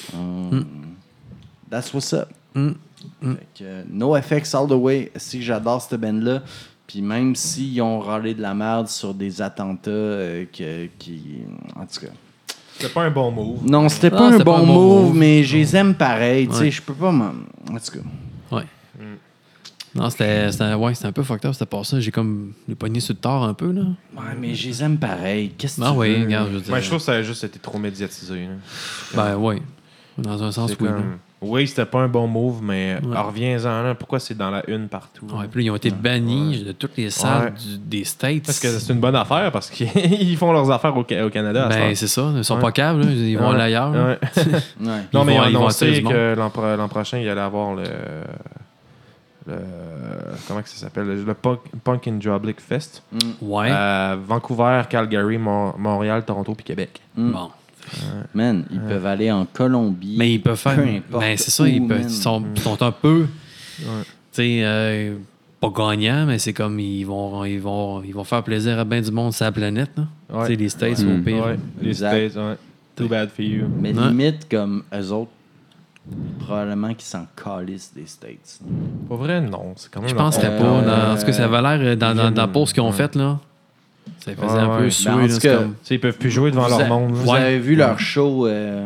That's what's up. Mm. Fait que, NoFX all the way. Si que j'adore cette band-là. Puis même s'ils ont râlé de la merde sur des attentats qui... En tout cas... C'était pas un bon move. Non, c'était Non, pas un c'était pas bon un bon move, move. mais je les aime pareil. Tu sais, Ouais. je peux pas... En tout cas... Ouais. Non, c'était un peu fucked up, c'était pas ça. J'ai comme les poignets sur le tard un peu, là. Ouais, mais je les aime pareil. Qu'est-ce que Ah tu oui, veux? regarde, je veux dire. Ouais, je trouve que ça a juste été trop médiatisé. Là. Ben, ouais. Dans un sens, C'est oui. là. comme- Oui, c'était pas un bon move, mais Ouais. reviens-en là. Pourquoi c'est dans la une partout? Ouais, puis là, ils ont été bannis de toutes les salles Ouais. des States. Parce que c'est une bonne affaire, parce qu'ils font leurs affaires au Canada. à ce Ben, temps. c'est ça. Ils sont Ouais. pas câbles, là. Ils vont Ouais. aller ailleurs. là. Ouais. Ouais. Non, mais ils vont- ont ils vont annoncé attirer du que l'an prochain, il allait avoir le comment que ça s'appelle? Le Punk in Joblick Fest. Ouais. Vancouver, Calgary, Montréal, Toronto puis Québec. Bon. Man, ils peuvent aller en Colombie. Mais ils peuvent faire. Peu importe Ben, c'est ça. où, Ils man. sont un peu. Tu sais, pas gagnants, mais c'est comme ils vont faire plaisir à bien du monde sur la planète. Là. Ouais. Tu sais, les States, Ouais. au pire. Ouais, les Exact. States, ouais. Too bad for you. Mais Ouais. limite, comme eux autres, probablement qu'ils s'en calissent des States. Pas vrai, non. C'est quand même Je penserais pas. En tout cas, ça avait l'air dans la pause qu'ils ont faite, là. Ça les faisait un peu ouais. suer. Ben, en là, tout c'est cas, comme- Ils peuvent plus jouer devant leur monde. Vous là. avez vu leur show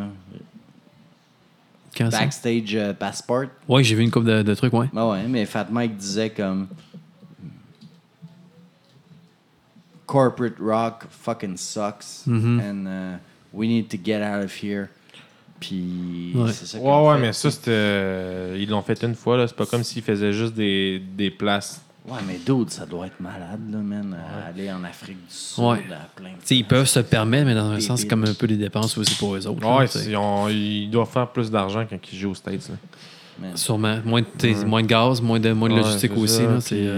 Quand ça? Backstage Passport? Ouais, j'ai vu une couple de trucs, ouais. Ben ouais, mais Fat Mike disait comme corporate rock fucking sucks Mhm. and we need to get out of here. Puis Ouais. c'est ça qu'on Ouais, fait. mais ça, c'était. Ils l'ont fait une fois, là. C'est pas comme s'ils faisaient juste des places. Ouais, mais d'autres, ça doit être malade, là, man. Aller en Afrique du Sud, Ouais. à plein de... T'sais, ils peuvent se permettre, mais dans un Des sens, c'est billes. comme un peu des dépenses aussi pour eux autres. là, Ouais, t'sais. ils doivent faire plus d'argent quand ils jouent aux States, là. Man. Sûrement. Moins de gaz, moins de Ouais, logistique c'est aussi. ça. Là, c'est,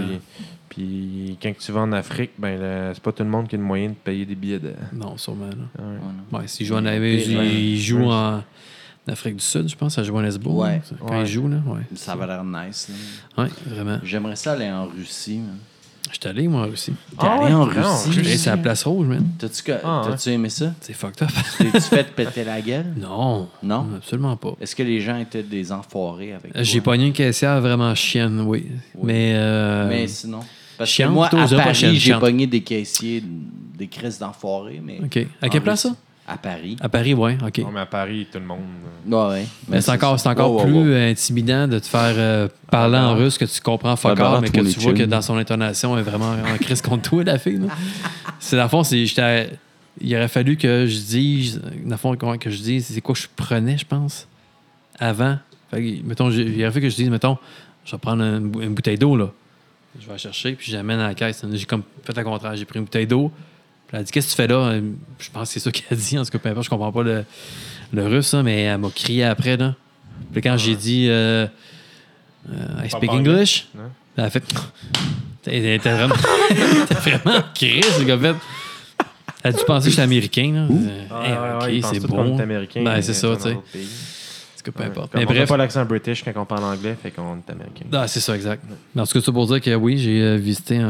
Puis quand tu vas en Afrique, ben c'est pas tout le monde qui a le moyen de payer des billets de. Non, sûrement. Là. Ouais. Ouais, non. Ouais, s'ils jouent en ils jouent en Afrique du Sud, je pense, à Johannesburg. Ouais. là, quand Ouais. ils jouent, là. Ouais, Ça va l'air nice, là. ouais vraiment. J'aimerais ça aller en Russie, man. Je suis allé, moi aussi. T'es allé en non, Russie? J'étais allé sur la place rouge, man. T'as-tu aimé ça? C'est fucked up. T'es-tu fait péter la gueule? Non. Non? Absolument pas. Est-ce que les gens étaient des enfoirés avec toi? J'ai pogné une caissière vraiment chienne, oui. Mais, Mais sinon... Parce que chiante, moi, plutôt, à je dirais pas Paris, chienne, j'ai chiante. pogné des caissiers, des crises d'enfoirés, mais... OK. À quelle en place, ça? Russie. À Paris. À Paris, ouais. OK. Non, mais à Paris, tout le monde. Ouais. Mais c'est encore plus intimidant de te faire parler en russe que tu comprends fuck Barbara all, mais que tu vois Tournichine. que dans son intonation, elle est vraiment en crise contre toi, la fille. là. C'est dans le fond, il aurait fallu que je dise, dans le fond, que je dise, c'est quoi je prenais, je pense, avant. Fait que, mettons, il aurait fallu que je dise, mettons, je vais prendre une bouteille d'eau, là. Je vais la chercher, puis j'amène à la caisse. J'ai comme fait le contraire. J'ai pris une bouteille d'eau. Puis elle a dit, qu'est-ce que tu fais là? Je pense que c'est ça qu'elle a dit. En tout cas, peu importe, je comprends pas le russe, là, mais elle m'a crié après. Là. Puis quand j'ai dit, I speak anglais? English, Non. elle a fait, elle était vraiment, crise, le gars. Fait. Elle a dû penser que j'étais américain. Là. Ils OK, pensent c'est tous qu'on bon. est américain. Ben, c'est ça, dans tu sais. notre pays. En tout cas, peu importe. Comme Mais on n'a bref. pas l'accent british quand on parle anglais, fait qu'on est américain. Ah, c'est ça, exact. Mais en tout cas, c'est pour dire que oui, j'ai visité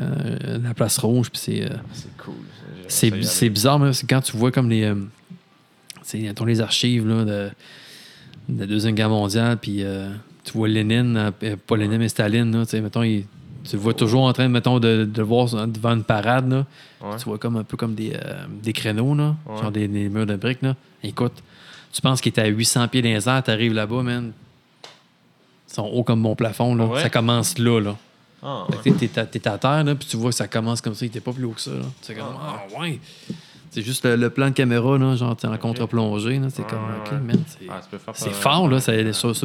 la place rouge, puis c'est. C'est cool. C'est bizarre, mais c'est quand tu vois comme les. Mettons les archives là, de la Deuxième Guerre mondiale, puis tu vois Lénine, pas Lénine, mais Staline, là, mettons, tu le vois toujours en train mettons, de le voir devant une parade. Là. Ouais. Tu vois comme un peu comme des créneaux, là, Ouais. genre des murs de briques. Là. Écoute, tu penses qu'il est à 800 pieds dans les airs, t'arrives là-bas, man. Ils sont hauts comme mon plafond. Là. Ouais. Ça commence là. Là. Ah, Fait que t'es à terre, là, puis tu vois que ça commence comme ça. Il était pas plus haut que ça. Là. C'est comme, ouais. C'est juste le plan de caméra, là, genre t'es en contre-plongée. Là. C'est comme, OK, ouais. man. C'est fort, là. Ça est sur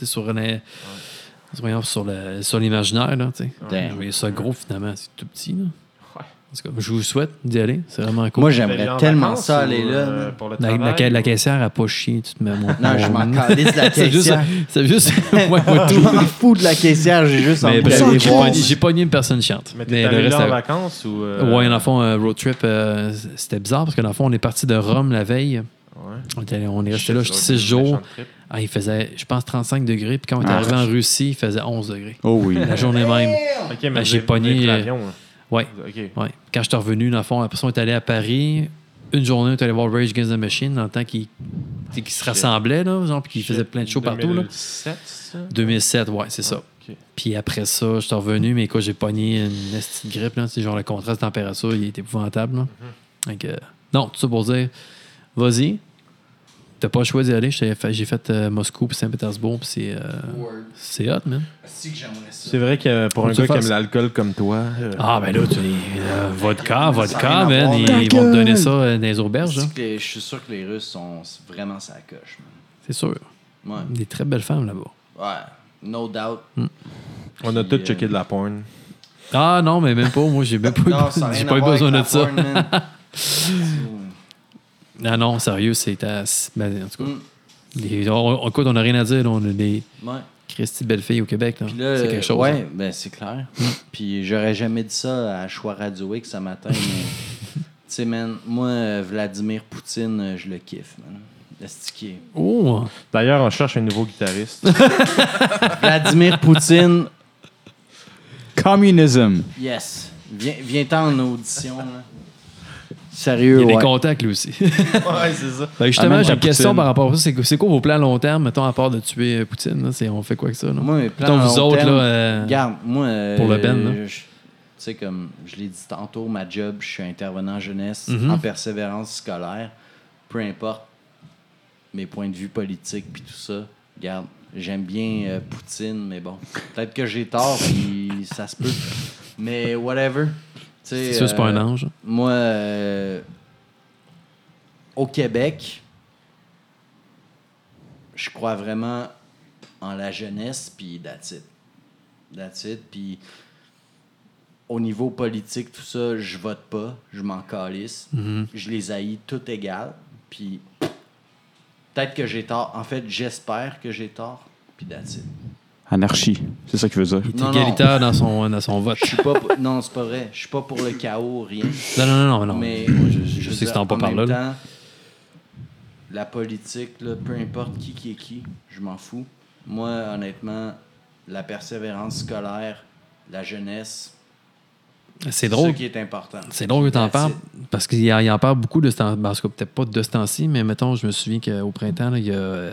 l'imaginaire, là. Tu sais. Damn. Je voyais ça gros, finalement. C'est tout petit, là. En tout cas, je vous souhaite d'y aller. C'est vraiment cool. Moi, j'aimerais tellement ça aller là. man. Pour le La travail, la caissière a pas chié, tu te mets mon. Non, je m'en calisse de la C'est juste. caissière. C'est juste. Ouais, moi, Je tout. m'en fous de la caissière, j'ai juste Mais envie bref, d'aller j'ai voir. pogné une personne chiante. Mais t'es allé là en vacances ou. Ouais, dans le fond, un road trip, c'était bizarre parce que dans le fond, on est parti de Rome la veille. Ouais. On est resté là 6 jours. Ah, il faisait, je pense, 35 degrés. Puis quand on est arrivé en Russie, il faisait 11 degrés. Oh oui. La journée même. Ok, mais Ben, j'ai vous avez pogné, pris l'avion. Ouais. Ok. Ouais. Quand je suis revenu, dans le fond, après ça, on est allé à Paris. Une journée, on est allé voir Rage Against the Machine dans le temps qu'ils se rassemblaient, là, genre, puis qu'ils faisaient plein de shows partout. Là. 2007, ça? 2007, ouais, c'est ça. Ok. Puis après ça, je suis revenu, mais quoi, j'ai pogné une petite grippe, là. C'est genre le contraste de température, il est épouvantable, là. Donc, non, tout ça pour dire, vas-y. T'as pas le choix d'y aller. J'ai fait Moscou puis Saint-Pétersbourg, puis c'est hot, man. C'est vrai que pour un Faut que gars tu qui aime fasses. l'alcool comme toi. Ah, ben là, vodka, rien à man. voir. Ils vont te donner ça dans les auberges, hein. Je suis sûr que les Russes sont vraiment sa coche. C'est sûr. Man. Ouais. Des très belles femmes là-bas. Ouais. No doubt. On a Puis, tous checké de la porn. Ah non, mais même pas. Moi, j'ai même pas, Non, ça a j'ai rien pas à eu voir besoin de avec la ça. porn, man. Ah non, sérieux, c'est ben, en tout cas. Mm. Écoute, on n'a rien à dire. Là. On a des Ouais. Christy belles filles au Québec. Là. Puis là, C'est quelque chose. ouais, hein. ben c'est clair. Puis j'aurais jamais dit ça à Choix Radio X ce matin, mais tu sais, man, moi, Vladimir Poutine, je le kiffe, man. Estiqué. Oh! D'ailleurs, on cherche un nouveau guitariste. Vladimir Poutine, Communism. yes. Viens-t'en en audition, là. Sérieux, Il y a ouais. des contacts, lui aussi. Ouais, c'est ça. Ben, justement, même j'ai une pas question Poutine. par rapport à ça. C'est quoi vos plans à long terme, mettons, à part de tuer Poutine? Là? On fait quoi avec ça? Là? Moi, mes plans Mettons, à vous long autres, terme, là, regarde, moi, pour le Ben, là. tu sais, comme je l'ai dit tantôt, ma job, je suis intervenant jeunesse Mhm. en persévérance scolaire. Peu importe mes points de vue politiques puis tout ça. Regarde, j'aime bien Poutine, mais bon, peut-être que j'ai tort puis ça se peut. Mais whatever. c'est sûr, c'est pas un ange. Moi, au Québec, je crois vraiment en la jeunesse, puis that's it. That's it. Puis au niveau politique, tout ça, je vote pas, je m'en calisse. Je les haïs tout égal. Puis peut-être que j'ai tort. En fait, j'espère que j'ai tort. Puis that's it. Anarchie, c'est ça qu'il veut dire. Il est Non, égalitaire dans son vote. Je suis pas. Non, c'est pas vrai. Je suis pas pour le chaos, rien. Non. Mais je sais que c'est en pas en par même là. temps, la politique, là, peu importe qui est qui, je m'en fous. Moi, honnêtement, la persévérance scolaire, la jeunesse, C'est drôle. ce qui est important. C'est drôle que tu en That's parles, it. parce qu'il en parle beaucoup de ce temps. Parce que peut-être pas de ce temps-ci, mais mettons, je me souviens qu'au printemps, là,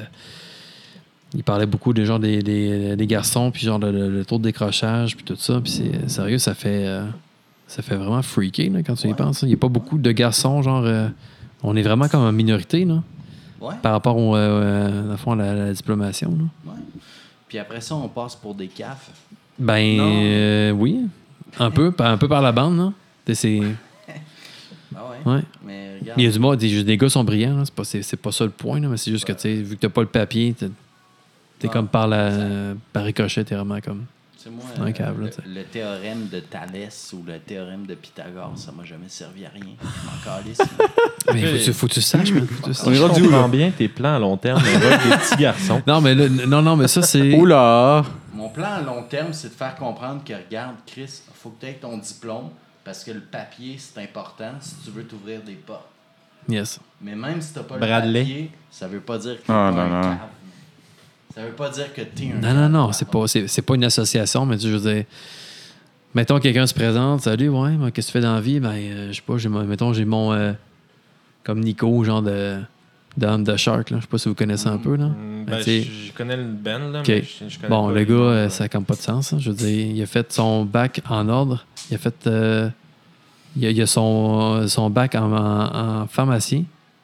il parlait beaucoup des garçons, puis genre le taux de décrochage, puis tout ça. Puis c'est sérieux, ça fait vraiment freaky là, quand tu y penses. Il n'y a pas beaucoup de garçons, genre. On est vraiment comme en minorité, là, Ouais. par rapport dans le fond, à la diplomation. Là. Ouais. Puis après ça, on passe pour des CAF. Ben, Non. oui. Un peu par la bande, là. C'est. Ah ouais. Ouais. Mais regarde. Il y a du monde, les gars sont brillants, là. C'est pas ça le point, là, mais c'est juste que, tu sais, vu que t'as pas le papier, t'es Non, comme par ricochet, t'es vraiment comme. C'est moi, un câble, là, tu sais. le théorème de Thalès ou le théorème de Pythagore, ça m'a jamais servi à rien. Je m'en calisse. Mais faut que tu saches, man. Faut que tu saches. On ira du comprends bien tes plans à long terme avec des petits garçons. Non, mais là, non, mais ça, c'est. Oula! Mon plan à long terme, c'est de faire comprendre que, regarde, Chris, il faut que tu aies ton diplôme parce que le papier, c'est important si tu veux t'ouvrir des portes. Yes. Mais même si tu n'as pas Bradley. le papier, ça veut pas dire que tu Ah, pas non, un non. cave. Ça veut pas dire que tu es un Non, cave. c'est pas une association, mais je veux dire. Mettons, quelqu'un se présente, salut, ouais, moi, qu'est-ce que tu fais dans la vie? Ben, je sais pas, j'ai mon. Comme Nico, genre de The Shark, là. Je sais pas si vous connaissez un peu, là. Ben, tu sais, je connais le band, là, OK. mais je connais Bon, pas le les gars, membres. ça n'a comme pas de sens. Hein. Je veux dire, il a fait son bac en ordre. Il a fait. Il a son bac en pharmacien.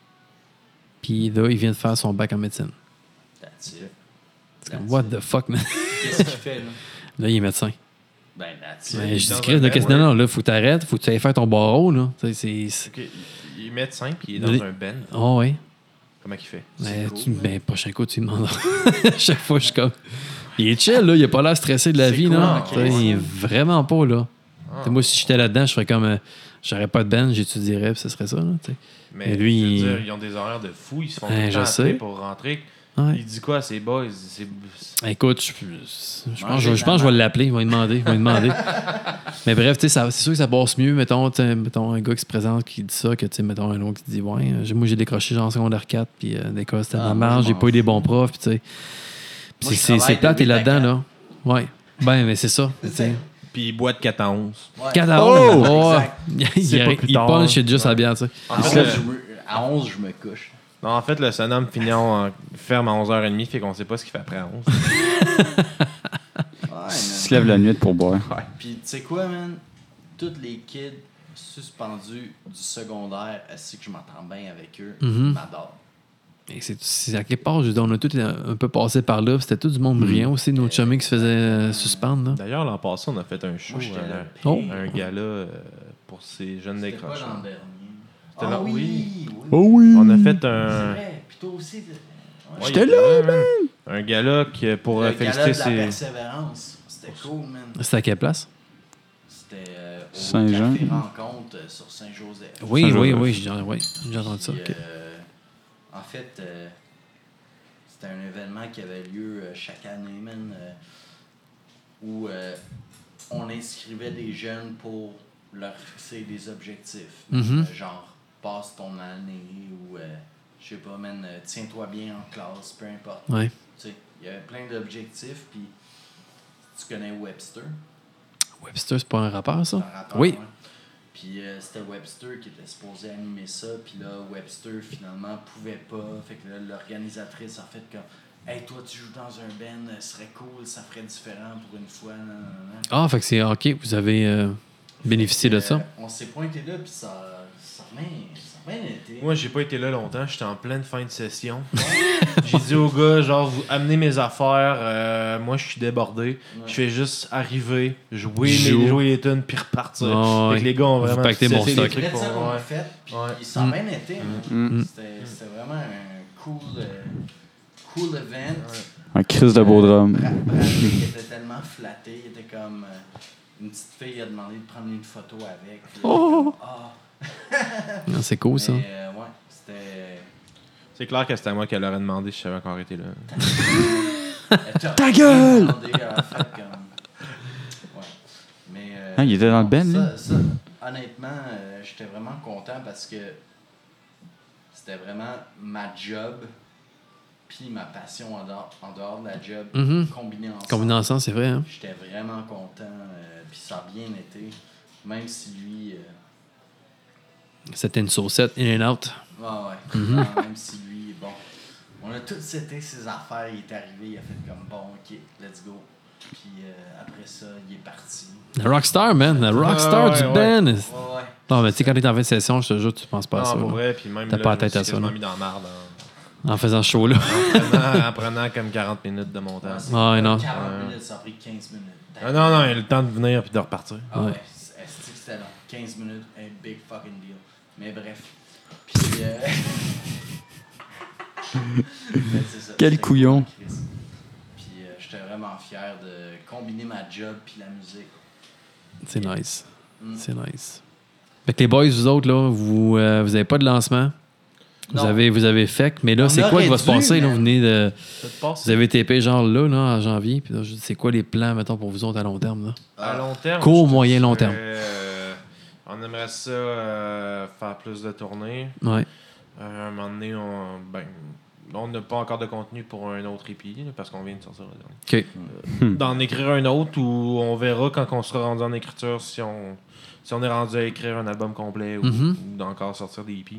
Puis là, il vient de faire son bac en médecine. That's it. C'est comme, what the fuck, man? Qu'est-ce qu'il fait, là? Là, il est médecin. Ben, that's Ben, it. je dis, dans Chris, un là, band, non, là, faut que t'arrêtes. Faut que tu ailles faire ton barreau, là. Tu sais, c'est. Ok, il est médecin puis il est dans Il- un band. Oh, oui. Comment il fait? Ben, cool, ben, prochain coup, tu lui demandes. À chaque fois, je suis comme. Il est chill, là. Il a pas l'air stressé de la C'est vie, cool, là. ok. Tu sais, il est vraiment pas, là. Ah. T'sais, moi, si j'étais là-dedans, je ferais comme. J'aurais pas de band, j'étudierais, puis ce serait ça, là. Tu sais. Mais lui, je veux il- dire, ils ont des horaires de fou, ils se font Ben, tout le je temps sais. appeler pour rentrer. Ouais. Il dit quoi à ses boys? Écoute, je pense que je vais l'appeler, il va lui demander. Mais bref, tu sais, c'est sûr que ça passe mieux, mettons un gars qui se présente qui dit ça, que, tu sais, mettons un autre qui dit, ouais, moi j'ai décroché genre en secondaire 4, puis l'école c'était de la moi, marge, je j'ai m'en pas eu des fous. bons profs, puis tu sais. Moi, je C'est travaille plate, de t'es 8 à là-dedans, 4. là. Ouais. Ben, mais c'est ça. Tu sais. Puis il boit de 4 à 11. Ouais. 4 à Oh! 11, Exact. C'est pas plus il tard. punch chez juste à bien, tu sais. En À fait, 11, à 11, je me couche. non, en fait, le Sonum finit ferme à 11h30, fait qu'on sait pas ce qu'il fait après à 11. Ouais, man. Il se lève la nuit pour boire. Puis, tu sais quoi, man? Tous les kids suspendus du secondaire, ainsi que je m'entends bien avec eux, Mhm. m'adorent. Et c'est à quelque part, je veux dire, on a tous un peu passé par là, puis c'était tout du monde brillant aussi, nos chummies qui se faisaient suspendre, là. D'ailleurs, l'an passé, on a fait un show, Moi, j'étais là. Oh. un gala pour ces jeunes C'était pas décrocheurs. l'an dernier. C'était Ah là- oui, oui. oui. Oh oui! On a fait C'est un. vrai. Puis toi aussi. Ouais. Ouais, J'étais il était man. Un gala pour Le féliciter gala de la ses. persévérance. C'était cool, man. C'était à quelle place? C'était au Saint-Jean. Café Rencontre sur Saint-Joseph. Oui, Saint-Joseph. j'ai entendu ça. Puis, ok. en fait, c'était un événement qui avait lieu chaque année, man, où on inscrivait des jeunes pour leur fixer des objectifs. Mhm. Genre, passe ton année ou, je sais pas, man, tiens-toi bien en classe, peu importe. Ouais. Tu sais, il y avait plein d'objectifs, puis tu connais Webster. Webster, c'est pas un rappeur, ça? C'est un rappeur, Oui. ouais. Puis c'était Webster qui était supposé animer ça. Puis là, Webster, finalement, pouvait pas. Fait que là, l'organisatrice a fait comme « Hey, toi, tu joues dans un band, ce serait cool, ça ferait différent pour une fois. » Ah, fait que c'est OK, vous avez bénéficié de ça. On s'est pointé là, puis ça a bien été. Moi, j'ai pas été là longtemps, j'étais en pleine fin de session. J'ai dit au gars, genre, vous amenez mes affaires, moi je suis débordé. Je fais juste arriver, jouer les tunes, puis repartir. Oh, Fait que les gars ont Vous vraiment pactez mon cessé stock. les trucs C'est pour ça qu'on a ouais. fait, puis Ouais. ça a bien été. Mm. C'était vraiment un cool... cool event. Un Chris de beau drum. Bradley était tellement flatté, il était comme une petite fille a demandé de prendre une photo avec. Puis comme, Non, c'est cool, ça. Mais, ouais, c'était. C'est clair que c'était à moi qu'elle aurait demandé si j'avais encore été là. Ta gueule! Demandé, elle a fait comme... Ouais. Mais, Il était dans le band, lui? ça, honnêtement, j'étais vraiment content parce que c'était vraiment ma job puis ma passion en dehors de la job combinée ensemble. Combiné ensemble, c'est vrai. Hein? J'étais vraiment content puis ça a bien été. Même si lui... C'était une saucette in and out. Ouais. Même si lui, bon... On a tous été ses affaires, il est arrivé, il a fait comme bon, ok, let's go. Puis après ça, il est parti. Le rockstar, man. Le rockstar du band. Ouais. Non, mais tu sais, quand t'es en fin de session, je te jure, tu penses pas à Non, ça. pour là. vrai, puis même T'as là, pas la je tête me à suis ça, quasiment là. mis dans la marde. En faisant ce show-là. En prenant comme 40 minutes de montage. Ouais, non. 40 minutes, ça a pris 15 minutes. Non, il a eu le temps de venir puis de repartir. Ah ouais, Ouais. est-ce que c'était long? 15 minutes, un big fucking deal. Mais bref. Puis. Mais c'est ça, Quel j'étais couillon. content, Chris. Puis j'étais vraiment fier de combiner ma job puis la musique. C'est nice. Mm. C'est nice. Fait que les boys, vous autres, là, vous avez pas de lancement. Vous Non. avez fait. Mais là, On c'est quoi aurait qui va se dû, passer? Là, man. vous venez de. Ça te passe? Vous avez TP genre là, en janvier. Puis là, je dis, c'est quoi les plans, mettons, pour vous autres à long terme? Là? À long terme. Court, je te moyen, long dirais, terme. On aimerait ça faire plus de tournées. Ouais. À un moment donné, on n'a pas encore de contenu pour un autre EP là, parce qu'on vient de sortir le dernier. OK. D'en écrire un autre ou on verra quand on sera rendu en écriture si on est rendu à écrire un album complet ou d'encore sortir des EP.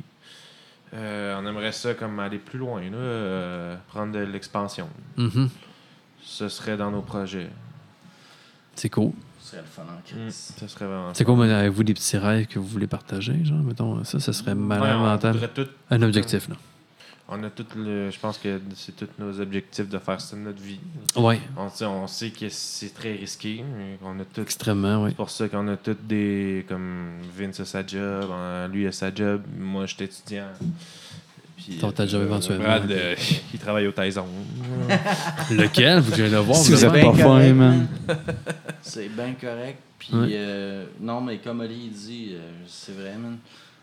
On aimerait ça comme aller plus loin, là, prendre de l'expansion. Mhm. Ce serait dans nos projets. C'est cool. Ce serait le fun en Chris. Ce serait vraiment C'est quoi, avez-vous des petits rêves que vous voulez partager? Genre, mettons, ça serait malin on mental. voudrait tout- Un objectif, là. On a je pense que c'est tous nos objectifs de faire ça de notre vie. Ouais. On sait que c'est très risqué. Mais on a tout. Extrêmement, oui. C'est pour ça qu'on a tous des. Comme Vince a sa job, lui a sa job, moi j'étais étudiant. Puis, T'as ta job éventuellement. Brad, il travaille au Tyson. Lequel? Vous allez le voir. Si vous êtes vraiment. pas bien fin, correct, man. C'est bien correct. Puis, Ouais. non, mais comme Oli dit, c'est vrai, man.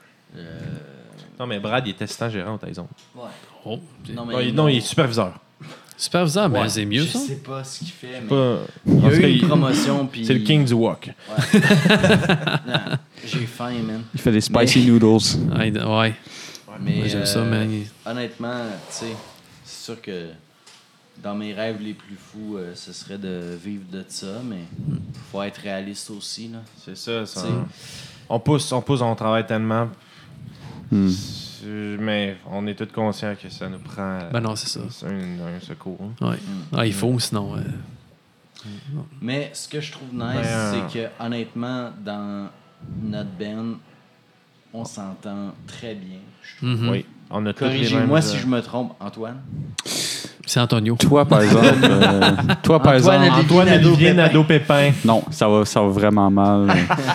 Non, mais Brad, il est assistant gérant au Tyson. Ouais. Oh, Non, il est superviseur. superviseur, mais Ouais, c'est mieux, ça. Je sais pas ce qu'il fait, mais. Pas- Il y en a tout cas, eu une promotion, puis. C'est le king du walk. Ouais. Non, j'ai faim, man. Il fait des spicy noodles. Ouais. Mais Moi, j'aime ça, man. honnêtement, tu sais, c'est sûr que dans mes rêves les plus fous, ce serait de vivre de ça, mais faut être réaliste aussi, là. C'est ça. Tu sais. On pousse, on travaille tellement. Hmm. Mais on est tous conscients que ça nous prend Ben non, c'est ça. un secours. Hein. Ouais. Ah, il faut, sinon. Mais ce que je trouve nice, Ben, c'est que honnêtement, dans notre band, on s'entend très bien. je trouve. Mhm. Oui, on a tous les mêmes. Corrigez-moi si je me trompe, Antoine. C'est Antonio. Toi, par exemple. Antoine, Antoine Olivier Nadeau-Pépin. Nadeau-Pépin. Non, ça va vraiment mal.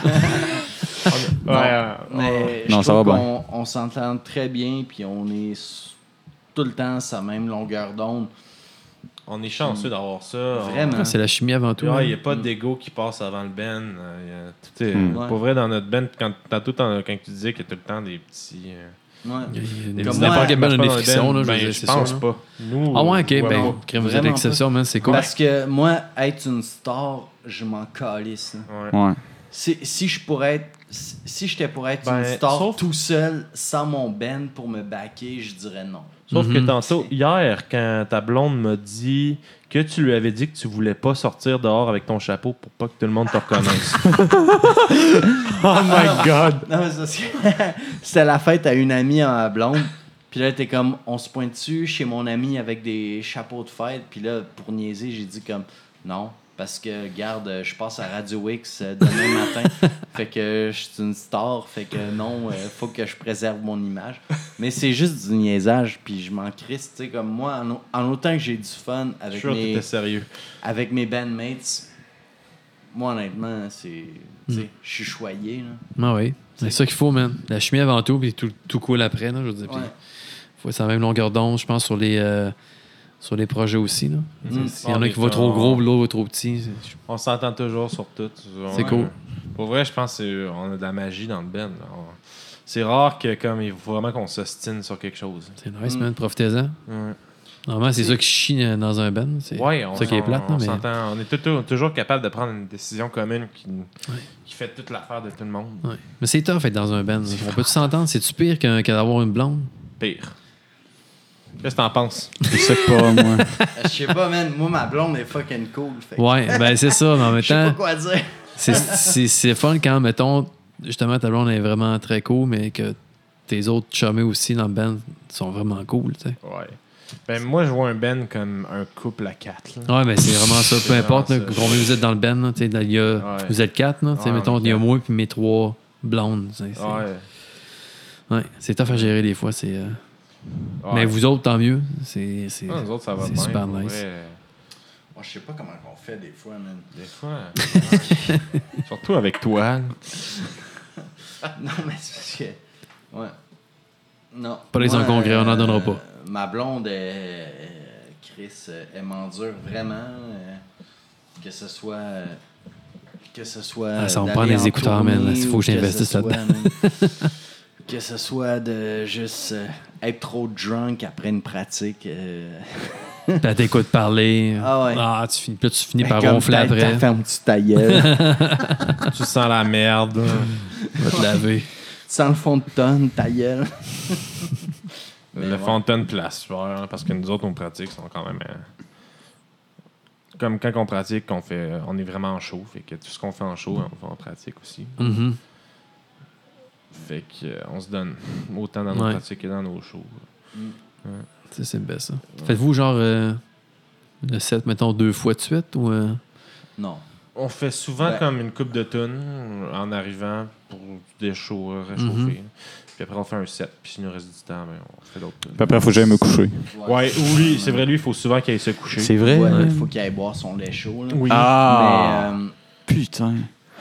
Mais Non, je ça va trouve bien. qu'on s'entend très bien, puis on est tout le temps sur la même longueur d'onde. On est chanceux d'avoir ça. Vraiment. C'est la chimie avant tout. Il hein. n'y a pas d'ego qui passe avant le band. Tout est, Ouais. Pour vrai, dans notre band, quand tu disais qu'il y a tout le temps des petits. Ouais. Il y a Des des Comme petits apports qui moi, amènent une dans le friction, band, là, je veux ben, dire, je c'est pense sûr, là. pas. Nous, Ah ouais, ok, ouais, ben, ouais. crème, vous êtes Vraiment l'exception, man, c'est cool. Parce que moi, être une star, je m'en calisse. Là. Ouais. Ouais. Si j'étais pour être Ben, une star sauf- tout seul, sans mon band pour me backer, je dirais non. Sauf que Mhm. tantôt, hier, quand ta blonde m'a dit que tu lui avais dit que tu voulais pas sortir dehors avec ton chapeau pour pas que tout le monde te reconnaisse. Oh my God! Non, mais c'est parce que c'était la fête à une amie à ma blonde. Puis là, t'es comme, on se pointe dessus chez mon ami avec des chapeaux de fête. Puis là, pour niaiser, j'ai dit comme, non. Parce que, regarde, je passe à Radio X demain matin. Fait que je suis une star. Fait que non, faut que je préserve mon image. Mais c'est juste du niaisage. Puis je m'en crisse. Tu sais, comme moi, en autant que j'ai du fun Je suis avec sûr que mes, t'étais sérieux. avec mes bandmates, moi, honnêtement, c'est. Tu sais, je suis choyé. Là. Ah oui. C'est ça qu'il faut, man. La chimie avant tout, puis tout cool après, là, je veux dire. Puis Ouais. faut être sur la même longueur d'onde, je pense, sur les sur les projets aussi. Là. Mm. Il y en a qui vont trop gros, l'autre va trop petit. On s'entend toujours sur tout. C'est cool. Pour vrai, je pense qu'on a de la magie dans le band. Là. C'est rare que comme il faut vraiment qu'on s'ostine sur quelque chose. C'est nice, man. Profitez-en. Ouais. Normalement, c'est ça qui chie dans un band. C'est ça qui est plate. On Mais... s'entend. On est toujours capable de prendre une décision commune qui fait toute l'affaire de tout le monde. Ouais. Mais c'est tough être dans un band. On peut-tu s'entendre? C'est-tu pire que d'avoir une blonde? Pire. Qu'est-ce que t'en penses? Je sais pas, moi. Je sais pas, man. Moi, ma blonde est fucking cool. Fait que Ouais, ben c'est ça. Mais en même je sais pas temps, quoi dire. c'est fun quand, mettons, justement, ta blonde est vraiment très cool, mais que tes autres chummés aussi dans le band sont vraiment cool, tu sais. Ouais. Ben, moi, je vois un band comme un couple à 4. Là. Ouais, mais c'est vraiment ça. Peu importe là, vraiment ça. combien vous êtes dans le band, là, tu sais, il y a, Ouais. vous êtes 4, là, tu sais, Ouais, mettons, on est il y a quatre. moi puis mes 3 blondes. Tu sais, Ouais. ouais, c'est tough à gérer des fois. C'est, Ouais. Mais vous autres, tant mieux. C'est Ouais, nous autres, ça va c'est bien. super pour nice. vrai. Moi, je sais pas comment on fait des fois, man. Des fois. Surtout avec toi. Non, mais c'est parce que. Ouais. Non. Pas les en congrès, on n'en donnera pas. Ma blonde, Chris, elle m'endure vraiment. Que ce soit. Ah, ça me d'aller prend les en écouteurs, man. tournée Il faut que ou j'investisse ce soit, là-dedans. man, que ce soit de juste être trop drunk après une pratique. Puis elle t'écoute parler. Ah ouais. Tu finis par comme ronfler après. Ferme-tu ta gueule. Tu sens la merde. Va te laver. Tu sens le fond de tonne, ta gueule. Le fontaine place, genre, parce que nous autres, nos pratiques sont quand même. Comme quand on pratique, on est vraiment en show. Fait que tout ce qu'on fait en show, on le fait en pratique aussi. Mhm. Fait que on se donne autant dans nos Ouais. pratiques que dans nos shows. Tu sais, c'est best, ça. Faites-vous genre le set, mettons, 2 fois de suite ou. Non. On fait souvent Ben- comme une coupe de tunes en arrivant pour des shows réchauffer. Puis après, on fait un set. Puis s'il nous reste du temps, ben, on fait d'autres tunes. Puis après, il faut que j'aille me coucher. Ouais, oui, c'est vrai, lui, il faut souvent qu'il aille se coucher. C'est vrai? Ouais, Ouais. il faut qu'il aille boire son lait chaud. Là. Oui. Ah! Mais, Putain.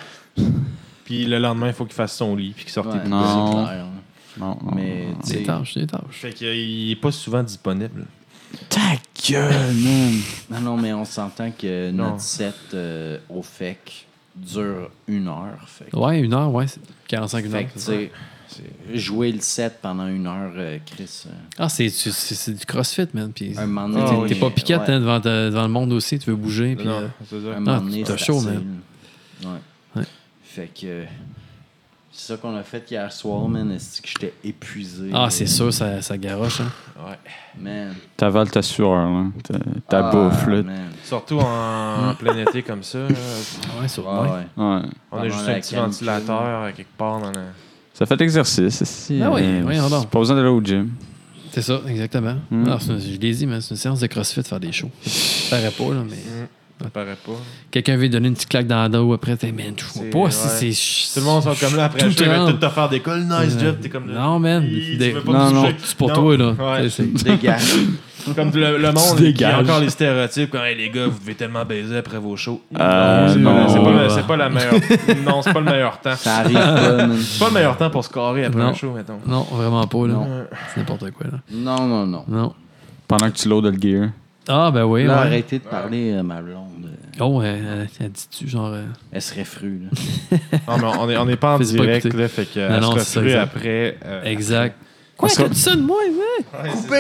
Puis le lendemain, il faut qu'il fasse son lit puis qu'il sorte les ouais, poubelles. Non. c'est clair. Non, non, Mais, non. tu sais, Des tâches. Fait qu'il est pas souvent disponible. Ta gueule, man! non, mais on s'entend que Non. notre set au FEC dure 1 heure. Fait que, Ouais, 1 heure, ouais. C'est 45 fait minutes. que, tu sais, jouer le set pendant 1 heure, Chris, Ah, c'est du crossfit, man. Puis un moment t'es donné... t'es pas piquette ouais, hein, devant le monde aussi. Tu veux bouger. Puis, Non, c'est ça. un moment Ah, donné, t'as c'est chaud, assez, man. là. Ouais. Ouais. Fait que... C'est ça qu'on a fait hier soir, man. Est-ce que j'étais épuisé? Ah, c'est sûr, ça garoche. Hein. Ouais. Man. T'avales ta sueur, là. Ta Ah, bouffe, là. man. Surtout en plein été comme ça. Là. Ouais, sur Ouais, ouais. ouais. Ouais. On a Pendant juste la un petit canicule. ventilateur à quelque part dans la... Ça fait de l'exercice, ici. Ben oui, voyons donc. Pas besoin d'aller au gym. C'est ça, exactement. Ah, je l'ai dit, mais c'est une séance de crossfit faire des shows. Ça paraît pas, là, mais. Ça paraît pas. Quelqu'un veut donner une petite claque dans le dos après, t'es, man, je vois C'est- pas ouais. si c'est. Tout le monde sont comme là après Tout le show, ils veulent trempe. tout te faire des calls. Nice job. T'es comme là. Non, man. Tu Des- veux pas Non, me non. toucher. C'est pour Non. toi, là. Ouais. C'est- Dégage. Comme le monde qui a dégages. encore les stéréotypes comme hey, les gars, vous devez tellement baiser après vos shows. Non, c'est non. c'est pas la meilleure. Non, c'est pas le meilleur temps. Ça arrive pas, man. C'est pas le meilleur temps pour se carrer après Non. un show, mettons. Non, vraiment pas, là. Non. C'est n'importe quoi, là. Non, non, non. Non. Pendant que tu loads le gear. Ah, ben oui, Là, ouais. arrêtez de parler, ma blonde. Oh, elle dit-tu, genre. Elle serait frue, là. Non, mais on n'est pas en Fais-y pas direct, écouter. là, fait que Non, elle non, sera c'est ça, frue exact. après. Exact. Quoi, Parce que- t'as dit ça de moi, ouais? Coupé!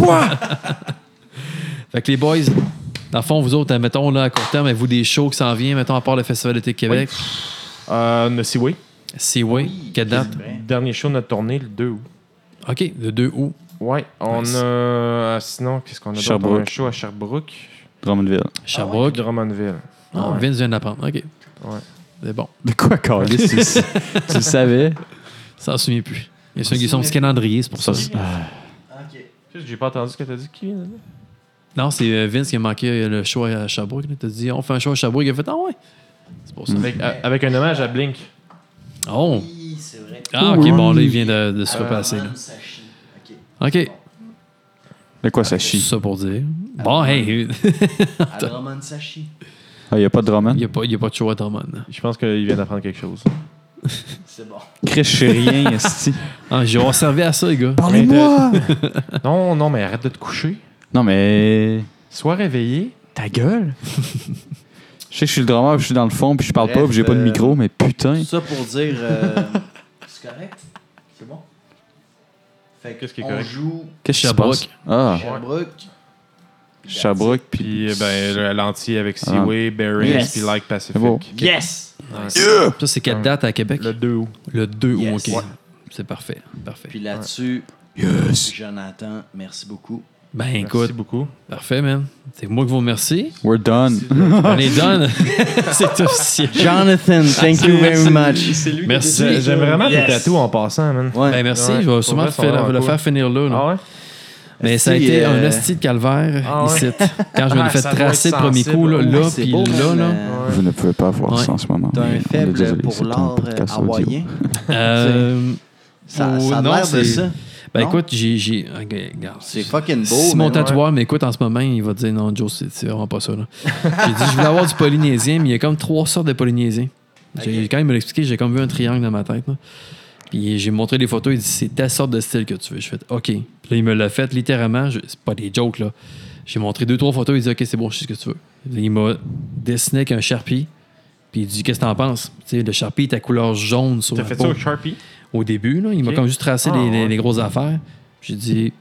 Fait que les boys, dans le fond, vous autres, mettons, là, à court terme, avez-vous des shows qui s'en viennent, mettons, à part le Festival d'été de Québec? Le Seaway. Seaway, quelle date? Dernier show de notre tournée, le 2 août. OK, le 2 août. Ouais, on Nice. a. Sinon, qu'est-ce qu'on a d'autre? Sherbrooke. On a un show à Sherbrooke. Drummondville. Sherbrooke. Drummondville. Ah, Vince vient d'apprendre. OK. Ouais. C'est bon. De quoi, Carlis? Tu le savais? Ça s'en souvient plus. Il y a son petit calendrier, c'est pour ça. OK. Qu'est-ce que j'ai pas entendu ce que t'as dit, qui? là? Non, c'est Vince qui a manqué le show à Sherbrooke. Il t'a dit, on fait un show à Sherbrooke. Il a fait, ah ouais. C'est pour ça. Avec un hommage à Blink. Oh. Oui, c'est vrai. Ah, OK, bon, là, il vient de se repasser. Là. Roman Sachi. OK. OK. De quoi ça C'est chie? ça pour dire. Bon, hey, À Roman Sachi. Ah, y a pas de Drummond? il n'y a pas de show à Drummond. Je pense qu'il vient d'apprendre quelque chose. C'est bon. Chris, je sais rien, esti. Ah, j'ai servi à ça, les gars. Parlez-moi! Non, mais arrête de te coucher. Non, mais. Sois réveillé. Ta gueule! Je sais que je suis le drummer, puis je suis dans le fond, puis je parle Bref, pas, puis j'ai pas de micro, mais putain. Tout ça pour dire. C'est correct? C'est bon? Fait Qu'est-ce qui est on correct? joue Qu'est-ce qui se Sherbrooke. passe? Ah, Sherbrooke. Sherbrooke, puis. Puis ben, l'anti avec Seaway, Bearings, Yes. puis Like Pacific. C'est beau. Yes! Ça, c'est quelle date à Québec? Le 2 août. Le 2 août, Yes. OK. Ouais. C'est parfait. Parfait. Puis là-dessus, Yes! Jonathan, merci beaucoup. Ben, Merci écoute, beaucoup. parfait, man. C'est moi qui vous remercie. We're done. On est done. C'est officiel. Jonathan, thank you very much. Merci. J'aime vraiment Yes. tes tatous en passant, man. Ouais. Ben, merci. Ouais, Je vais pour sûrement vrai, ça a l'air le cool. faire finir là. Ah ouais? Mais ça a Si, été un hostie de calvaire Ah ouais? ici. Quand je me l'ai fait Ça doit tracer être le premier coup, là, sensible, là, Ouais, c'est puis beau, là, man. là. Vous ne pouvez pas voir Ouais. ça en ce moment. T'as mais un on est faible désolé, pour c'est un l'art podcast audio. hawaïen. Ça oh, a non, l'air de c'est- ça. Ben Non? écoute, regarde. C'est fucking beau. Si mon man. tatoueur m'écoute en ce moment, il va dire non, Joe, c'est vraiment pas ça. Là. J'ai dit, je voulais avoir du polynésien, mais il y a comme 3 sortes de polynésiens. Quand il m'a expliqué, j'ai comme vu un triangle dans ma tête. Là. Puis j'ai montré des photos, il dit, c'est telle sorte de style que tu veux. Je fais, OK. Puis là, il me l'a fait littéralement. C'est pas des jokes, là. J'ai montré 2-3 photos, il dit, OK, c'est bon, je sais ce que tu veux. Il m'a dessiné avec un Sharpie, puis il dit, qu'est-ce que t'en penses? Tu sais, le Sharpie est à couleur jaune sur T'as la fait peau. ça au Sharpie? Au début, là, il m'a Ok. comme juste tracé Ah, ouais. les grosses affaires. J'ai dit,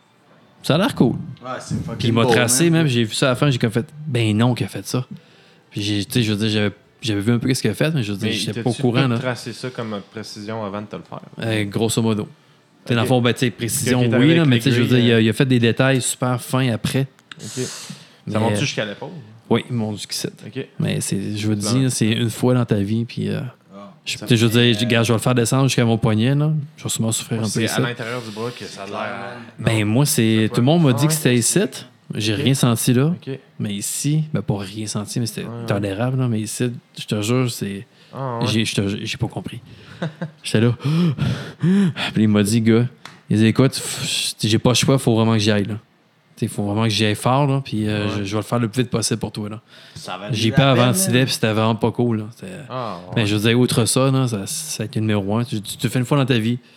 ça a l'air cool. Ouais, c'est fucking Puis il m'a beau, tracé, man. même, j'ai vu ça à la fin, j'ai comme fait, ben non, qu'il a fait ça. Puis tu sais, je veux dire, j'avais vu un peu ce qu'il a fait, mais je veux dire, j'étais pas au courant, là. tracer ça comme précision avant de te le faire? Grosso modo. Tu sais, dans le Ok. fond, ben, tu sais, précision, Ok, t'arrives oui, avec là, mais les tu sais, je veux grilles, dire, il a fait des détails super fins après. OK. Mais, Ça monte-tu jusqu'à l'épaule? Oui, mon Dieu, qui OK. Mais je veux te dire, c'est une fois dans ta vie, puis Ah. tu sais, je veux dire, regarde, je vais le faire descendre jusqu'à mon poignet, là. Je vais sûrement souffrir un peu C'est ici. à l'intérieur du bras que ça a l'air... Ben moi, c'est tout le monde m'a dit Ah que c'était ici. J'ai Ok. rien senti là. OK. Mais ici, ben pas rien senti, mais c'était Ouais, ouais. tolérable, là. Mais ici, je te jure, c'est. Ah, ouais. J'ai pas compris. J'étais là. Puis il m'a dit, gars, il dit, écoute, j'ai pas le choix, faut vraiment que j'y aille, là. Il faut vraiment que j'y aille fort, là. Puis je vais le faire le plus vite possible pour toi, là. Ça va J'ai arriver pas à peine, avant-tidé, man. puis c'était vraiment pas cool, là. Ah, ouais. Mais je veux dire, outre ça, là, ça a été le numéro 1. Tu te fais une fois dans ta vie.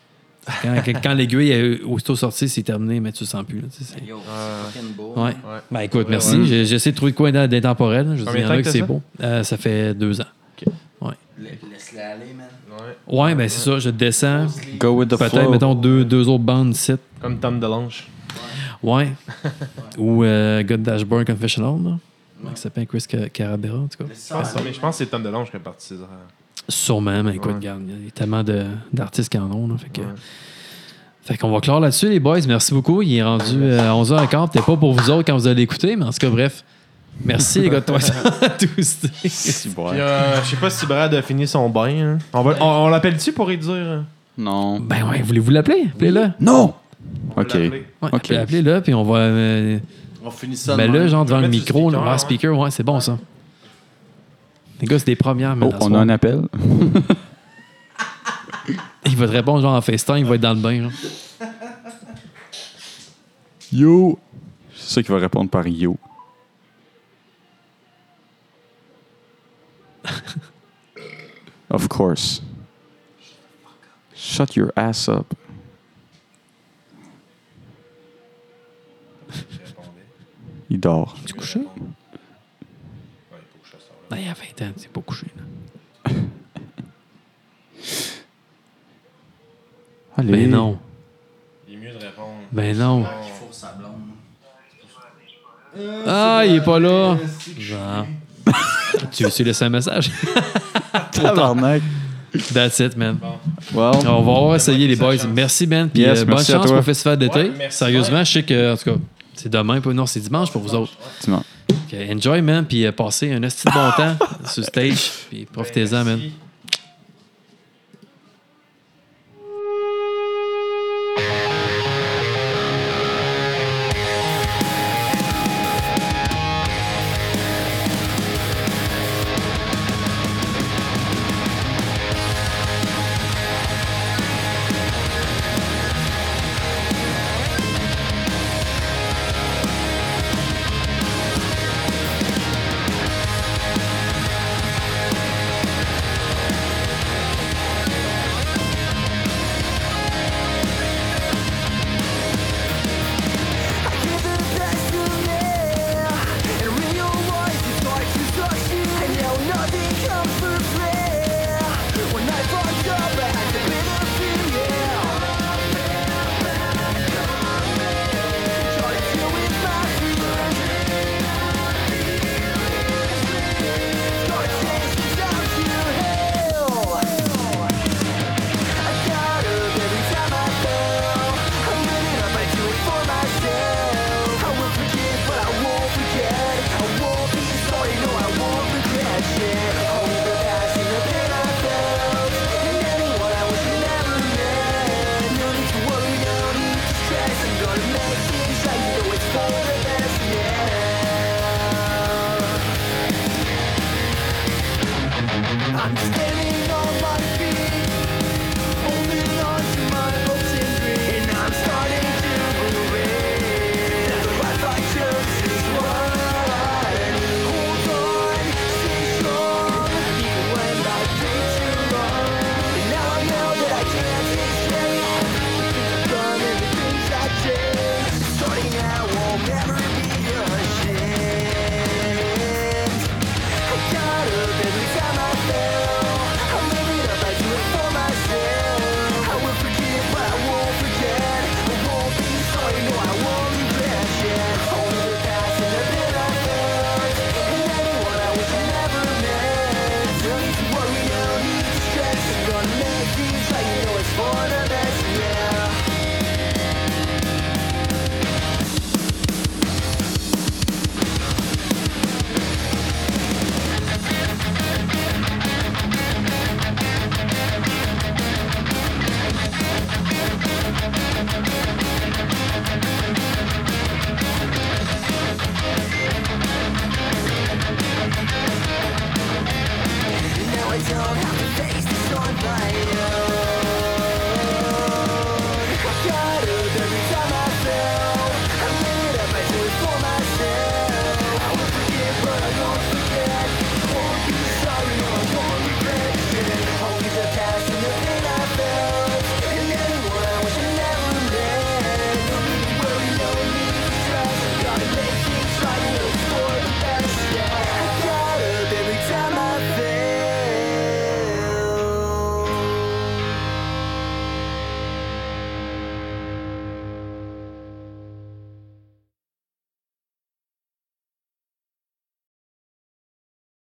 Quand l'aiguille est aussitôt sortie, c'est terminé, mais tu le sens plus, là. Tu sais, c'est- Yo, Ouais. c'est fucking beau. Ouais. man. Ouais. Ben écoute, Ouais, merci. ouais. J'ai essayé de trouver de quoi d'intemporel. Je veux dire, Combien il y en de a temps que que c'est t'as beau. Ça fait 2 ans. Laisse-le aller, man. Ouais. Ouais, ben c'est ça. Je descends. Go with the Peut-être, flow. mettons, deux autres bandes ici. Comme Tom DeLonge. Ouais. Ou God Dashboard Confessional, là. Qui s'appelle Chris Carabera, en tout cas. Laisse ça aller. Mais je pense que c'est Tom DeLonge qui a parti ses horaires. Sûrement, mais écoute, Ouais. regarde, il y a tellement d'artistes qui en ont. Là, Ouais. fait qu'on va clore là-dessus, les boys. Merci beaucoup. Il est rendu à 11h15. Peut-être pas pour vous autres quand vous allez l'écouter, mais en tout cas, bref. Merci, les gars de toi à tous. Si, ouais. Puis, je sais pas si Brad a fini son bain. Hein. On l'appelle-tu pour y dire? Non. Ben ouais, voulez-vous l'appeler? Appelez-le. Non! On va OK. l'appeler. Ouais, Ok. appelez-le, puis on va. On finit ça. Ben de là, même. genre devant le mettre sur micro, speaker, là, ouais. speaker, ouais, c'est bon ça. Les gars, c'est des premières, mais Oh, on a un appel. il va te répondre genre en FaceTime, il va être dans le bain. Genre. Yo! C'est ça qui va répondre par yo. Of course. Shut your ass up. Il dort. Tu couché? Ben, il y a 20 ans, c'est pas couché. Là. Allez. Ben non. Il est mieux de répondre. Ben non. Il faut sa blonde. Ah, il est pas là. Genre. Tu veux-tu laisser un message? Tabarnak. That's it, man. Well, On va avoir essayé, les boys. Merci, Ben. Puis Yes, bonne merci à chance toi. pour le festival d'été. Ouais, merci. Sérieusement, je sais que, en tout cas, c'est demain, non, c'est dimanche pour vous autres. effectivement. Enjoy, man. Puis passez un esti de bon temps sur le stage. Puis profitez-en, man. Merci.